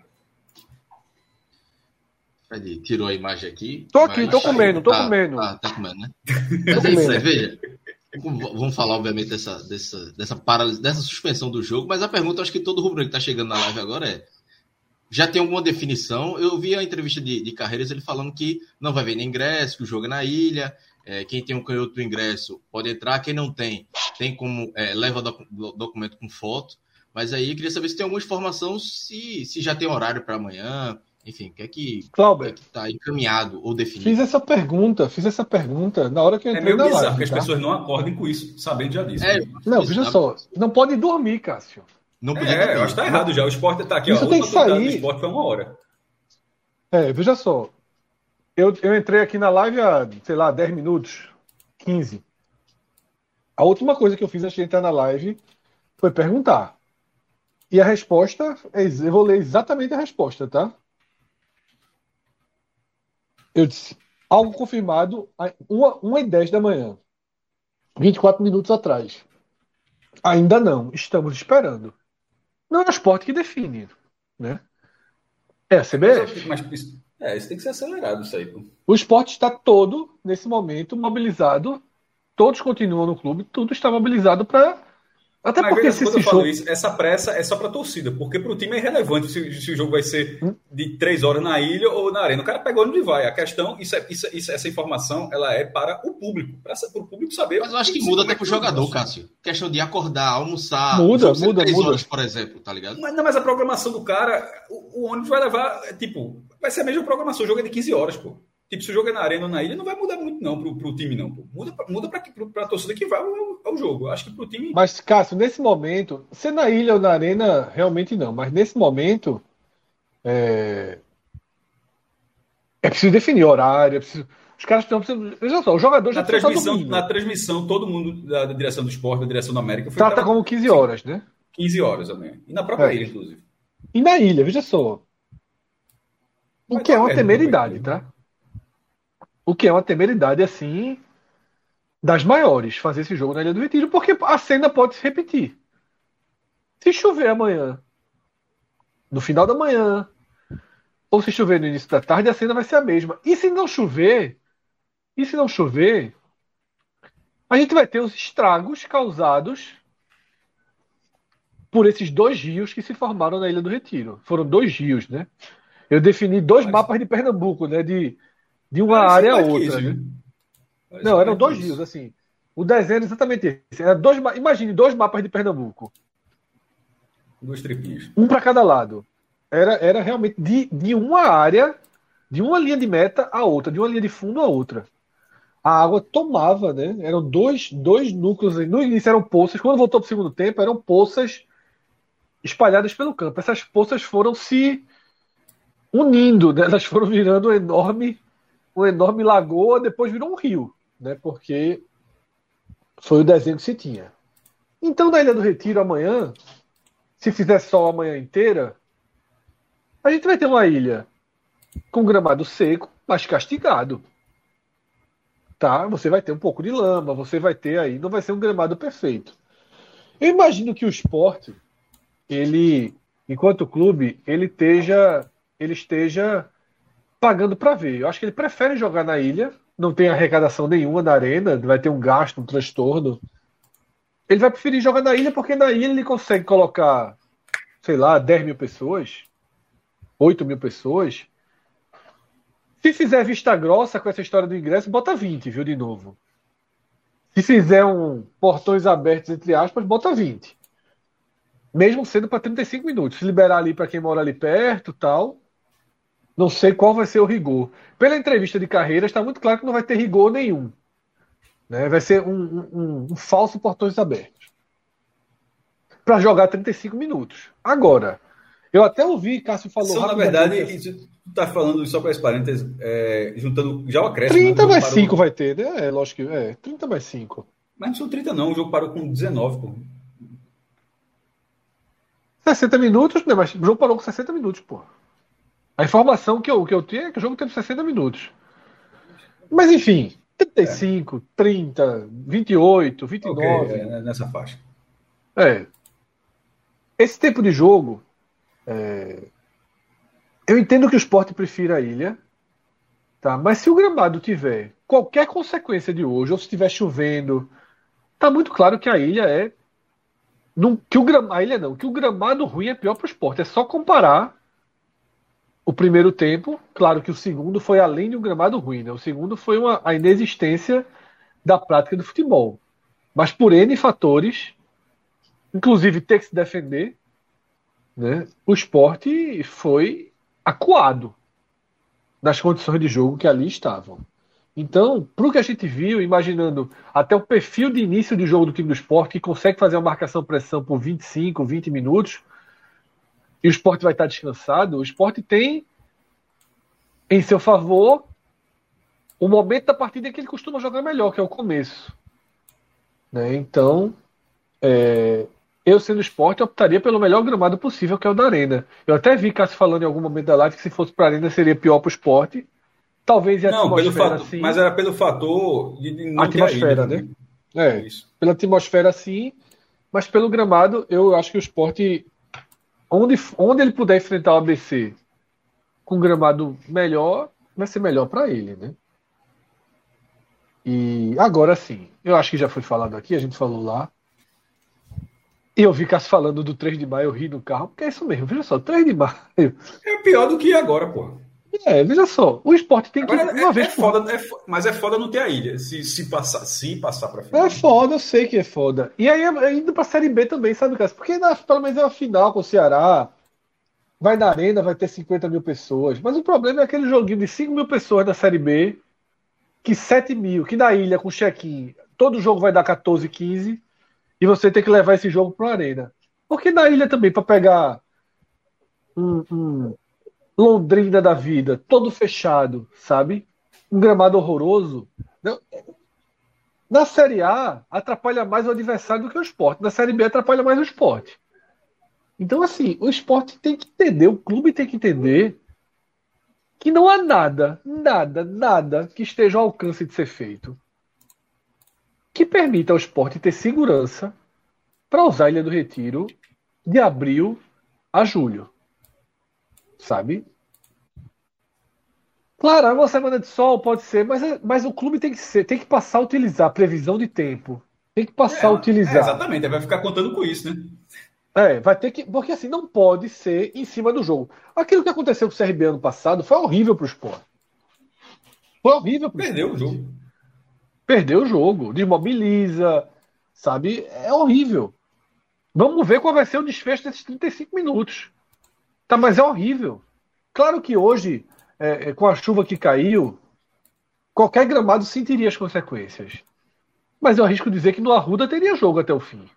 Ele tirou a imagem aqui. Tô aqui, tô comendo, tô tá, comendo. Tá, tá comendo, né? Mas é isso, né? Veja. Vamos falar, obviamente, dessa, dessa, dessa, paralisia, dessa suspensão do jogo, mas a pergunta, acho que todo rubro-negro que está chegando na live agora é: já tem alguma definição? Eu vi a entrevista de, de Carreiras, ele falando que não vai vender ingresso, que o jogo é na ilha, é, quem tem um canhoto do ingresso pode entrar, quem não tem, tem como, é, leva doc, documento com foto, mas aí eu queria saber se tem alguma informação, se, se já tem horário para amanhã. Enfim, o que é que está encaminhado ou definido? Fiz essa pergunta, fiz essa pergunta na hora que eu entrei é meio na bizarro, live. Porque tá? as pessoas não acordem com isso, sabendo já disso. É, não, veja só, não pode dormir, Cássio. Não podia é, eu acho que está errado já. O Sport está aqui, isso ó. Tem que sair. Do Sport foi uma hora. É, veja só. Eu, eu entrei aqui na live há, sei lá, dez minutos, quinze. A última coisa que eu fiz antes de entrar na live foi perguntar. E a resposta, é, eu vou ler exatamente a resposta, tá? Eu disse, algo confirmado às uma e dez da manhã. vinte e quatro minutos atrás. Ainda não, estamos esperando. Não é o Sport que define, né? É a C B F. Mas, mas, é, isso tem que ser acelerado, isso aí. Pô. O Sport está todo, nesse momento, mobilizado. Todos continuam no clube, tudo está mobilizado para... Até mas, porque veja, se quando esse eu falo jogo... isso, essa pressa é só para a torcida, porque para o time é irrelevante se, se o jogo vai ser de três horas na ilha ou na arena. O cara pegou onde vai. A questão, isso, é, isso, isso, essa informação, ela é para o público, para o público saber. Mas eu acho que muda até para o jogador, Cássio. Questão de acordar, almoçar. Muda, muda, três muda. horas, por exemplo, tá ligado? Mas, não, mas a programação do cara, o, o ônibus vai levar, tipo, vai ser a mesma programação. O jogo é de quinze horas, pô. Tipo, se o jogo é na arena ou na ilha, não vai mudar muito, não, pro, pro time, não. Pô. Muda, muda pra, pra a torcida que vai ao, ao jogo. Eu acho que pro time. Mas, Cássio, nesse momento, se na ilha ou na arena, realmente não. Mas nesse momento, é, é preciso definir horário. É preciso... Os caras estão precisando. Veja só, o jogador já na transmissão, na transmissão, todo mundo da, da direção do esporte, da direção da América. Foi trata como quinze horas, né? quinze horas amanhã. E na própria é. ilha, inclusive. E na ilha, veja só. O que é uma temeridade, tá? O que é uma temeridade, assim, das maiores, fazer esse jogo na Ilha do Retiro, porque a cena pode se repetir. Se chover amanhã, no final da manhã, ou se chover no início da tarde, a cena vai ser a mesma. E se não chover, e se não chover, a gente vai ter os estragos causados por esses dois rios que se formaram na Ilha do Retiro. Foram dois rios, né? Eu defini dois Mas- mapas de Pernambuco, né? De, de uma Parece área a mais que outra, isso, né? viu? Parece Não, eram mais dois que rios, isso. assim. O desenho era exatamente esse. Era dois, ma- imagine dois mapas de Pernambuco. Dois tripinhos. Um para cada lado. Era, era realmente de, de uma área, de uma linha de meta a outra, de uma linha de fundo a outra. A água tomava, né? Eram dois, dois núcleos. No início eram poças. Quando voltou para o segundo tempo, eram poças espalhadas pelo campo. Essas poças foram se unindo, né? Elas foram virando um enorme, uma enorme lagoa, depois virou um rio, né? Porque foi o desenho que se tinha. Então, na Ilha do Retiro, amanhã, se fizer sol a manhã inteira, a gente vai ter uma ilha com gramado seco, mas castigado. Tá? Você vai ter um pouco de lama, você vai ter aí, não vai ser um gramado perfeito. Eu imagino que o esporte, ele, enquanto clube, ele esteja, ele esteja pagando para ver. Eu acho que ele prefere jogar na ilha, não tem arrecadação nenhuma na arena, vai ter um gasto, um transtorno. Ele vai preferir jogar na ilha porque na ilha ele consegue colocar, sei lá, dez mil pessoas, oito mil pessoas. Se fizer vista grossa com essa história do ingresso, bota vinte, viu, de novo. Se fizer um portões abertos, entre aspas, bota vinte. Mesmo sendo para trinta e cinco minutos. Se liberar ali para quem mora ali perto, tal. Não sei qual vai ser o rigor. Pela entrevista de carreira, está muito claro que não vai ter rigor nenhum. Né? Vai ser um, um, um falso portões abertos. Para jogar trinta e cinco minutos. Agora, eu até ouvi, Cássio falou São, na rapidamente verdade, assim, isso, tu tá falando só para esse parênteses, é, juntando já o acréscimo. trinta né? O jogo mais parou- cinco vai ter, né? É, lógico que é. trinta mais cinco. Mas não são trinta, não. O jogo parou com dezenove, pô. sessenta minutos, né? Mas o jogo parou com sessenta minutos, pô. A informação que eu, que eu tinha é que o jogo teve sessenta minutos. Mas enfim, trinta e cinco, trinta, vinte e oito, vinte e Ok, nove. é, nessa faixa. É. Esse tempo de jogo, é, eu entendo que o Sport prefira a ilha, tá? Mas se o gramado tiver qualquer consequência de hoje, ou se estiver chovendo, tá muito claro que a ilha é. Não, que o gram, a ilha não, que o gramado ruim é pior para o Sport. É só comparar o primeiro tempo. Claro que o segundo foi além de um gramado ruim, né? O segundo foi uma, a inexistência da prática do futebol. Mas por N fatores, inclusive ter que se defender, né? O Sport foi acuado nas condições de jogo que ali estavam. Então, para o que a gente viu, imaginando até o perfil de início de jogo do time do Sport, que consegue fazer uma marcação-pressão por vinte e cinco, vinte minutos, e o Sport vai estar descansado, o Sport tem em seu favor o momento da partida em que ele costuma jogar melhor, que é o começo. Né? Então, é, eu sendo Sport, optaria pelo melhor gramado possível, que é o da Arena. Eu até vi Cássio falando em algum momento da live que se fosse para a Arena seria pior para o Sport. Talvez a Não, pelo atmosfera fato, sim. mas era pelo fator de, de não A atmosfera, ter a ilha, né? É, Isso. pela atmosfera sim, mas pelo gramado, eu acho que o Sport, onde, onde ele puder enfrentar o A B C com gramado melhor, vai ser melhor para ele, né? E agora sim, eu acho que já foi falado aqui, a gente falou lá. E eu vi Cássio falando do três de maio, eu ri no carro, porque é isso mesmo, veja só, três de maio. É pior do que agora, pô. É, veja só, o Sport tem que Agora, uma é, vez é por foda, é fo- mas é foda não ter a ilha. Se, se passar, se passar pra final. É foda, eu sei que é foda. E aí, é indo pra Série B também, sabe, Cássio? Porque na, pelo menos é uma final com o Ceará. Vai na Arena, vai ter cinquenta mil pessoas. Mas o problema é aquele joguinho de cinco mil pessoas na Série B, que sete mil, que na ilha com check-in, todo jogo vai dar catorze, quinze, e você tem que levar esse jogo pra Arena. Porque na ilha também, pra pegar um, um Londrina da vida, todo fechado, sabe? Um gramado horroroso. Não, na Série A, atrapalha mais o adversário do que o Sport. Na Série B, atrapalha mais o Sport. Então, assim, o Sport tem que entender, o clube tem que entender que que não há nada, nada, nada que esteja ao alcance de ser feito que permita ao Sport ter segurança para usar a Ilha do Retiro de abril a julho. Sabe? Claro, uma semana de sol pode ser, mas, mas o clube tem que ser, tem que passar a utilizar previsão de tempo. Tem que passar é, a utilizar. É, exatamente, vai ficar contando com isso, né? É, vai ter que. Porque assim, não pode ser em cima do jogo. Aquilo que aconteceu com o C R B ano passado foi horrível para o Sport. Foi horrível para o Perdeu o jogo. Perdeu o jogo, desmobiliza, sabe? É horrível. Vamos ver qual vai ser o desfecho desses trinta e cinco minutos. Tá, mas é horrível. Claro que hoje, é, com a chuva que caiu, qualquer gramado sentiria as consequências. Mas eu arrisco dizer que no Arruda teria jogo até o fim.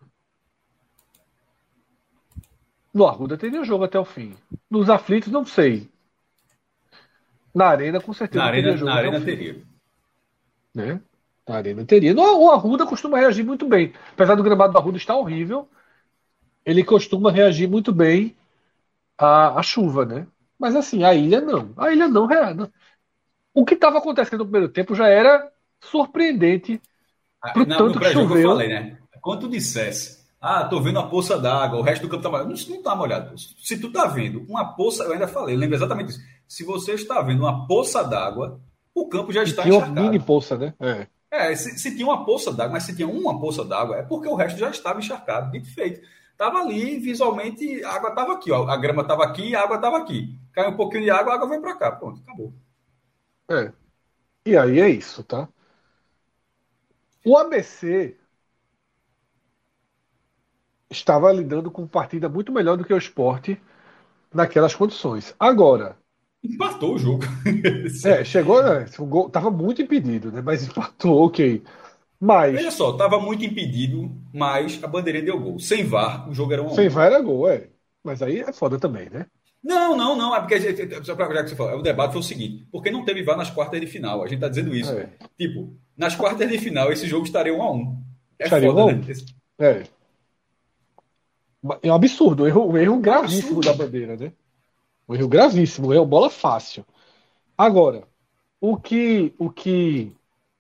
No Arruda teria jogo até o fim. Nos aflitos, não sei. Na Arena, com certeza, na teria arena, jogo na até arena o fim. teria. Né? Na Arena teria. No, o Arruda costuma reagir muito bem. Apesar do gramado do Arruda estar horrível, ele costuma reagir muito bem à, à chuva, né? Mas assim, a ilha não. A ilha não reage. O que estava acontecendo no primeiro tempo já era surpreendente. Pro Na, tanto no que pré-jogo choveu. eu falei, né? Quando tu dissesse, ah, tô vendo uma poça d'água, o resto do campo tá molhado. Não, não tá molhado. Se tu tá vendo uma poça, eu ainda falei, eu lembro exatamente isso. Se você está vendo uma poça d'água, o campo já está tinha uma encharcado. mini poça, né? É. É, se, se tinha uma poça d'água, mas se tinha uma poça d'água, é porque o resto já estava encharcado, dito feito. Tava ali, visualmente, a água tava aqui, ó. A grama tava aqui, a água tava aqui. Caiu um pouquinho de água, a água veio para cá. Pronto, acabou. É. E aí é isso, tá? O A B C estava lidando com partida muito melhor do que o Sport naquelas condições. Agora, empatou o jogo. é, chegou, né? O gol tava muito impedido, né? Mas empatou, ok. Mas Veja só, tava muito impedido, mas a bandeirinha deu gol. Sem V A R, o jogo era um a um. sem V A R era gol, é. Mas aí é foda também, né? Não, não, não. É porque, só pra, já que você falou, o debate foi o seguinte: porque não teve V A R nas quartas de final? A gente tá dizendo isso. É. Tipo, nas quartas de final, esse jogo estaria um a um. É Estaria foda, um a um. né? Esse... É. É um absurdo, um erro, um erro gravíssimo absurdo. da bandeira, né? Um erro gravíssimo, um erro bola fácil. Agora, o que, o que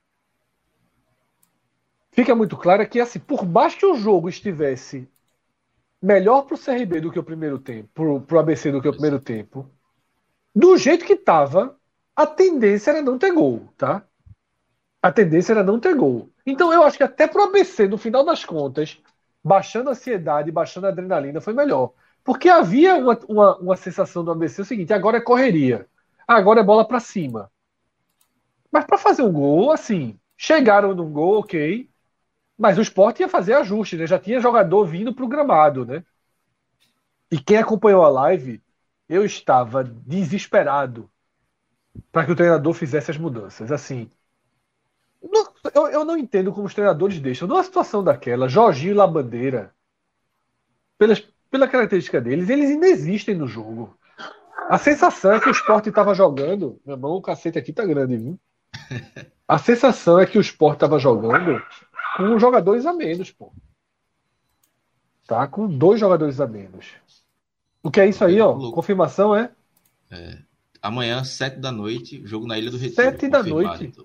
fica muito claro é que, assim, por mais que o jogo estivesse melhor pro C R B do que o primeiro tempo, pro, pro A B C do que o primeiro tempo, do jeito que tava, a tendência era não ter gol, tá? A tendência era não ter gol. Então eu acho que até pro A B C, no final das contas, baixando a ansiedade, baixando a adrenalina, foi melhor. Porque havia uma, uma, uma sensação do A B C o seguinte: agora é correria, agora é bola pra cima. Mas para fazer um gol, assim, chegaram num gol, ok, mas o Sport ia fazer ajuste, né? Já tinha jogador vindo pro gramado, né? E quem acompanhou a live, eu estava desesperado para que o treinador fizesse as mudanças. Assim, não, eu, eu não entendo como os treinadores deixam. Numa situação daquela, Jorginho e Labandeira, pelas, pela característica deles, eles ainda existem no jogo. A sensação é que o Sport estava jogando. Meu irmão, o cacete aqui tá grande, viu? A sensação é que o Sport estava jogando com jogadores a menos, pô. Tá? Com dois jogadores a menos. O que é isso aí, ó? Confirmação é? É. Amanhã, sete da noite, jogo na Ilha do Retiro. Sete da noite. Então.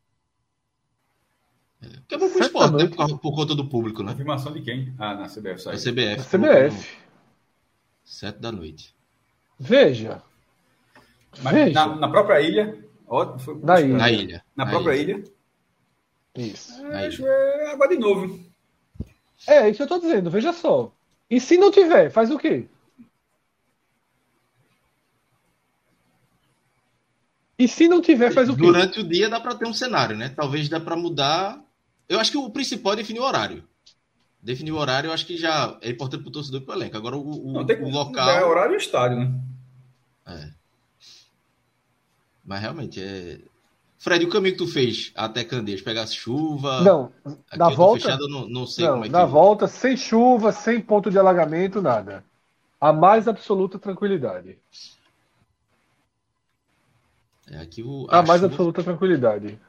É. Porque é bom pro esporte, né? Por, por conta do público, né? Confirmação de quem? Ah, na C B F. Na C B F. Na C B F. Sete da noite. Veja. Mas Veja. Na, na própria ilha. Ó, foi, na, ilha. na ilha. Na, na própria ilha. ilha. Isso. É, é água de novo. É, isso que eu tô dizendo. Veja só. E se não tiver, faz o quê? E se não tiver, faz o quê? Durante o dia dá para ter um cenário, né? Talvez dá para mudar. Eu acho que o principal é definir o horário. Definir o horário, eu acho que já é importante para o torcedor e para o elenco. Agora, o, o, não, tem que, o local. É horário e estádio, né? É. Mas realmente é. Fred, o caminho que tu fez até Candeias, pegasse chuva. Não, na volta. Fechado, não, não sei não, como é que na volta, sem chuva, sem ponto de alagamento, nada. A mais absoluta tranquilidade. É, aqui o, a, a mais chuva... absoluta tranquilidade.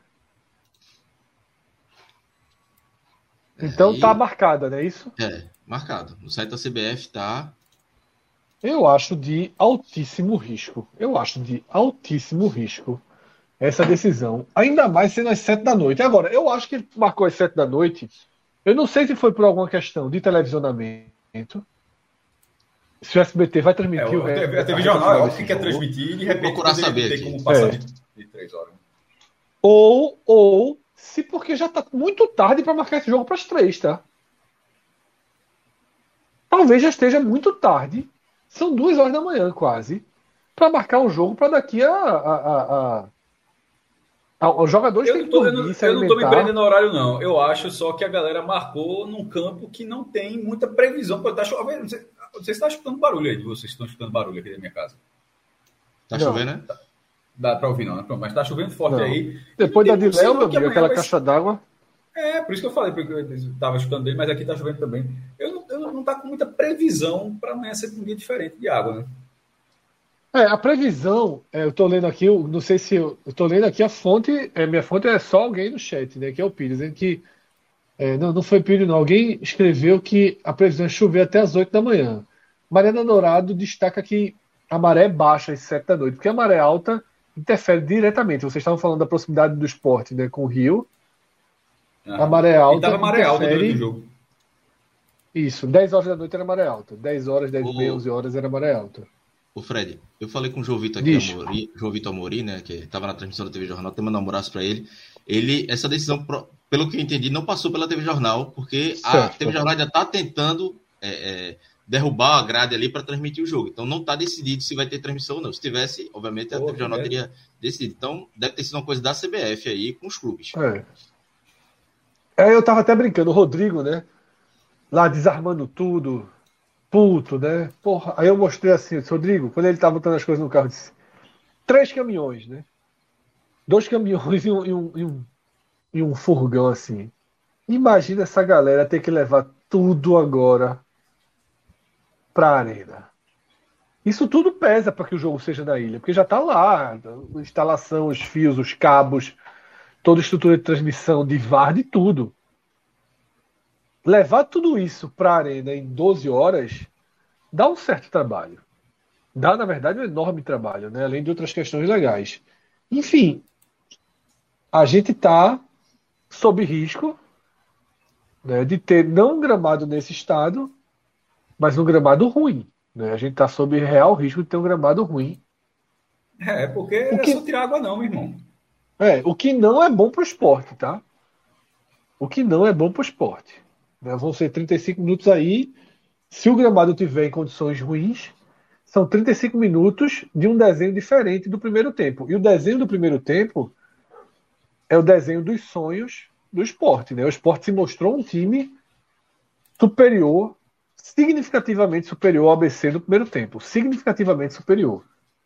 É, então aí... tá marcada, não é isso? É, marcado. No site da C B F tá. Eu acho de altíssimo risco. Eu acho de altíssimo risco essa decisão. Ainda mais sendo às sete da noite. Agora, eu acho que marcou às sete da noite. Eu não sei se foi por alguma questão de televisionamento. Se o S B T vai transmitir é, o resto. A T V Jornal é óbvio que quer transmitir e de repente procurar saber tem aqui. como passar É. de, de três horas. Ou, ou se porque já tá muito tarde para marcar esse jogo para as três, tá? Talvez já esteja muito tarde. São duas horas da manhã, quase. Para marcar um jogo para daqui a. a, a, a... Os jogadores Eu têm não, que tô, eu, dormir, não, se eu não tô me alimentar. prendendo no horário, não. Eu acho só que a galera marcou num campo que não tem muita previsão. Pode estar chovendo. Não sei, não sei se está escutando barulho aí de vocês. Estão escutando barulho aqui da minha casa. Tá Não. chovendo, né? Dá para ouvir, não, né? Mas está chovendo forte Não. aí. Depois E da tem de Léo, possível meu que amigo, amanhã aquela vai- caixa d'água. É, por isso que eu falei, porque eu estava escutando dele, mas aqui está chovendo também. Eu não, eu não tá com muita previsão para amanhã ser um dia diferente de água, né? É, a previsão, é, eu tô lendo aqui, eu não sei se eu, eu tô lendo aqui a fonte, é, minha fonte é só alguém no chat, né, que é o Pires, dizendo que, é, não, não foi Pires não, alguém escreveu que a previsão é chover até as oito da manhã. Mariana Dourado destaca que a maré é baixa às sete da noite, porque a maré alta interfere diretamente, vocês estavam falando da proximidade do esporte, né, com o Rio, a maré E alta estava maré alta durante interfere, o jogo. isso, dez horas da noite era maré alta, dez horas, dez e meia, O- onze horas era maré alta. Ô Fred, eu falei com o João Vitor aqui, Diz. Amorim, João Vitor Amorim, né, que estava na transmissão da T V Jornal, até mandar um abraço para ele. Ele, essa decisão, pro- pelo que eu entendi, não passou pela T V Jornal, porque a Certo. T V Jornal ainda está tentando é, é, derrubar a grade ali para transmitir o jogo. Então não está decidido se vai ter transmissão ou não. Se tivesse, obviamente, a Pô, T V Jornal que teria decidido. Então deve ter sido uma coisa da C B F aí com os clubes. É. É, eu tava até brincando, o Rodrigo, né? Lá desarmando tudo, puto, né? Porra, aí eu mostrei assim, eu disse, Rodrigo, quando ele tava botando as coisas no carro, eu disse, três caminhões, né? Dois caminhões e um, e um, e um, e um furgão assim. Imagina essa galera ter que levar tudo agora pra arena. Isso tudo pesa para que o jogo seja na ilha, porque já tá lá, a instalação, os fios, os cabos, toda a estrutura de transmissão, de V A R, de tudo. Levar tudo isso para a arena em doze horas dá um certo trabalho. Dá, na verdade, um enorme trabalho, né? Além de outras questões legais. Enfim, a gente está sob risco, né, de ter não um gramado nesse estado, mas um gramado ruim. Né? A gente está sob real risco de ter um gramado ruim. É, porque O não que- é só tirar água, não, meu irmão. É, o que não é bom para o esporte, tá? O que não é bom para o esporte. Né? Vão ser trinta e cinco minutos aí. Se o gramado tiver em condições ruins, são trinta e cinco minutos de um desenho diferente do primeiro tempo. E o desenho do primeiro tempo é o desenho dos sonhos do esporte. Né? O esporte se mostrou um time superior, significativamente superior ao A B C no primeiro tempo. Significativamente superior.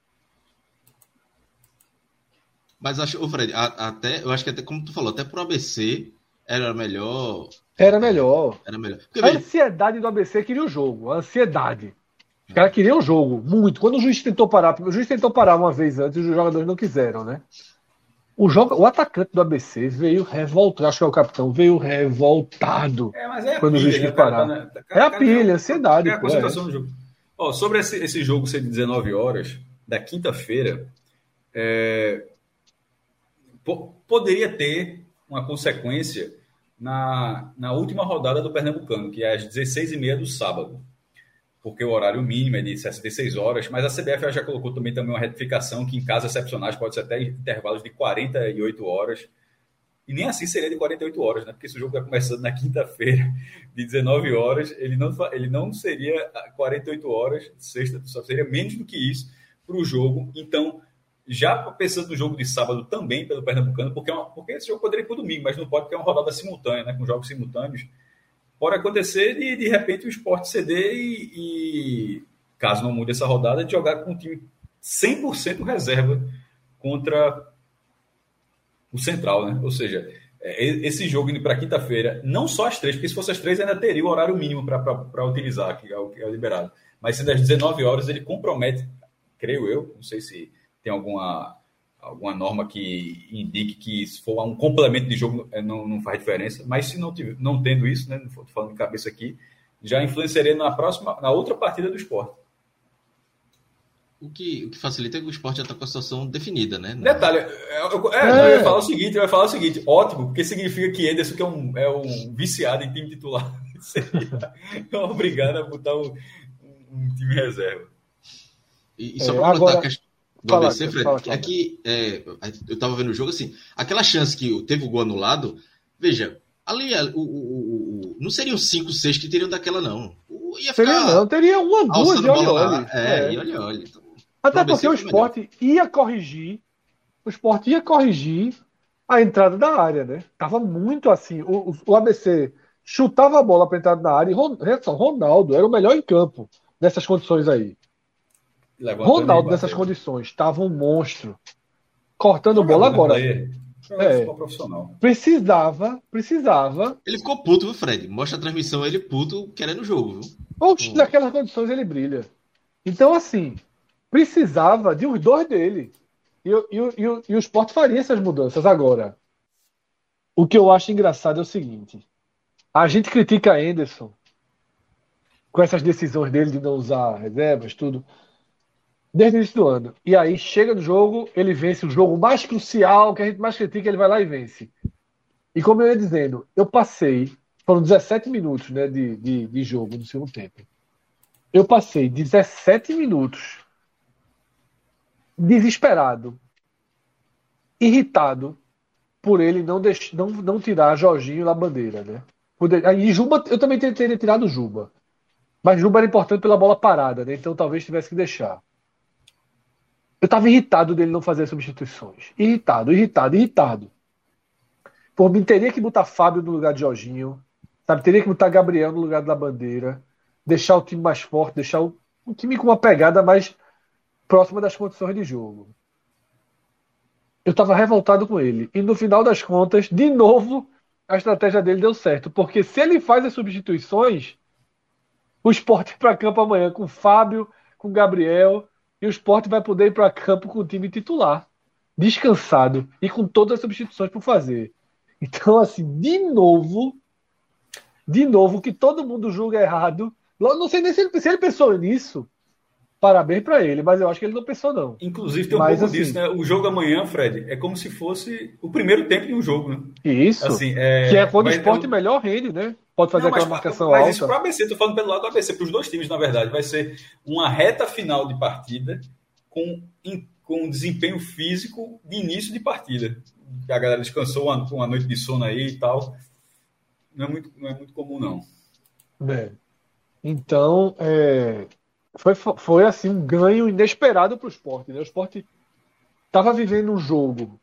Mas acho, ô Fred, a- até, eu acho que até como tu falou, até pro A B C era melhor. Era melhor. Era melhor. Porque, A veja, ansiedade do A B C queria o jogo. A ansiedade. Os caras queriam o jogo, muito. Quando o juiz tentou parar, o juiz tentou parar uma vez antes, os jogadores não quiseram, né? O, joga, o atacante do A B C veio revoltado, acho que é o capitão, veio revoltado. É, mas é a Quando o pilha, juiz né? quis O cara parar. tá na- o cara- É a o cara pilha, tá- a ansiedade, É a pô, concentração é. do jogo. Ó, sobre esse, esse jogo ser de dezenove horas, da quinta-feira, é, po- poderia ter uma consequência na, na última rodada do Pernambucano, que é às dezesseis e meia do sábado, porque o horário mínimo é de sessenta e seis horas, mas a C B F já colocou também, também uma retificação que em casos excepcionais pode ser até intervalos de quarenta e oito horas, e nem assim seria de quarenta e oito horas, né? Porque esse jogo vai começando na quinta-feira, de dezenove horas, ele não, ele não seria quarenta e oito horas, sexta, só seria menos do que isso para o jogo. Então, já pensando no jogo de sábado também pelo Pernambucano, porque, é uma, porque esse jogo poderia ir para o domingo, mas não pode ter uma rodada simultânea, né? Com jogos simultâneos. Pode acontecer de, de repente, o Sport ceder e, e, caso não mude essa rodada, de jogar com um time cem por cento reserva contra o Central, né? Ou seja, esse jogo indo para quinta-feira, não só às três, porque se fosse às três ainda teria o horário mínimo para utilizar, que é, o, que é liberado. Mas sendo às dezenove horas, ele compromete, creio eu, não sei se tem alguma, alguma norma que indique que se for um complemento de jogo não, não faz diferença, mas se não, tiver, não tendo isso, né, estou falando de cabeça aqui, já influenciaria na próxima, na outra partida do Sport. O que, o que facilita é que o Sport já está com a situação definida, né? Detalhe, eu, é, é. eu ia falar o seguinte, eu ia falar o seguinte, ótimo, porque significa que Anderson, que é um, é um viciado em time titular, seria obrigado a botar um, um time reserva. E, e só É, para agora- botar a questão do fala, A B C, Fred, fala, fala. é que é, eu estava vendo o jogo assim, aquela chance que teve o gol anulado, veja, ali o, o, o, o- não seriam cinco, seis que teriam daquela, não. O- Ia ficar Teria não, teria uma, duas alçando de olho bola olho. lá. É, e olha, olha. Então, Até pro A B C porque o foi melhor. Sport ia corrigir, o Sport ia corrigir a entrada da área, né? Tava muito assim. O, o, o A B C chutava a bola para entrada da área e Ron- Ronaldo era o melhor em campo nessas condições aí. Levantando Ronaldo e nessas batendo. condições estava um monstro. Cortando Jogador, bola né, agora. player? Jogador de futebol profissional. Precisava, precisava. Ele ficou puto, viu, Fred? Mostra a transmissão, ele puto, querendo o jogo, viu? Oxe, Hum. naquelas condições ele brilha. Então, assim, precisava de uns dois dele. E, o- e, o- e, o- e o Sport faria essas mudanças agora. O que eu acho engraçado é o seguinte: a gente critica Anderson com essas decisões dele de não usar reservas, tudo, desde o início do ano. E aí chega no jogo, ele vence o jogo mais crucial, que a gente mais critica, ele vai lá e vence. E como eu ia dizendo, eu passei, foram dezessete minutos, né, de, de, de jogo no segundo tempo. Eu passei dezessete minutos desesperado, irritado por ele não, deix... não, não tirar Jorginho da bandeira, né? Poder... Aí Juba, eu também teria tirado Juba. Mas Juba era importante pela bola parada, né? Então talvez tivesse que deixar. Eu estava irritado dele não fazer substituições. Irritado, irritado, irritado. Por mim, teria que botar Fábio no lugar de Jorginho. Sabe? Teria que botar Gabriel no lugar da bandeira. Deixar o time mais forte, deixar o, o time com uma pegada mais próxima das condições de jogo. Eu estava revoltado com ele. E no final das contas, de novo, a estratégia dele deu certo. Porque se ele faz as substituições, o Sport vai para campo amanhã com Fábio, com Gabriel, e o Sport vai poder ir para campo com o time titular, descansado e com todas as substituições por fazer. Então, assim, de novo, de novo, que todo mundo julga errado. Eu não sei nem se ele, se ele pensou nisso. Parabéns para ele, mas eu acho que ele não pensou, não. Inclusive, tem um Mas, pouco assim, disso, né? O jogo amanhã, Fred, é como se fosse o primeiro tempo de um jogo, né? Isso. Assim, é, que é quando mas o Sport eu- melhor rende, né? Pode fazer Não, mas, aquela marcação mas alta. isso para o A B C, estou falando pelo lado do A B C, para os dois times, na verdade. Vai ser uma reta final de partida com, em- com desempenho físico de início de partida. A galera descansou uma, uma noite de sono aí e tal. Não é muito, não é muito comum, não. É. Então, é, foi, foi assim um ganho inesperado para o Sport, né? O Sport estava vivendo um jogo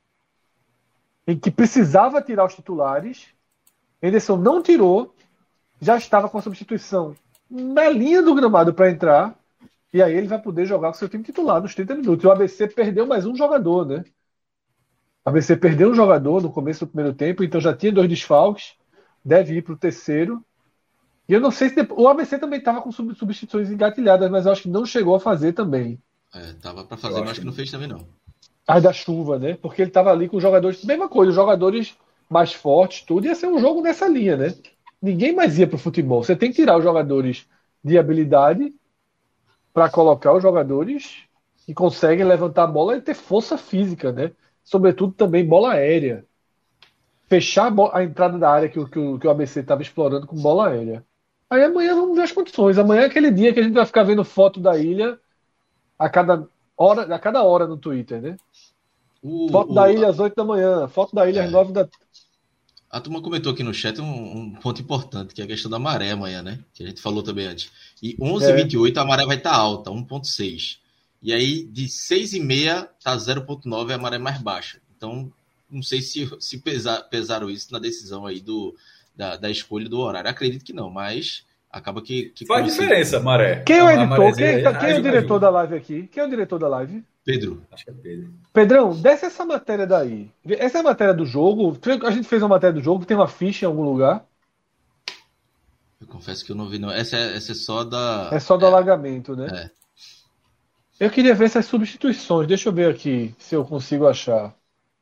em que precisava tirar os titulares. Henderson não tirou, já estava com a substituição na linha do gramado para entrar, e aí ele vai poder jogar com seu time titular nos trinta minutos. E o A B C perdeu mais um jogador, né? O A B C perdeu um jogador no começo do primeiro tempo, então já tinha dois desfalques, deve ir para o terceiro. E eu não sei se depois, o A B C também estava com sub- substituições engatilhadas, mas eu acho que não chegou a fazer também. É, tava para fazer, Eu mas acho acho que não fez também, não. As da chuva, né? Porque ele estava ali com os jogadores, mesma coisa, os jogadores mais fortes, tudo, ia ser um jogo nessa linha, né? Ninguém mais ia para o futebol. Você tem que tirar os jogadores de habilidade para colocar os jogadores que conseguem levantar a bola e ter força física, né? Sobretudo também bola aérea. Fechar a, bo- a entrada da área que, o- que, o- que o A B C estava explorando com bola aérea. Aí amanhã vamos ver as condições. Amanhã é aquele dia que a gente vai ficar vendo foto da ilha a cada hora, a cada hora no Twitter, né? O, Foto o- da ilha às oito da manhã, foto da ilha É. às nove da. A turma comentou aqui no chat um, um ponto importante, que é a questão da maré amanhã, né? Que a gente falou também antes. E onze e É. vinte e oito a maré vai estar alta, um ponto seis. E aí, de seis e meia tá zero ponto nove, é a maré mais baixa. Então, não sei se, se pesar, pesaram isso na decisão aí do, da, da escolha do horário. Acredito que não, mas acaba que... que Faz coincide. diferença, Maré. Quem é o A editor? marezinha Quem, tá- aí quem é o ajuda, diretor ajuda. da live aqui? Quem é o diretor da live? Pedro, Acho que é Pedro. Pedrão, desce essa matéria daí. Essa é a matéria do jogo. A gente fez uma matéria do jogo, tem uma ficha em algum lugar. eu confesso que eu não vi, não. Essa é, essa é só da... É só do alagamento, né? É. Eu queria ver essas substituições. Deixa eu ver aqui se eu consigo achar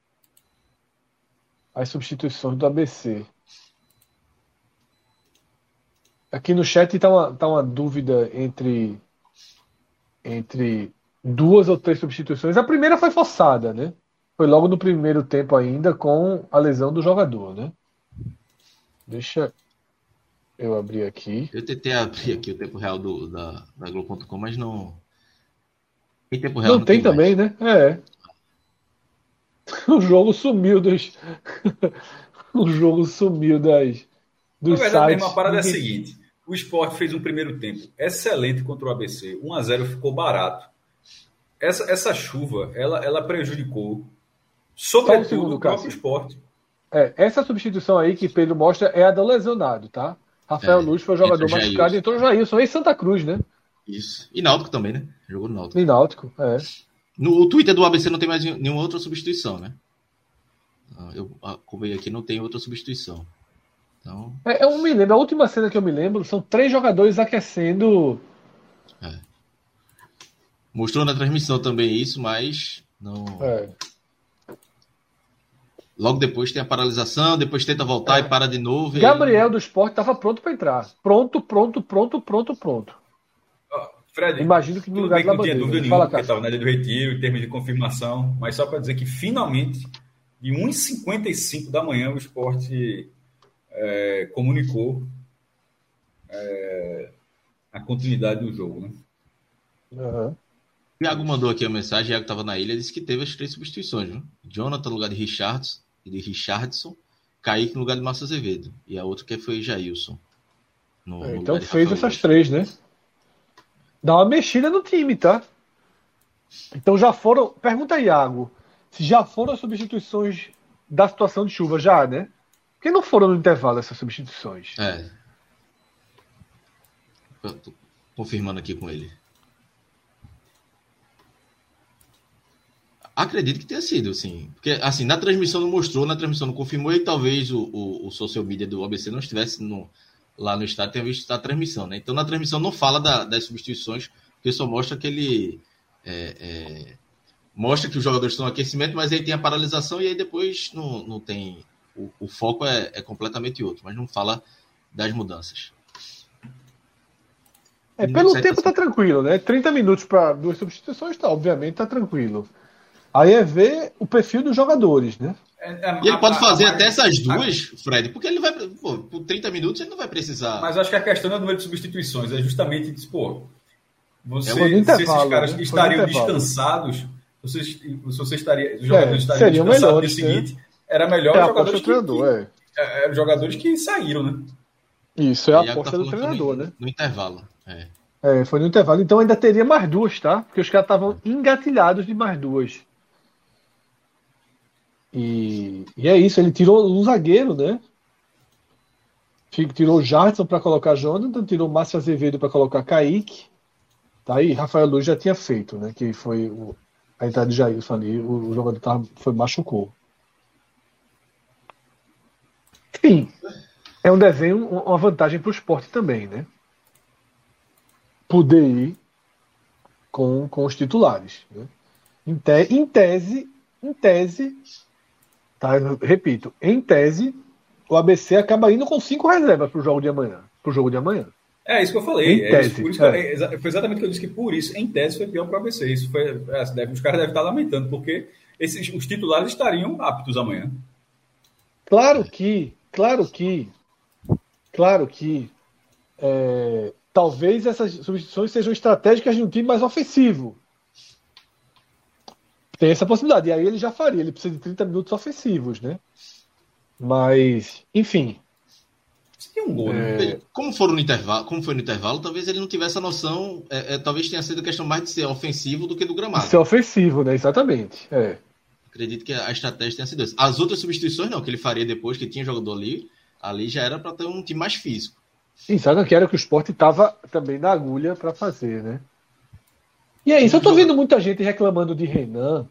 as substituições do A B C. Aqui no chat tá uma, tá uma dúvida entre, entre duas ou três substituições. A primeira foi forçada, né? Foi logo no primeiro tempo ainda com a lesão do jogador, né? Deixa eu abrir aqui. Eu tentei abrir aqui o tempo real do, da, da Globo ponto com, mas não... Em tempo real Não, não tem, tem também, mais. né? É. O jogo sumiu dos... o jogo sumiu das... Na dos verdade, sites. mesmo, a parada é a Ninguém- seguinte. O Sport fez um primeiro tempo excelente contra o A B C. um a zero ficou barato. Essa, essa chuva, ela, ela prejudicou, Só um sobretudo, segundo, o próprio Cássio. Sport. É, essa substituição aí que Pedro mostra é a do lesionado, tá? Rafael É, Luz foi o jogador entra machucado e Jailson. entrou o Jailson, em Santa Cruz, né? Isso. E Náutico também, né? Jogou no Náutico. Em Náutico, é. No o Twitter do A B C não tem mais nenhuma outra substituição, né? Ah, Eu acompanhei aqui, não tem outra substituição. Então, É, eu me lembro, a última cena que eu me lembro são três jogadores aquecendo. mostrou na transmissão também isso, mas não. É, Logo depois tem a paralisação, depois tenta voltar É. e para de novo. e aí- Gabriel do Sport estava pronto para entrar. Pronto, pronto, pronto, pronto, pronto. Ó, Fred, Imagino que no tudo lugar bem de que não tinha Labandeira. dúvida Fala, nenhuma, porque Cássio. estava na ilha do retiro, em termos de confirmação, mas só para dizer que finalmente, de uma e cinquenta e cinco da manhã, o Sport é, comunicou é, a continuidade do jogo, né? Aham. Iago mandou aqui a mensagem, Iago estava na ilha, disse que teve as três substituições, viu? Jonathan no lugar de Richardson, de Richardson, Kaique no lugar de Márcio Azevedo. E a outra que foi Jailson. No, É, no então lugar de fez Rafael essas Luz. três, né? Dá uma mexida no time, tá? Então já foram. Pergunta aí, Iago, se já foram as substituições da situação de chuva, já, né? Porque não foram no intervalo essas substituições. É. Eu tô confirmando aqui com ele. Acredito que tenha sido, sim. Porque, assim, na transmissão não mostrou, na transmissão não confirmou, e talvez o, o, o social media do A B C não estivesse no, lá no estádio, tenha visto a transmissão, né? Então, na transmissão não fala da- das substituições, porque só mostra que ele... é, é, mostra que os jogadores estão no aquecimento, mas aí tem a paralisação, e aí depois não, não tem... O, o foco é, é completamente outro, mas não fala das mudanças. É, pelo Certo, tempo tá tranquilo, né? trinta minutos para duas substituições, tá, obviamente tá tranquilo. Aí é ver o perfil dos jogadores, né? É, é, E ele a- pode a- fazer a- até essas a- duas, Fred, porque ele vai... Pô, por trinta minutos ele não vai precisar... Mas eu acho que a questão não é o número de substituições, é justamente disso, pô, você, É Foi no se esses intervalo, caras né? Foi no estariam intervalo. descansados, vocês, se você estaria, os jogadores É, estariam seriam descansados no melhores, dia né? seguinte, era melhor É os a aposta jogadores do que, treinador, que, é. é, eram jogadores que saíram, né? Isso, é a Iago tá aposta do falando que treinador, no, né? no intervalo. É. É, foi no intervalo. Então ainda teria mais duas, tá? Porque os caras estavam engatilhados de mais duas. E, e é isso, ele tirou um zagueiro, né? Fico- Tirou o Jadson para colocar Jonathan, tirou o Márcio Azevedo para colocar Kaique. Tá aí, Rafael Luz já tinha feito, né? Que foi o- a entrada de Jailson ali, o, o jogador tava, foi, machucou. Enfim, é um desenho, um- uma vantagem para o esporte também, né? Poder ir com, com os titulares. Né? Em, te- em tese, em tese, tá? Eu repito, em tese, o A B C acaba indo com cinco reservas para o jogo de amanhã. Pro jogo de amanhã. É isso que eu falei. Em É tese, isso, por isso é. que eu- é exa- foi exatamente o que eu disse que por isso, em tese, foi pior para o A B C. Isso foi, é, deve- os caras devem estar lamentando, porque esses, os titulares estariam aptos amanhã. Claro que, claro que, claro que, é, talvez essas substituições sejam estratégicas de um time mais ofensivo. Tem essa possibilidade. E aí ele já faria. Ele precisa de trinta minutos ofensivos, né? Mas, enfim. Seria um gol, né? Ele- Como, foram no intervalo, como foi no intervalo, talvez ele não tivesse a noção. é, é, talvez tenha sido a questão mais de ser ofensivo do que do gramado. Isso é ofensivo, né? Exatamente. É. Acredito que a estratégia tenha sido essa. As outras substituições, não, que ele faria depois que tinha jogador ali, ali já era para ter um time mais físico. Isso, que era o que o Sport estava também na agulha para fazer, né? E é isso. Eu tô vendo muita gente reclamando de Renan.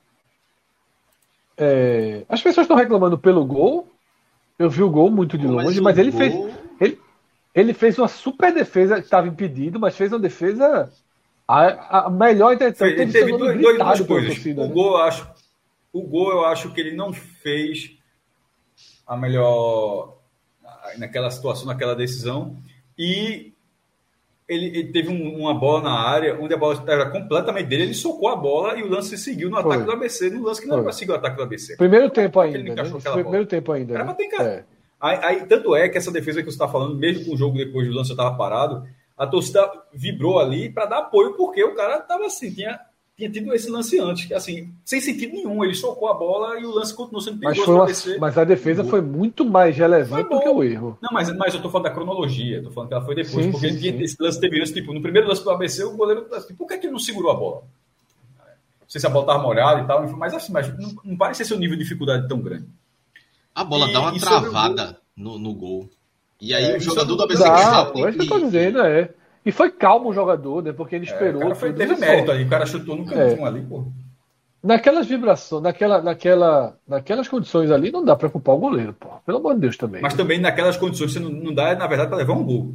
É, as pessoas estão reclamando pelo gol. Eu vi o gol muito de Pô, longe, o mas ele gol- fez. Ele, ele fez uma super defesa que estava impedido, mas fez uma defesa. A, a melhor interpretação. Ele Teve teve seu nome dois, dois, duas gritado pela coisas. torcida, O né? gol, eu acho, o gol, eu acho que ele não fez a melhor naquela situação, naquela decisão. E ele, ele teve um, uma bola na área, onde a bola era completamente dele, ele socou a bola e o lance seguiu no ataque Foi. do A B C, no lance que não Foi. era para seguir o ataque do A B C. Primeiro tempo Como é que ainda, ele né? encaixou Esse aquela foi bola? primeiro tempo ainda. Era né? pra ter encaixado. É. Aí, aí, tanto é que essa defesa que você está falando, mesmo com o jogo depois do lance eu estava parado, a torcida vibrou ali para dar apoio, porque o cara estava assim, tinha, tinha tido esse lance antes, que assim, sem sentido nenhum, ele socou a bola e o lance continuou sendo Mas, perigoso foi para uma, A B C. mas a defesa foi muito mais relevante Foi do que bom. o erro. Não, mas, mas eu tô falando da cronologia, tô falando que ela foi depois, Sim, porque sim, ele tinha, sim. esse lance teve antes, tipo, no primeiro lance do A B C, o goleiro, assim, por que, é que ele não segurou a bola? Não sei se a bola estava molhada e tal, mas assim, mas não, não parece ser um nível de dificuldade tão grande. A bola E- dá uma e sobre o travada no, no gol. E aí É, o e jogador sobre do o A B C Dá, joga pô, é isso que eu tô e- dizendo, é. E foi calmo o jogador, né? Porque ele É, esperou. o cara foi, tudo, teve e mérito só. ali, o cara chutou no cantinho ali, pô. Naquelas vibrações, naquela, naquela, naquelas condições ali, não dá pra culpar o goleiro, pô. Pelo amor de Deus também. Mas também naquelas condições você não, não dá, na verdade, para levar um gol.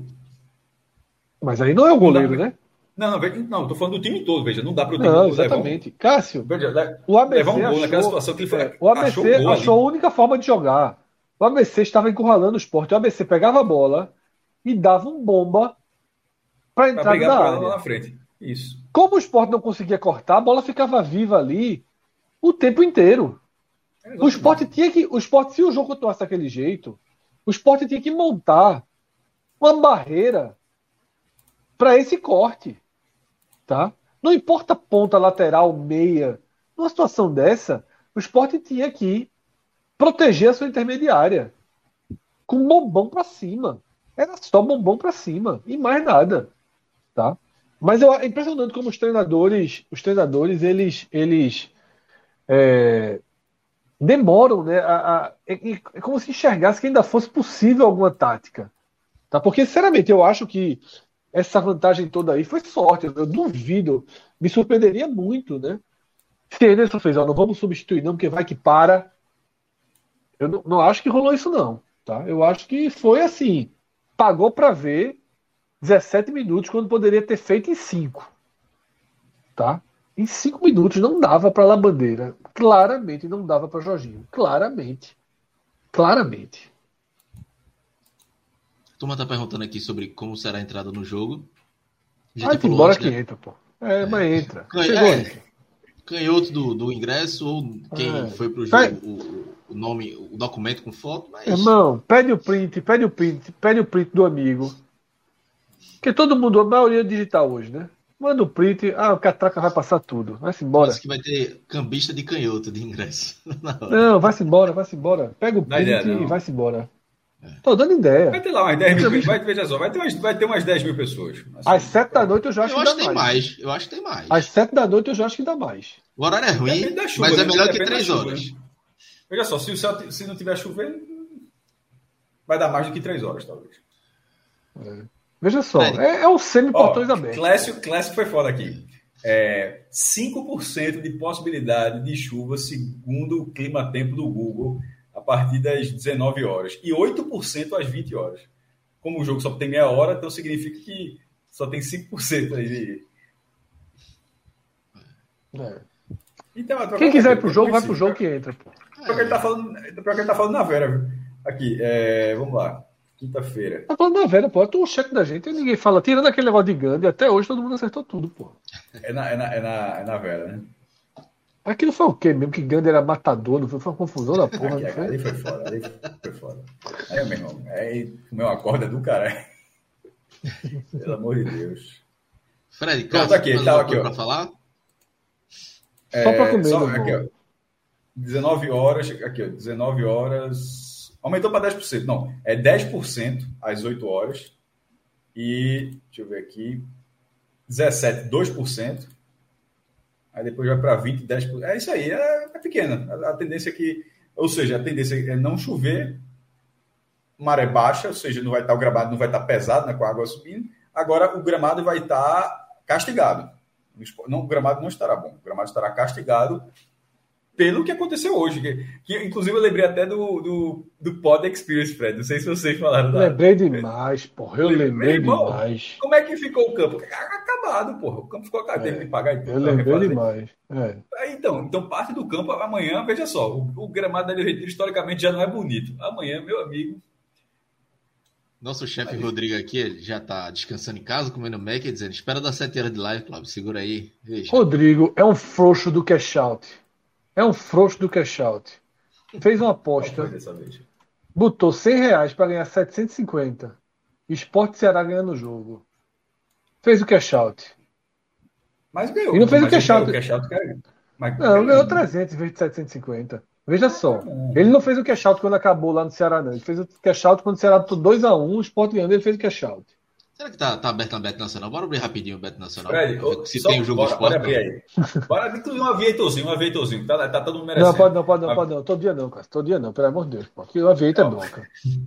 Mas aí não é o goleiro, dá- né? Não, não, veja- não, tô falando do time todo, veja, não dá para o time Não, todo levar um- exatamente. Cássio, Veja, le- o A B C levar um gol achou, naquela situação que ele foi, é, o A B C achou o gol achou ali. a única forma de jogar. O A B C estava encurralando o Sport. O A B C pegava a bola e dava um bomba para Para entrar brigar na por ela área. lá na frente. Isso. Como o Sport não conseguia cortar, a bola ficava viva ali o tempo inteiro. O Sport tinha que. O Sport, se o jogo continuasse daquele jeito, o Sport tinha que montar uma barreira para esse corte. Tá? Não importa ponta, lateral, meia. Numa situação dessa, o Sport tinha que proteger a sua intermediária com bombom para cima. Era só bombom para cima e mais nada. Tá? Mas eu, é impressionante como os treinadores, os treinadores, eles, eles é, demoram, né? A, a, é, é como se enxergasse que ainda fosse possível alguma tática. Tá? Porque, sinceramente, eu acho que essa vantagem toda aí foi sorte. Eu duvido, me surpreenderia muito, né? Se Anderson fez, ó, não vamos substituir não, porque vai que para. Eu não, não acho que rolou isso não, tá? Eu acho que foi assim, pagou para ver dezessete minutos quando poderia ter feito em cinco, tá? Em cinco minutos não dava para Labandeira, claramente não dava para Jorginho, claramente, claramente. A turma tá perguntando aqui sobre como será a entrada no jogo. Já Vai te falou embora antes, que né? entra, pô. É, mas entra. Can- Chegou, é. entra. Canhoto do, do ingresso ou quem É. foi pro Vai. jogo, o, o nome, o documento com foto, mas Irmão, pede o print, pede o print, pede o print do amigo. Porque todo mundo, a maioria é digital hoje, né? Manda o print, ah, o Catraca vai passar tudo. Vai-se embora. parece que vai ter cambista de canhoto de ingresso. Na hora. Não, vai-se embora, vai-se embora. Pega o Dá print ideia, não. e vai-se embora. Tô dando ideia. Vai ter lá umas dez mil, vai, veja só, vai ter umas, vai ter umas dez mil pessoas. Assim, Às sete da noite eu já acho Eu que acho dá que tem mais. mais. Eu acho que tem mais. Às sete da noite eu já acho que dá mais. O horário é ruim, Depende da chuva, mas é né? melhor que Depende da três chuva, horas. né? Veja só, se, o céu, se não tiver chovendo, vai dar mais do que três horas, talvez. Veja só, Sério? é, é um semi-portões Ó, abertos. Clécio, Clécio foi foda aqui. É, cinco por cento de possibilidade de chuva segundo o clima-tempo do Google a partir das dezenove horas e oito por cento às vinte horas. Como o jogo só tem meia hora, então significa que só tem cinco por cento aí de... É. Então, a troca Quem quiser vai ir pro jogo, vai pro conhecido. jogo que entra. Pô. Pior que ele tá falando, pior que ele tá falando na Vera, viu? Aqui, é, vamos lá. Quinta-feira. Tá falando da velha, pô. Tu o cheque da gente e ninguém fala. Tirando aquele negócio de Gandhi, até hoje todo mundo acertou tudo, pô. É na, é, na, é, na, é na Vera, né? Aquilo foi o quê mesmo? Que Gandhi era matador, não foi? Foi uma confusão da porra, Aqui, não foi? ali foi foda, ali foi foda. Aí, meu irmão, aí comeu uma corda do caralho. Pelo amor de Deus. Fred, Pronto, cara, aqui, mais tá alguma aqui, coisa ó. pra falar? Só pra comer, só, meu aqui, irmão. ó. dezenove horas, aqui, ó, dezenove horas. Aumentou para dez por cento. Não, é dez por cento às oito horas. E, deixa eu ver aqui, dezessete, dois por cento. Aí depois vai para vinte, dez por cento. É isso aí, é, é pequena. A, a tendência é que, ou seja, a tendência é não chover, maré baixa, ou seja, não vai estar o gramado, não vai estar pesado, né, com a água subindo. Agora o gramado vai estar castigado. Não, o gramado não estará bom. O gramado estará castigado pelo que aconteceu hoje. Que, que inclusive eu lembrei até do, do, do Pod Experience, Fred. Não sei se vocês falaram. Da... Lembrei demais, porra. Eu Lembrei, lembrei irmão. demais. Como é que ficou o campo? Acabado, porra. O campo ficou acabado. É, Teve que pagar. Eu lembrei demais. É. Aí, então, então, parte do campo amanhã, veja só, o, o gramado da Ilha do Retiro historicamente já não é bonito. Amanhã, meu amigo. Nosso chefe Rodrigo aqui, ele já tá descansando em casa, comendo Mac e dizendo, espera dar sete horas de live, Cláudio, segura aí. Veja. Rodrigo é um frouxo do cash out. É um frouxo do cash out. Fez uma aposta, Dessa vez. botou cem reais para ganhar setecentos e cinquenta. Sport Ceará ganhando o jogo. Fez o cash out. Mas ganhou. E não fez o mas cash ele out. ganhou o cash out, cara. Mas Não, ganhou trezentos em vez de setecentos e cinquenta. Veja só. Ele não fez o cash out quando acabou lá no Ceará, não. Ele fez o cash out quando o Ceará botou dois a um, o Sport ganhando, ele fez o cash out. Será que tá, tá aberto na Bet Nacional? Bora abrir rapidinho o Bet Nacional. Fred, Se só, tem o jogo bora, do Sport. bora abrir aí. Bora abrir tudo um aveitorzinho, um aveitorzinho. Tá, tá todo mundo merecendo. Não, pode não, pode não, pode não. Todo dia não, cara. Todo dia não, pelo amor de Deus. Pô. Porque o aviento é bom, cara.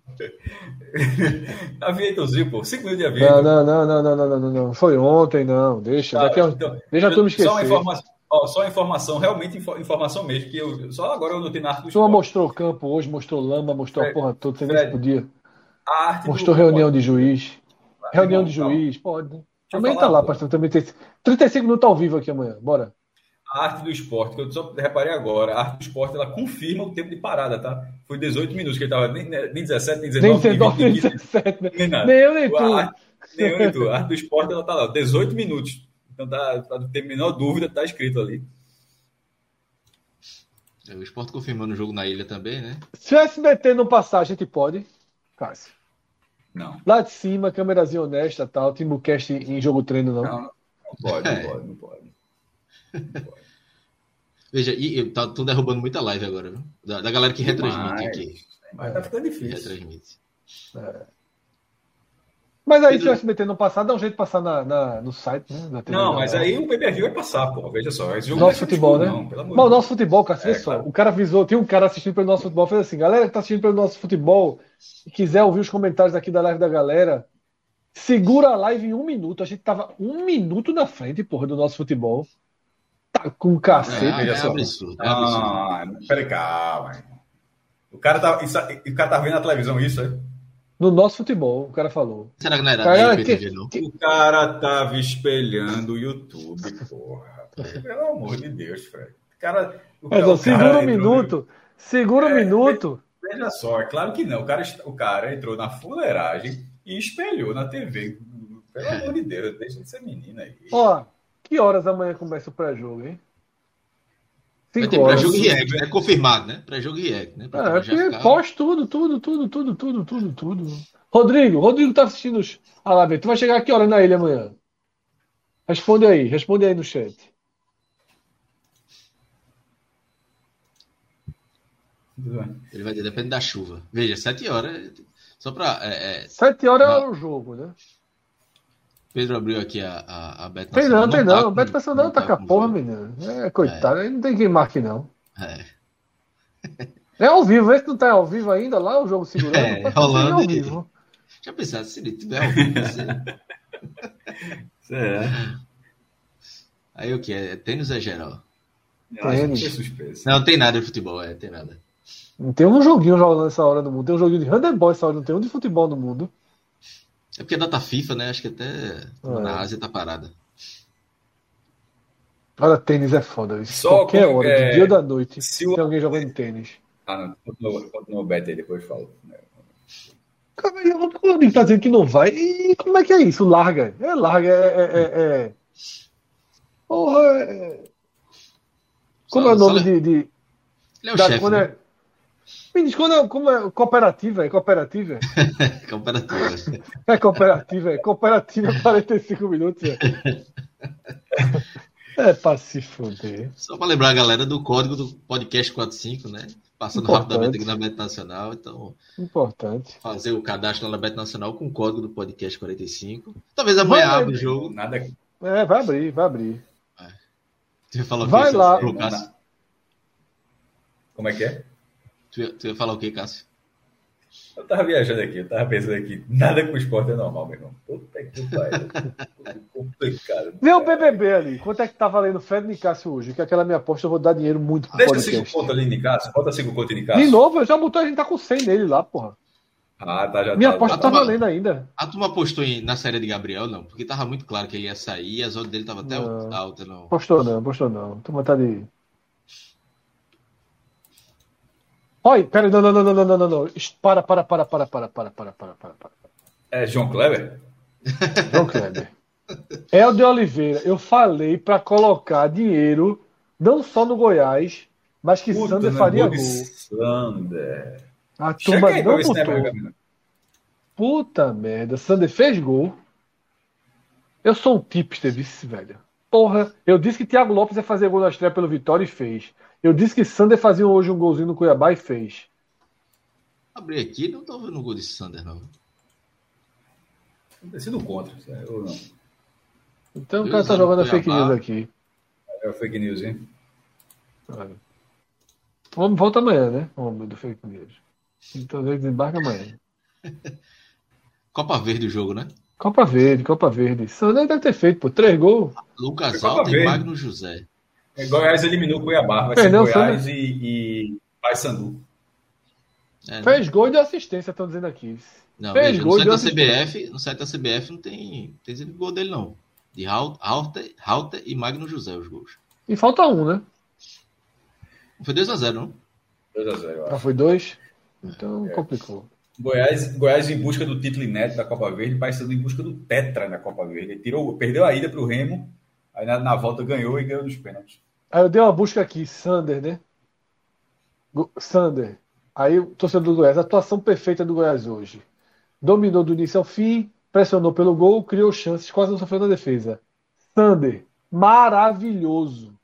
Aveitorzinho, pô. Cinco minutos de aveitor. Não, não, não, não, não, não, não, não. Foi ontem, não. Deixa. Tá, Daqui a... então, Deixa tu me esquecer. Só uma informação, ó, só uma informação, realmente info- informação mesmo, que eu só agora eu notei na arte do Tu esporte. mostrou campo hoje, mostrou lama, mostrou a Fred, porra toda, você nem se Fred, podia. A arte Mostrou do, reunião pode- de juiz. Reunião de Irmão, calma. juiz, pode. eu Amanhã falar, tá lá, pô. pastor. Também tem trinta e cinco minutos ao vivo aqui amanhã. Bora. A arte do esporte, que eu só reparei agora, a arte do esporte, ela confirma o tempo de parada, tá? Foi dezoito minutos, que ele tava nem, nem dezessete, nem Nem dezenove, dezenove, nem nem vinte, dezessete, né? nem nada. Nem eu, nem A tu. arte- nem eu, nem tu. A arte do esporte, ela tá lá, dezoito minutos. Então, tá, tá, não tem a menor dúvida, tá escrito ali. O Sport confirmando o jogo na ilha também, né? Se o S B T não passar, a gente pode. Cássio. Não. Lá de cima, câmerazinha honesta, tal. Timbucast em jogo treino, não. Não, não pode, É. não pode, não pode. Não pode. Veja, e eu tá, tô derrubando muita live agora, viu? Da, da galera que retransmite Demais. aqui. Mas tá ficando Que difícil. retransmite. Mas aí, Pedro- se o S B T não passar, dá um jeito de passar na, na- no site, né? Da T V Não, mas Global. aí o pay-per-view vai passar, pô. Veja só. Esse jogo não é Nosso futebol, né? não, pelo amor Mas o de Deus. nosso futebol, cara, vê É, só. claro. O cara avisou, tem um cara assistindo pelo nosso futebol, fez assim, galera que tá assistindo pelo nosso futebol e quiser ouvir os comentários aqui da live da galera, segura a live em um minuto. A gente tava um minuto na frente, porra, do nosso futebol. Tá com cacete. É, veja é só. absurdo, é absurdo. Ah, peraí, calma. O cara tá, isso, o cara tá vendo na televisão isso, é? No nosso futebol, o cara falou. Será que não era Cara, nem que- P T V, não? O cara tava espelhando o YouTube, porra. Pelo amor de Deus, Fred. O cara, o Mas, cara- ó, o cara segura um entrou minuto. Segura um É, minuto. no- Veja só, é claro que não. O cara, o cara entrou na fuleiragem e espelhou na T V. Pelo amor de Deus, deixa de ser menina aí. Ó, que horas amanhã começa o pré-jogo, hein? Vai Cinco ter horas. pré-jogo e react, né? Confirmado, né? Pré-jogo e react, né? Pra É, turma já porque ficar- pós tudo, tudo, tudo, tudo, tudo, tudo, tudo. Rodrigo, Rodrigo tá assistindo os- a live. Tu vai chegar a que hora na ilha amanhã? Responde aí, responde aí no chat. Ele vai dizer, depende da chuva. Veja, sete horas. Só pra. É, é, Sete horas Não. é o jogo, né? Pedro abriu aqui a, a, a Bet Tem Nacional. não, tem tá não. com- O Beto Nacional não tá com a com porra, jogo. menino. É, coitado, aí não tem quem marque, não. É. É ao vivo, esse não tá ao vivo ainda lá, o jogo segurando? É, Pode ser rolando ao e- vivo. Já pensasse, se ele tiver ao vivo, você... É. Aí o que? É tênis é geral? Eu acho que Tênis. foi suspense. Não, tem nada de futebol, é, tem nada. Não tem um joguinho rolando nessa hora no mundo. Tem um joguinho de handebol essa hora, não tem um de futebol no mundo. É porque é data FIFA, né? Acho que até É. na Ásia tá parada. Olha, tênis é foda. Isso. Só Qualquer com- hora, é, do dia ou da noite, se o- tem alguém jogando tênis. Ah, não. Continua, continua o bet aí, depois eu falo. Cara, eu o Rodrigo tá dizendo que não vai. E como é que é isso? Larga. É larga, é. é, é, é... Porra, é... Como Só- é o nome só- de. de... Ele é o da- chefe, quando né? é... Me diz, quando é, como é cooperativa? É cooperativa? Cooperativa. É cooperativa, é cooperativa quarenta e cinco minutos. É, é pra se foder. Só pra lembrar a galera do código do podcast quarenta e cinco, né? Passando Importante. rapidamente aqui na Bet Nacional. Então, Importante. fazer o cadastro na Bet Nacional com o código do podcast quarenta e cinco. Talvez amanhã Vai, abra o jogo. Nada. É, vai abrir, vai abrir. Tu ia falar o Vai quê, lá. Cássio? Cássio? Como é que é? Tu ia, tu ia falar o quê, Cássio? Eu tava viajando aqui, eu tava pensando aqui. Nada com esporte é normal, meu irmão. Puta que pariu. Complicado. Vê o B B B ali. Quanto é que tá valendo Fred e Cássio hoje? Que aquela minha aposta eu vou dar dinheiro muito pro Deixa cinco podcast. conto ali de Cássio. Bota cinco conto de Cássio. De novo, eu já botou, a gente tá com cem nele lá, porra. Ah, tá, já Minha tá. aposta tá tá bom. valendo ainda. A turma apostou em, na série de Gabriel, não? Porque tava muito claro que ele ia sair e as odds dele tava até Não. alta, não. Postou não, postou não. Tu tá de. Olha, pera, não, não, não, não, não, não, não, não. Para, para, para, para, para, para, para, para, para, para. É João Kleber? João Kleber. Helder Oliveira, eu falei para colocar dinheiro não só no Goiás, mas que Puta, Sander né? faria Gol de gol. Sander. A Chega turma aí pra não ver se não é botou. vergonha. Puta merda, Sander fez gol. Eu sou um tipster, vice, velho. Porra, eu disse que Thiago Lopes ia fazer gol na estreia pelo Vitória e fez. Eu disse que Sander fazia hoje um golzinho no Cuiabá e fez. Abri aqui, não tô vendo o gol de Sander, não. Tem sido contra, ou não? Então o cara tá jogando a fake news aqui. É o fake news, hein? O homem volta amanhã, né? O homem do fake news. Então ele desembarca amanhã. Copa Verde o jogo, né? Copa Verde, Copa Verde. Sander deve ter feito, pô, três gols. Lucas Copa Alta e Verde. Magno José. É, Goiás eliminou o Cuiabá. Vai É, ser não, Goiás Sander- e, e Paysandu. É, né? Fez gol e deu assistência, estão dizendo aqui. Não, Fez veja, no gol e site deu da C B assistência. F, no site da C B F não tem, tem dizendo gol dele, não. De Halter, Halter e Magno José os gols. E falta um, né? Não foi dois a zero, não? dois a zero, eu Já acho. foi dois? Então complicou. Goiás, Goiás em busca do título inédito da Copa Verde, Paysandu em busca do tetra na Copa Verde. Ele tirou, perdeu a ida para o Remo, aí na, na volta ganhou e ganhou nos pênaltis. Aí eu dei uma busca aqui, Sander, né? Go- Sander. Aí o torcedor do Goiás, atuação perfeita do Goiás hoje. Dominou do início ao fim, pressionou pelo gol, criou chances, quase não sofreu na defesa. Sander, maravilhoso.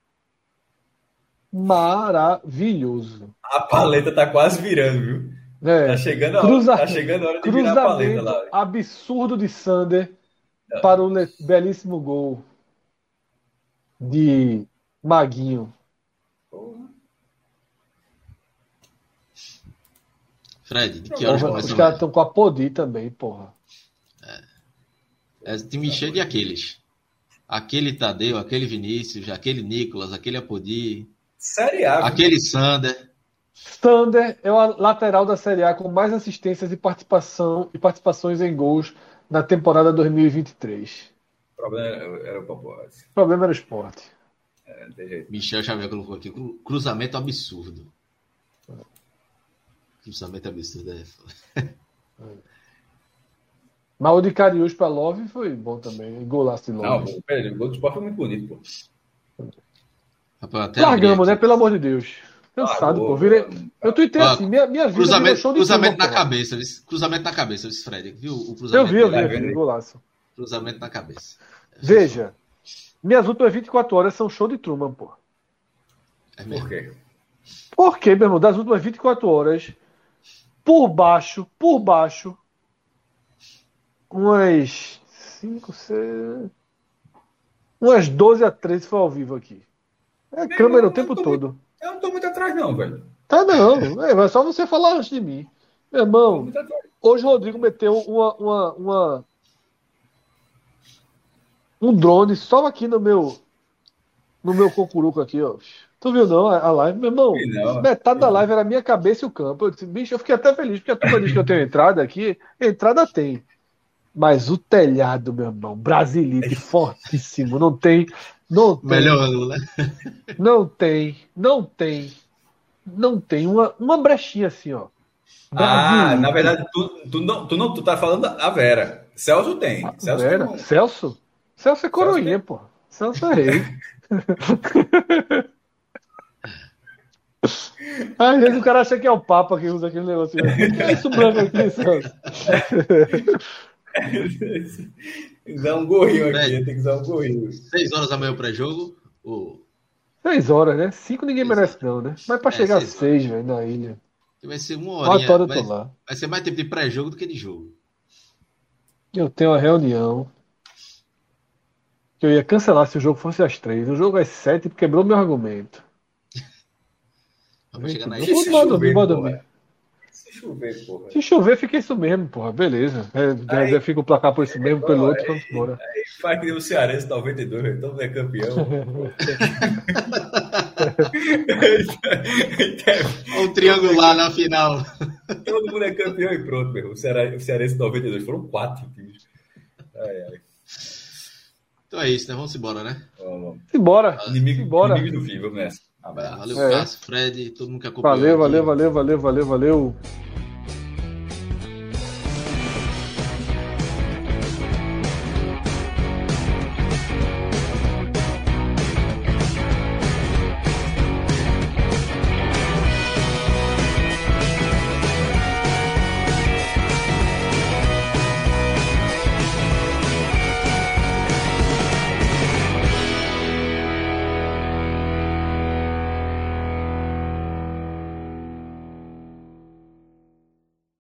Maravilhoso. A paleta tá quase virando, viu? É, Tá chegando a, cruza- tá chegando a hora de virar a paleta cruzamento lá. absurdo de Sander para o le- belíssimo gol de Maguinho. Fred, de que horas Porra, começa os o caras jogo? estão com a Podi também, porra. É time cheio de aqueles. Aquele Tadeu, aquele Vinícius, aquele Nicolas, aquele Apodi, Série A. viu? aquele Sander. Sander é o lateral da Série A com mais assistências e participação e participações em gols na temporada dois mil e vinte e três. O problema era, era o Papoaz. O problema era o esporte. É, não tem jeito. Michel Xavier colocou aqui. cru- Cruzamento absurdo. Cruzamento absurdo, é. Mas o de Cariús para Love foi bom também. Golaço de Não, Love. pô, peraí, o gol do Sport foi muito bonito, pô. Rapaz, até abri Largamos, aqui. né? Pelo amor de Deus. Cansado, Largou, pô. Virei... mano. Eu tuitei Ó, assim, minha, minha vida virou Cruzamento, show de cruzamento turma, na porra. cabeça, viu? Cruzamento na cabeça, viu, Fred? Viu o Eu cruzamento? vi, eu vi dele? Tá aquele vendo? golaço. Cruzamento na cabeça. Veja, minhas últimas vinte e quatro horas são show de Truman, pô. É Por mesmo. quê? Por quê, meu irmão? Das últimas vinte e quatro horas, por baixo, por baixo, umas cinco, seis... Umas doze a treze foi ao vivo aqui. É Meu câmera o irmão, tempo eu tô todo. Eu não tô muito atrás, não, velho. Tá não, é, mas só você falar antes de mim. Meu Tô irmão, muito atrás. hoje o Rodrigo meteu uma, uma, uma- um drone só aqui no meu no meu cocuruco aqui, ó. Tu viu não a, a live? Meu irmão, Vi não. metade da live era a minha cabeça e o campo. Eu disse, bicho, eu fiquei até feliz, porque a turma diz que eu tenho entrada aqui. Entrada tem. Mas o telhado, meu irmão, brasilite, fortíssimo. Não tem, não tem, Melhor ângulo, né? não tem, não tem, não tem uma, uma brechinha assim, ó. Ah, Brasilite. na verdade, tu, tu, não, tu não tu tá falando a Vera. Celso tem. Celso Vera, tem um- Celso? Celso é coroinha, tem- pô. Celso é rei. Às vezes o cara acha que é o Papa que usa aquele negócio. O que é isso branco aqui, Celso? Dá um gorrinho aqui, Fred. tem que usar um gorrinho. Seis horas amanhã o pré-jogo. O... Seis horas, né? Cinco ninguém merece, não, né? Mas pra É, chegar a seis seis, velho, na ilha. Vai ser uma Quatro horinha. horas eu Vai, tô lá. vai ser mais tempo de pré-jogo do que de jogo. Eu tenho uma reunião que eu ia cancelar se o jogo fosse às três. O jogo às sete quebrou meu argumento. Vamos chegar na Eu ilha. vou se dormir, chover, vou porra. dormir. Se chover, porra. Se chover, fica isso mesmo, porra. Beleza. É, Aí- é, fica o placar por isso mesmo, pelo outro, vamos embora. Faz que nem o Cearense noventa e dois, velho. Todo mundo é campeão. Olha o triangular na final. Todo mundo é campeão e pronto, meu. O, Ceará, o Cearense noventa e dois foram quatro times. Ai, ai. Então é isso, né? Vamos embora, né? Vamos, vamos. Simbora. Inimigo, Simbora. inimigo do fim, vamos nessa. Abraço. Valeu, É. Cássio, Fred, todo mundo que acompanhou. Valeu, aqui. valeu, valeu, valeu, valeu, valeu.